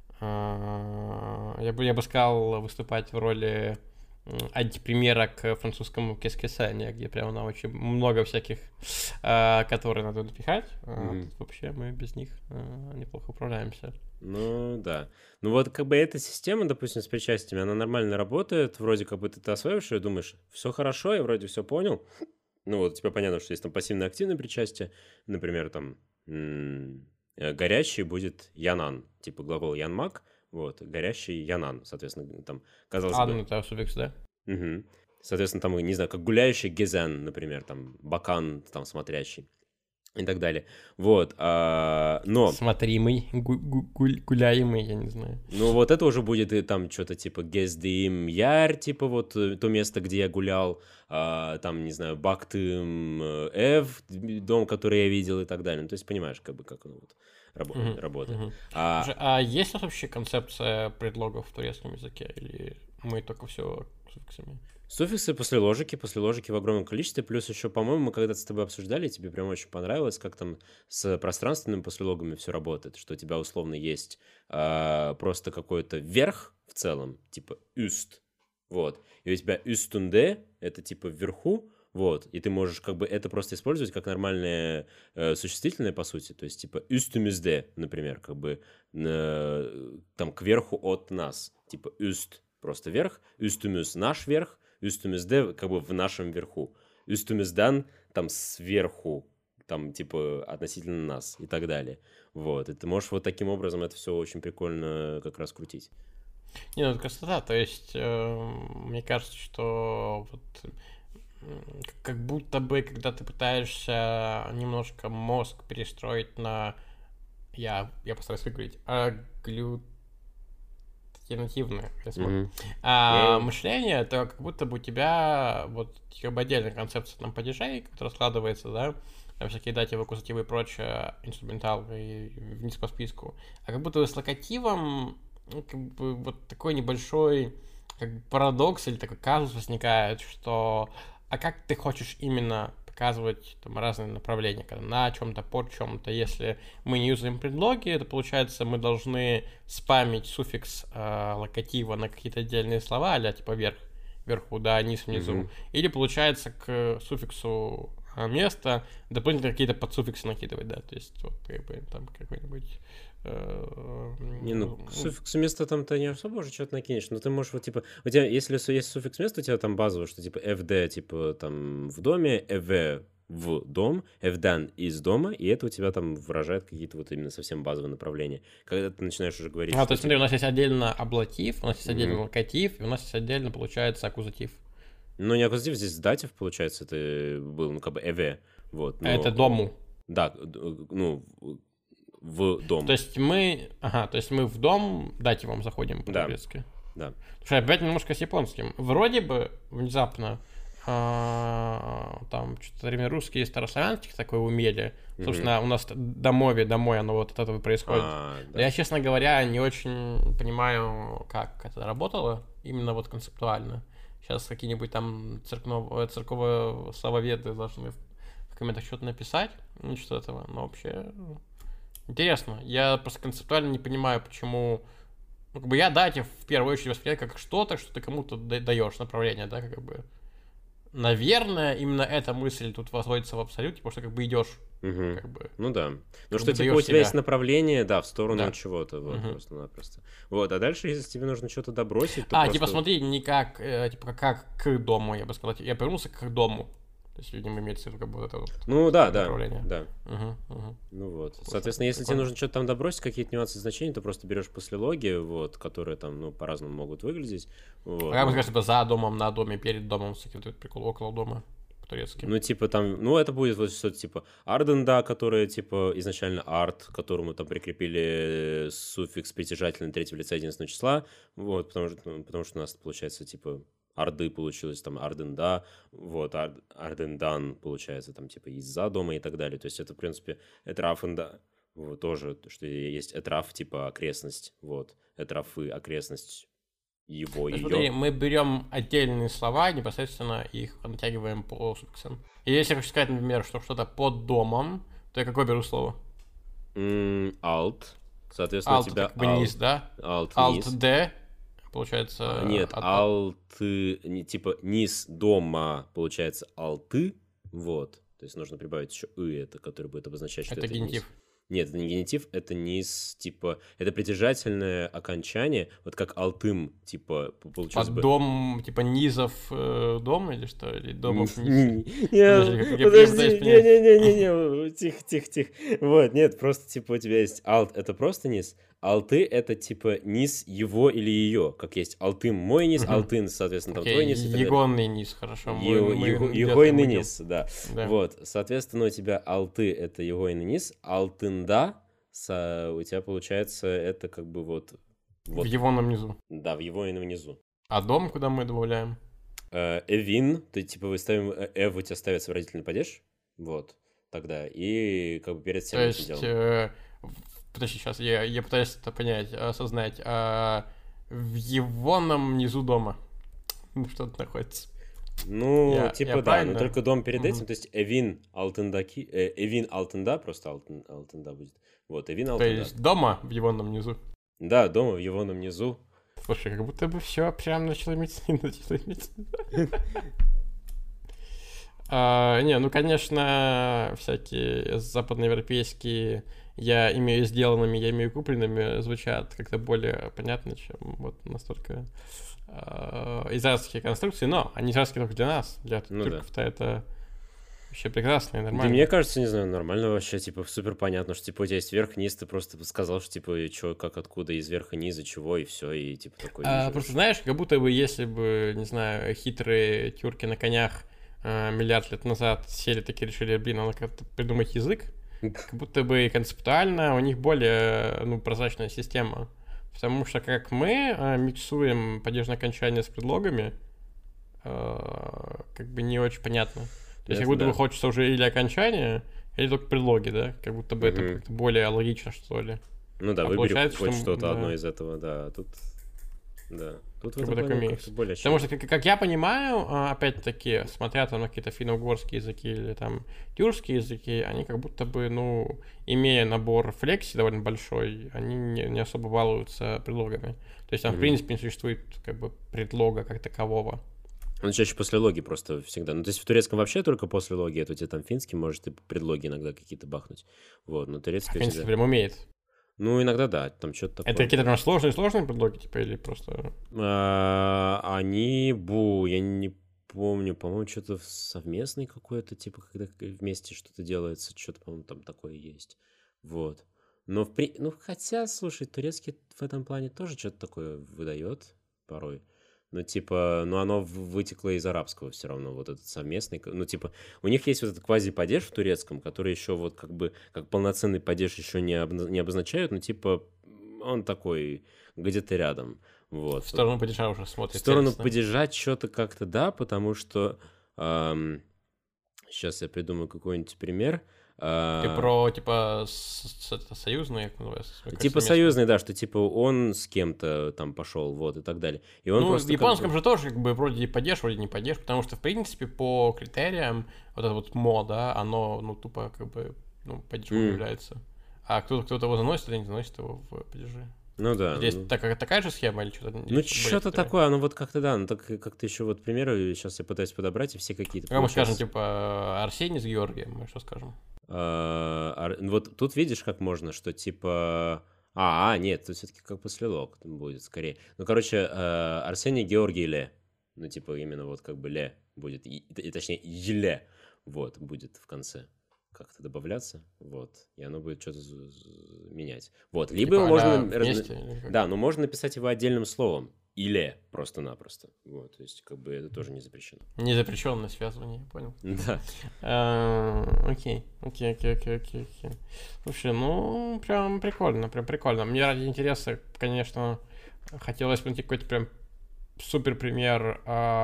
я бы сказал, выступать в роли антипримера к французскому кескесане, где прям нам очень много всяких, которые надо напихать. Тут вообще мы без них неплохо управляемся. Ну, да. Ну, вот как бы эта система, допустим, с причастиями, она нормально работает, вроде как бы ты освоишь ее, думаешь, все хорошо, я вроде все понял. Ну, вот тебе понятно, что есть там пассивно-активное причастие, например, там горящий будет янан, типа глагол янмак, вот, горящий янан, соответственно, там, казалось бы... Ну, это суффикс, да? Угу. Соответственно, там, не знаю, как гуляющий гезен, например, там, бакан, там, смотрящий и так далее. Вот, но... Смотримый, гуляемый, я не знаю. Ну, вот это уже будет и там что-то типа гездим яр, типа вот то место, где я гулял, там, не знаю, бактым эв, дом, который я видел и так далее. Ну, то есть, понимаешь, как бы, как оно вот работает. А есть у нас вообще концепция предлогов в турецком языке, или мы только все суффиксами? Суффиксы после ложики в огромном количестве, плюс еще, по-моему, мы когда-то с тобой обсуждали, тебе прям очень понравилось, как там с пространственными послелогами все работает, что у тебя условно есть просто какой-то верх в целом, типа üst, вот, и у тебя üstünde, это типа вверху, вот, и ты можешь как бы это просто использовать как нормальное существительное, по сути, то есть типа üstümüzde, например, как бы там кверху от нас, типа üst, просто верх, üstümüz наш верх, üstümüzde как бы в нашем верху, üstümüzden там сверху, там типа относительно нас и так далее. Вот, и ты можешь вот таким образом это все очень прикольно как раз крутить. Не, ну это красота, то есть мне кажется, что вот как будто бы, когда ты пытаешься немножко мозг перестроить на, я постараюсь выговорить, альтернативное мышление, то как будто бы у тебя вот как бы отдельная концепция там падежей, которая складывается, да, там всякие дативы, аккузативы и прочее, инструментал и вниз по списку, а как будто бы с локативом как бы вот такой небольшой как бы парадокс или такой казус возникает, что а как ты хочешь именно показывать там разные направления, когда на чем-то, под чем-то. Если мы не юзаем предлоги, это получается, мы должны спамить суффикс локатива на какие-то отдельные слова, а типа вверху, да, низ, внизу. Или получается к суффиксу места дополнительно какие-то подсуффиксы накидывать, да, то есть вот как бы там какой-нибудь... Не, ну, суффикс места там-то не особо уже что-то накинешь, но ты можешь вот типа, у тебя, если есть суффикс места, у тебя там базово, что типа fd, типа там в доме, ev в дом, evden из дома, и это у тебя там выражает какие-то вот именно совсем базовые направления. Когда ты начинаешь уже говорить... то есть, смотри, у нас есть отдельно аблатив, у нас есть отдельно локатив, и у нас есть отдельно, получается, аккузатив. Ну, не аккузатив, здесь датив, получается, это был, ну, как бы эве. Вот, Это но, дому. да, ну, в дом. То есть мы в дом дативом заходим Да, по-турецки. да. Слушай, опять немножко с японским. Вроде бы внезапно там что-то древнерусские и старославянские такое умели. Мгм. Собственно, у нас домой оно вот от этого и происходит. Но Да. я, честно говоря, не очень понимаю, как это работало, именно вот концептуально. Сейчас какие-нибудь там церковные славоведы должны в комментах что-то написать, ну что этого, но вообще интересно. Я просто концептуально не понимаю, почему. Ну, как бы я датив в первую очередь воспринимаю как что-то, что ты кому-то даешь направление, да, как бы. Наверное, именно эта мысль тут возводится в абсолюте, потому что как бы идешь, Мгм. как бы, Ну да. Ну как что, бы типа, у даешь тебя есть себя. направление, да, в сторону Да. от чего-то, вот, Мгм. просто-напросто. Вот, а дальше, если тебе нужно что-то добросить, то Типа просто... смотри, не как, типа, как к дому, я бы сказал. Я повернулся к дому. То есть, видимо, имеется в виду как бы вот это вот Ну да, да, направление. да. Угу. Ну вот. Слушай, Соответственно, если тебе прикольно. нужно что-то там добросить, какие-то нюансы значений, то просто берешь послелоги, вот, которые там, ну, по-разному могут выглядеть. Вот, А как бы ну, сказать, типа, за домом, на доме, перед домом, всякий вот этот прикол, около дома, по-турецки. ну, типа там, ну, это будет вот что-то типа арденда, которое, типа, изначально арт, к которому там прикрепили суффикс притяжательный третьего лица единственного числа, вот, потому что у нас, получается, типа, арды получилось, там, арденда, вот, ардендан, получается, там, типа, из-за дома и так далее, то есть это, в принципе, этрафенда, вот, тоже, что есть этраф, типа, окрестность, вот, этрафы, окрестность, его, Ну, смотри, ее. мы берем отдельные слова, непосредственно их натягиваем по суффиксам. И если я хочу сказать, например, что что-то под домом, то я какое беру слово? Alt, соответственно, у Alt — это тебя как бы низ, да? alt низ. Alt-D, получается, Нет, от алты, типа низ дома, получается алты, вот. То есть нужно прибавить еще это, который будет обозначать, что это это низ. генитив. Нет, это не генитив, это низ, типа, это притяжательное окончание, вот как алтым, типа, получилось Под бы... дом, типа, низов дом или что? Или домов низ? Нет, Я подожди, пытаюсь понять. не-не-не-не, тихо. Вот, нет, просто, типа, у тебя есть alt, это просто низ, алты — это, типа, низ его или ее, как есть алтым мой низ, Мгм. алтын, соответственно, там твой Окей, низ и так далее. егонный низ, хорошо. Мы Егойный идем. низ, да. Да. Вот, соответственно, у тебя алты — это егойный низ, алтында у тебя, получается, это как бы вот... В егонном низу. Да, в егойном низу. А дом куда мы добавляем? Эвин, ты типа выставим эв, у тебя ставится выразительный падеж, вот, тогда, и как бы перед всем То этим есть, делом. подожди, сейчас я пытаюсь это понять, осознать. В егонном низу дома что-то находится. Ну, Я типа да, правильно? но только дом перед Мгм. этим, то есть Эвин Алтындаки, Эвин Алтында, просто Алтында будет, вот, Эвин То Алтында. есть дома в егонном низу. Да, дома в егоном низу. Слушай, как будто бы все прям начало иметь. Не, ну, конечно, всякие западноевропейские, я имею сделанными, я имею купленными, звучат как-то более понятно, чем вот настолько израильские конструкции, но они израильские только для нас, для Ну да. турков-то это вообще прекрасно и Да нормально. мне кажется, не знаю, нормально вообще, типа, супер понятно, что, типа, у тебя есть верх-низ, ты просто сказал, что, типа, чё, как, откуда, из верха, низа, чего, и все, и, типа, такой Просто знаешь, как будто бы если бы, не знаю, хитрые тюрки на конях миллиард лет назад сели такие, решили, блин, надо как-то придумать язык, как будто бы концептуально у них более, ну, прозрачная система. Потому что как мы миксуем падежное окончание с предлогами, как бы не очень понятно. То есть как будто бы хочется уже или окончание, или только предлоги, да? Как будто бы это как-то более логично, что ли. Ну да, выбери хоть что-то да. одно из этого, да. Тут, да. Тут в Как бы этом такой плане микс. как-то более Потому что, как я понимаю, опять-таки, смотря там на какие-то финно-угорские языки или там тюркские языки, они как будто бы, ну, имея набор флекси довольно большой, они не особо балуются предлогами. То есть там, в принципе, не существует как бы предлога как такового. Он чаще после логи просто всегда. Ну, то есть в турецком вообще только после логи, это у тебя там финский, может, и предлоги иногда какие-то бахнуть. Вот, но турецкий Финский прям умеет. Ну, иногда да, там что-то такое. Это какие-то прям сложные предлоги, типа, или просто... Они, я не помню, по-моему, что-то совместный какой-то, типа, когда вместе что-то делается, что-то, по-моему, там такое есть. Вот. Но, ну, хотя, слушай, турецкий в этом плане тоже что-то такое выдает порой. но, типа, ну, оно вытекло из арабского все равно, вот этот совместный, ну, типа, у них есть вот этот квази-падеж в турецком, который еще вот как бы, как полноценный падеж еще не обозначают, но, типа, он такой где-то рядом, вот. В сторону падежа уже В смотрит сторону целостно. падежа что-то как-то, да, потому что, сейчас я придумаю какой-нибудь пример. Ты про, типа, союзные? Типа союзный, да, что типа он с кем-то там пошел, вот, и так далее. И он Ну, в просто японском же тоже как бы вроде падеж, вроде не падеж, потому что, в принципе, по критериям вот это вот мо, да, оно, ну, тупо как бы, ну, падежом является. А кто-то его заносит или не заносит его в падежи. Ну да. Здесь такая же схема или что-то? Ну, что-то такое, ну вот как-то да, ну так как-то еще вот примеры, сейчас я пытаюсь подобрать, и все какие-то... Как мы скажем, типа, Арсений с Георгием, мы что скажем? Вот тут видишь, как можно, что типа... нет, тут все-таки как послелог будет скорее. Ну, короче, Арсений Георгий Ле. Ну, типа, именно вот как бы Ле будет, и точнее, Еле вот будет в конце как-то добавляться, вот, и оно будет что-то менять. Вот, либо типа, можно... вместе, Да, но можно написать его отдельным словом. Или просто-напросто. Вот, то есть, как бы это тоже не запрещено. Незапрещенное связывание, понял. Да. Окей. Слушай, ну, прям прикольно. Мне ради интереса, конечно, хотелось найти какой-то прям супер пример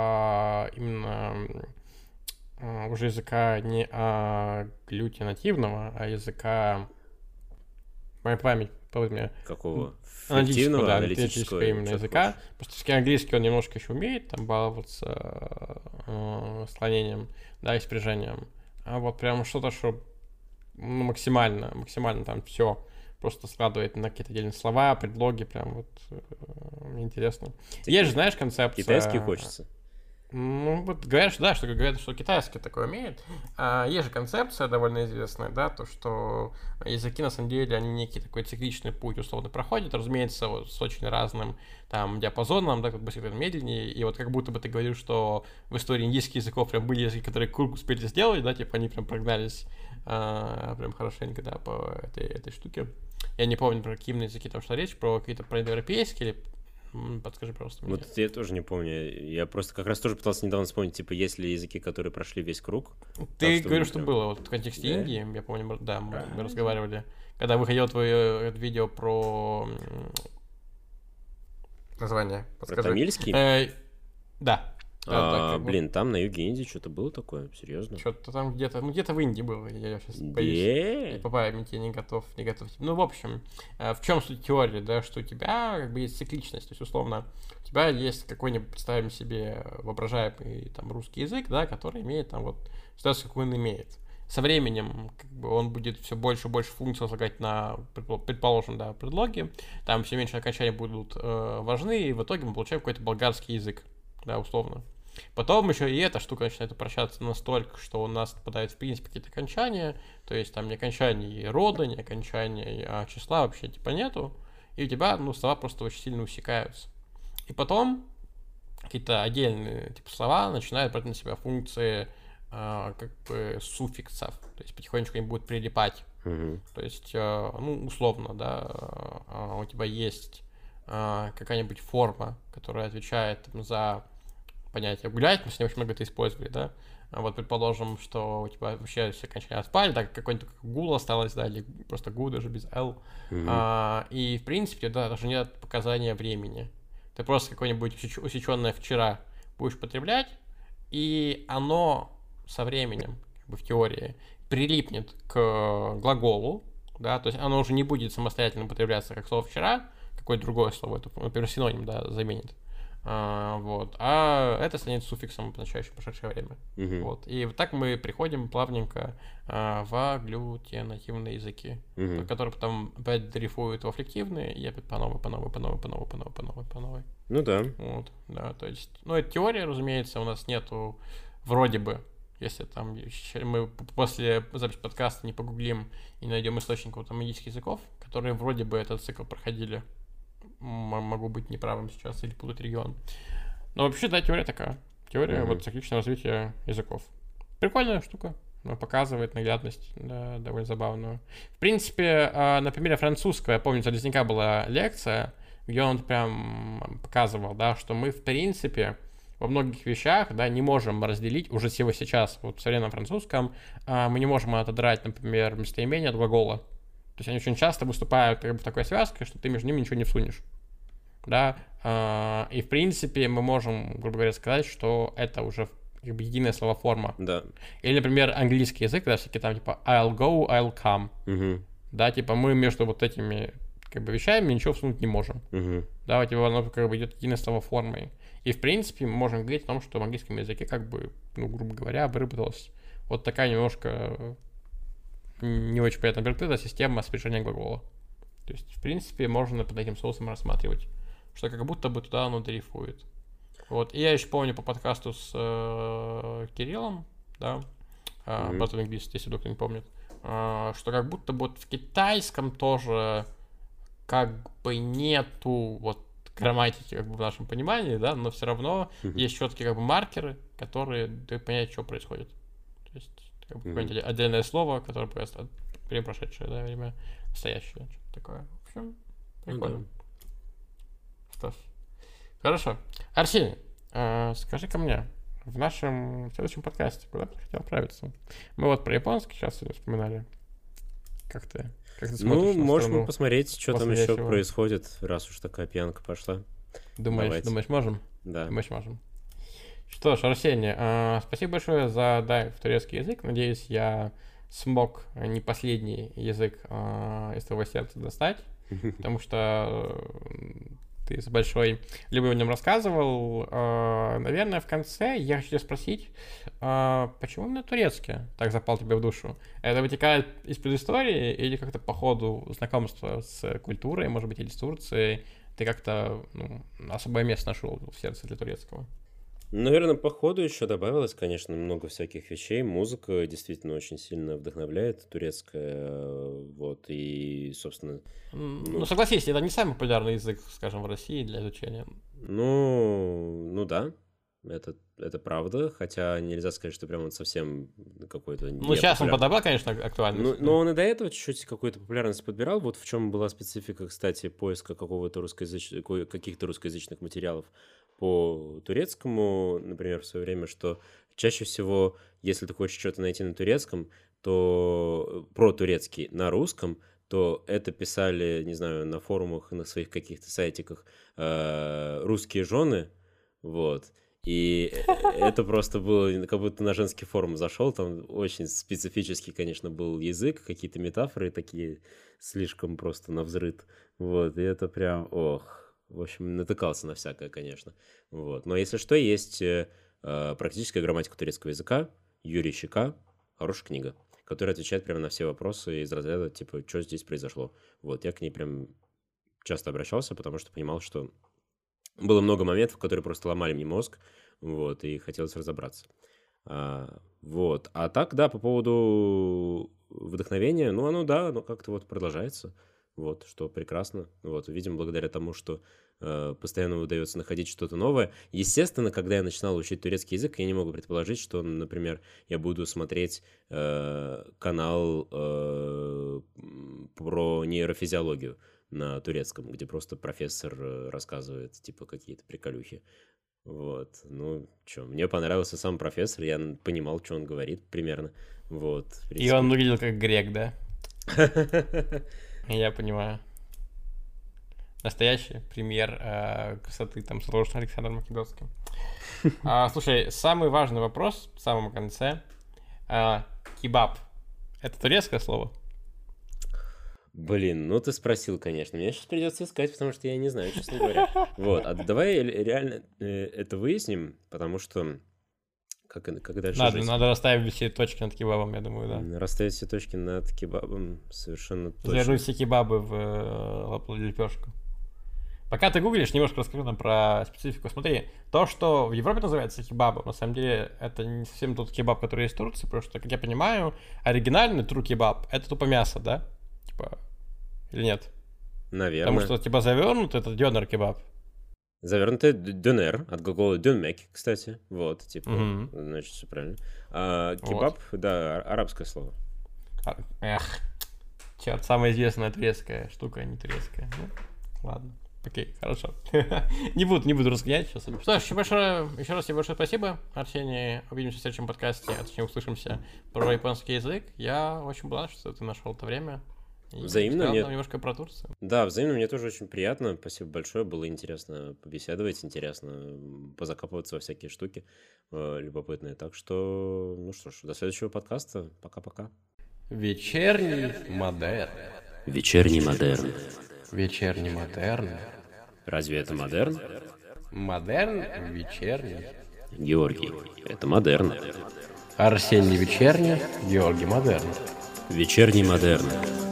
именно уже языка не глюте нативного, а языка... Моя память, повод мне... Какого? Аналитического, да, аналитического именно языка. Просто английский он немножко еще умеет там баловаться склонением, да, и спряжением. А вот прям что-то, что максимально там все просто складывает на какие-то отдельные слова, предлоги, прям вот мне интересно. Есть же, знаешь, концепция... Китайский хочется. Ну, вот говорят, что китайский такое умеет. Есть же концепция довольно известная, да, то, что языки, на самом деле, они некий такой цикличный путь условно проходят, разумеется, вот, с очень разным там диапазоном, да, как быстрее, медленнее, и вот как будто бы ты говорил, что в истории индийских языков прям были языки, которые круг успели сделать, да, типа они прям прогнались прям хорошенько, да, по этой штуке. Я не помню, про какие языки там шла речь, про какие-то проиндоевропейские или... Подскажи, пожалуйста. Вот я тоже не помню. Я просто как раз тоже пытался недавно вспомнить, типа, есть ли языки, которые прошли весь круг. Ты говоришь, что было вот в контексте Индии, я помню, да, мы разговаривали, когда выходило твое видео про название. Про тамильский? Да. Блин, там на юге Индии что-то было такое, серьезно? Что-то там где-то в Индии было, я сейчас боюсь. По памяти не готов. Ну, в общем, в чем суть теории, да, что у тебя как бы есть цикличность, то есть, условно, у тебя есть какой-нибудь, представим себе, воображаемый там русский язык, да, который имеет там вот ситуацию, какую он имеет. Со временем как бы он будет все больше и больше функций возлагать на, предположим, да, предлоги, там все меньше окончания будут важны, и в итоге мы получаем какой-то болгарский язык, да, условно. Потом еще и эта штука начинает упрощаться настолько, что у нас попадают в принципе какие-то окончания, то есть там не окончания рода, не окончания числа вообще типа нету, и у тебя, ну, слова просто очень сильно усекаются. И потом какие-то отдельные типа слова начинают брать на себя функции как бы суффиксов, то есть потихонечку они будут прилипать. То есть, ну, условно, да, у тебя есть какая-нибудь форма, которая отвечает там, за понятие гулять, мы с ним очень много это использовали, да. Вот предположим, что у тебя вообще все окончания отпали, так какой-нибудь гул осталось, да, или просто гу даже без L. И в принципе, да, даже нет показания времени. Ты просто какое-нибудь усеченное вчера будешь потреблять, и оно со временем, как бы в теории, прилипнет к глаголу, да, то есть оно уже не будет самостоятельно потребляться как слово вчера, какое-то другое слово, это, например, синоним, да, заменит. Вот. А это станет суффиксом, обозначающим прошедшее время. Вот. И вот так мы приходим плавненько в глютенативные языки, которые потом опять дрейфуют во флективные, и опять по новой. Ну да. Вот, да, то есть, ну, это теория, разумеется, у нас нету вроде бы, если там мы после записи подкаста не погуглим и найдем источников там индийских языков, которые вроде бы этот цикл проходили. Могу быть неправым сейчас или путать регион. Но вообще, да, теория такая. Теория вот цикличного развития языков. Прикольная штука. Показывает наглядность, да, довольно забавную. В принципе, на примере французского, я помню, у Залезняка была лекция, где он прям показывал, да, что мы, в принципе, во многих вещах, да, не можем разделить уже сейчас, вот в современном французском, мы не можем отодрать, например, местоимение от глагола. То есть они очень часто выступают как бы в такой связке, что ты между ними ничего не всунешь, да, и в принципе мы можем, грубо говоря, сказать, что это уже как бы единая словоформа. Да. Или, например, английский язык, да, всякие там типа I'll go, I'll come, да, типа мы между вот этими как бы вещами ничего всунуть не можем, да, вот его оно как бы идет единой словоформой. И, в принципе, мы можем говорить о том, что в английском языке, как бы, ну, грубо говоря, выработалась вот такая немножко не очень понятная интерпретация система спряжения глагола. То есть, в принципе, можно под этим соусом рассматривать, что как будто бы туда оно дрейфует. Вот. И я еще помню по подкасту с Кириллом, да, Батлингвист, если вдруг кто не помнит, что как будто бы вот в китайском тоже как бы нету вот грамматики как бы в нашем понимании, да, но все равно есть четкие как бы маркеры, которые дают понять, что происходит. То есть как бы какое-нибудь отдельное слово, которое просто время прошедшее, да, время настоящее, что-то такое. В общем, прикольно. Что ж. Хорошо. Арсений, скажи-ка мне, в нашем следующем подкасте, куда ты хотел отправиться? Мы вот про японский сейчас сегодня вспоминали. Как ты смотришь на можем посмотреть, что там еще всего происходит, раз уж такая пьянка пошла. Думаешь, можем? Да. Думаешь, можем. Что ж, Арсений, спасибо большое за дайв в турецкий язык. Надеюсь, я смог не последний язык из твоего сердца достать, потому что ты с большой любовью о нем рассказывал. Наверное, в конце я хочу тебя спросить, почему именно турецкий так запал тебе в душу? Это вытекает из предыстории или как-то по ходу знакомства с культурой, может быть, или с Турцией, ты как-то особое место нашел в сердце для турецкого? Наверное, по ходу еще добавилось, конечно, много всяких вещей. Музыка действительно очень сильно вдохновляет, турецкая, вот, и, собственно... Ну, согласись, это не самый популярный язык, скажем, в России для изучения. Ну да, это правда, хотя нельзя сказать, что прям он совсем какой-то... Ну, сейчас он подобрал, конечно, актуальность. Но он и до этого чуть-чуть какую-то популярность подбирал. Вот в чем была специфика, кстати, поиска каких-то русскоязычных материалов по турецкому, например, в свое время, что чаще всего, если ты хочешь что-то найти на турецком, то про турецкий на русском, то это писали, не знаю, на форумах, на своих каких-то сайтиках русские жены, вот. И это просто было, как будто на женский форум зашел, там очень специфический, конечно, был язык, какие-то метафоры такие слишком просто навзрыд, вот, и это прям, в общем, натыкался на всякое, конечно, вот. Но если что, есть практическая грамматика турецкого языка, Юрий Щека, хорошая книга, которая отвечает прямо на все вопросы из разряда, типа, что здесь произошло. Вот, я к ней прям часто обращался, потому что понимал, что было много моментов, которые просто ломали мне мозг, вот, и хотелось разобраться. Вот. А так, да, по поводу вдохновения, оно как-то вот продолжается, вот, что прекрасно. Вот, видим, благодаря тому, что постоянно удается находить что-то новое. Естественно, когда я начинал учить турецкий язык, я не мог предположить, что, например, я буду смотреть канал про нейрофизиологию на турецком, где просто профессор рассказывает, типа, какие-то приколюхи. Вот, мне понравился сам профессор, я понимал, что он говорит примерно, вот. И он выглядел как грек, да? Я понимаю. Настоящий пример красоты, там, сложно Александром Македонским. Слушай, самый важный вопрос в самом конце. Кебаб. Это турецкое слово? Блин, ты спросил, конечно. Мне сейчас придется искать, потому что я не знаю, честно говоря. Вот, давай реально это выясним, потому что как дальше жить? Надо расставить все точки над кебабом, я думаю, да. Расставить все точки над кебабом совершенно точно. Заложить все кебабы в лепешку. Пока ты гуглишь, немножко расскажу нам про специфику. Смотри, то, что в Европе называется кебабом, на самом деле это не совсем тот кебаб, который есть в Турции, потому что, как я понимаю, оригинальный true кебаб — это тупо мясо, да? Типа, или нет? Наверное. Потому что, типа, завернут — это дёнер кебаб. Завернутый дёнер, от глагола дёнмек, кстати. Вот, типа, значит, все правильно. Кебаб, вот. Да, арабское слово. Черт, самая известная турецкая штука, а не турецкая. Ладно. Окей, хорошо. Не буду разгонять сейчас. Что ж, еще раз тебе большое спасибо, Арсений. Увидимся в следующем подкасте, а точнее услышимся про японский язык. Я очень рад, что ты нашел это время. Взаимно мне... немножко про Турцию. Да, взаимно, мне тоже очень приятно. Спасибо большое, было интересно побеседовать, интересно позакапываться во всякие штуки любопытные. Так что, ну что ж, до следующего подкаста. Пока-пока. Вечерний модерн. Вечерний модерн. Вечерний модерн. Разве это модерн? Модерн вечерний. Георгий, это модерн. Арсений вечерний, Георгий модерн. Вечерний модерн.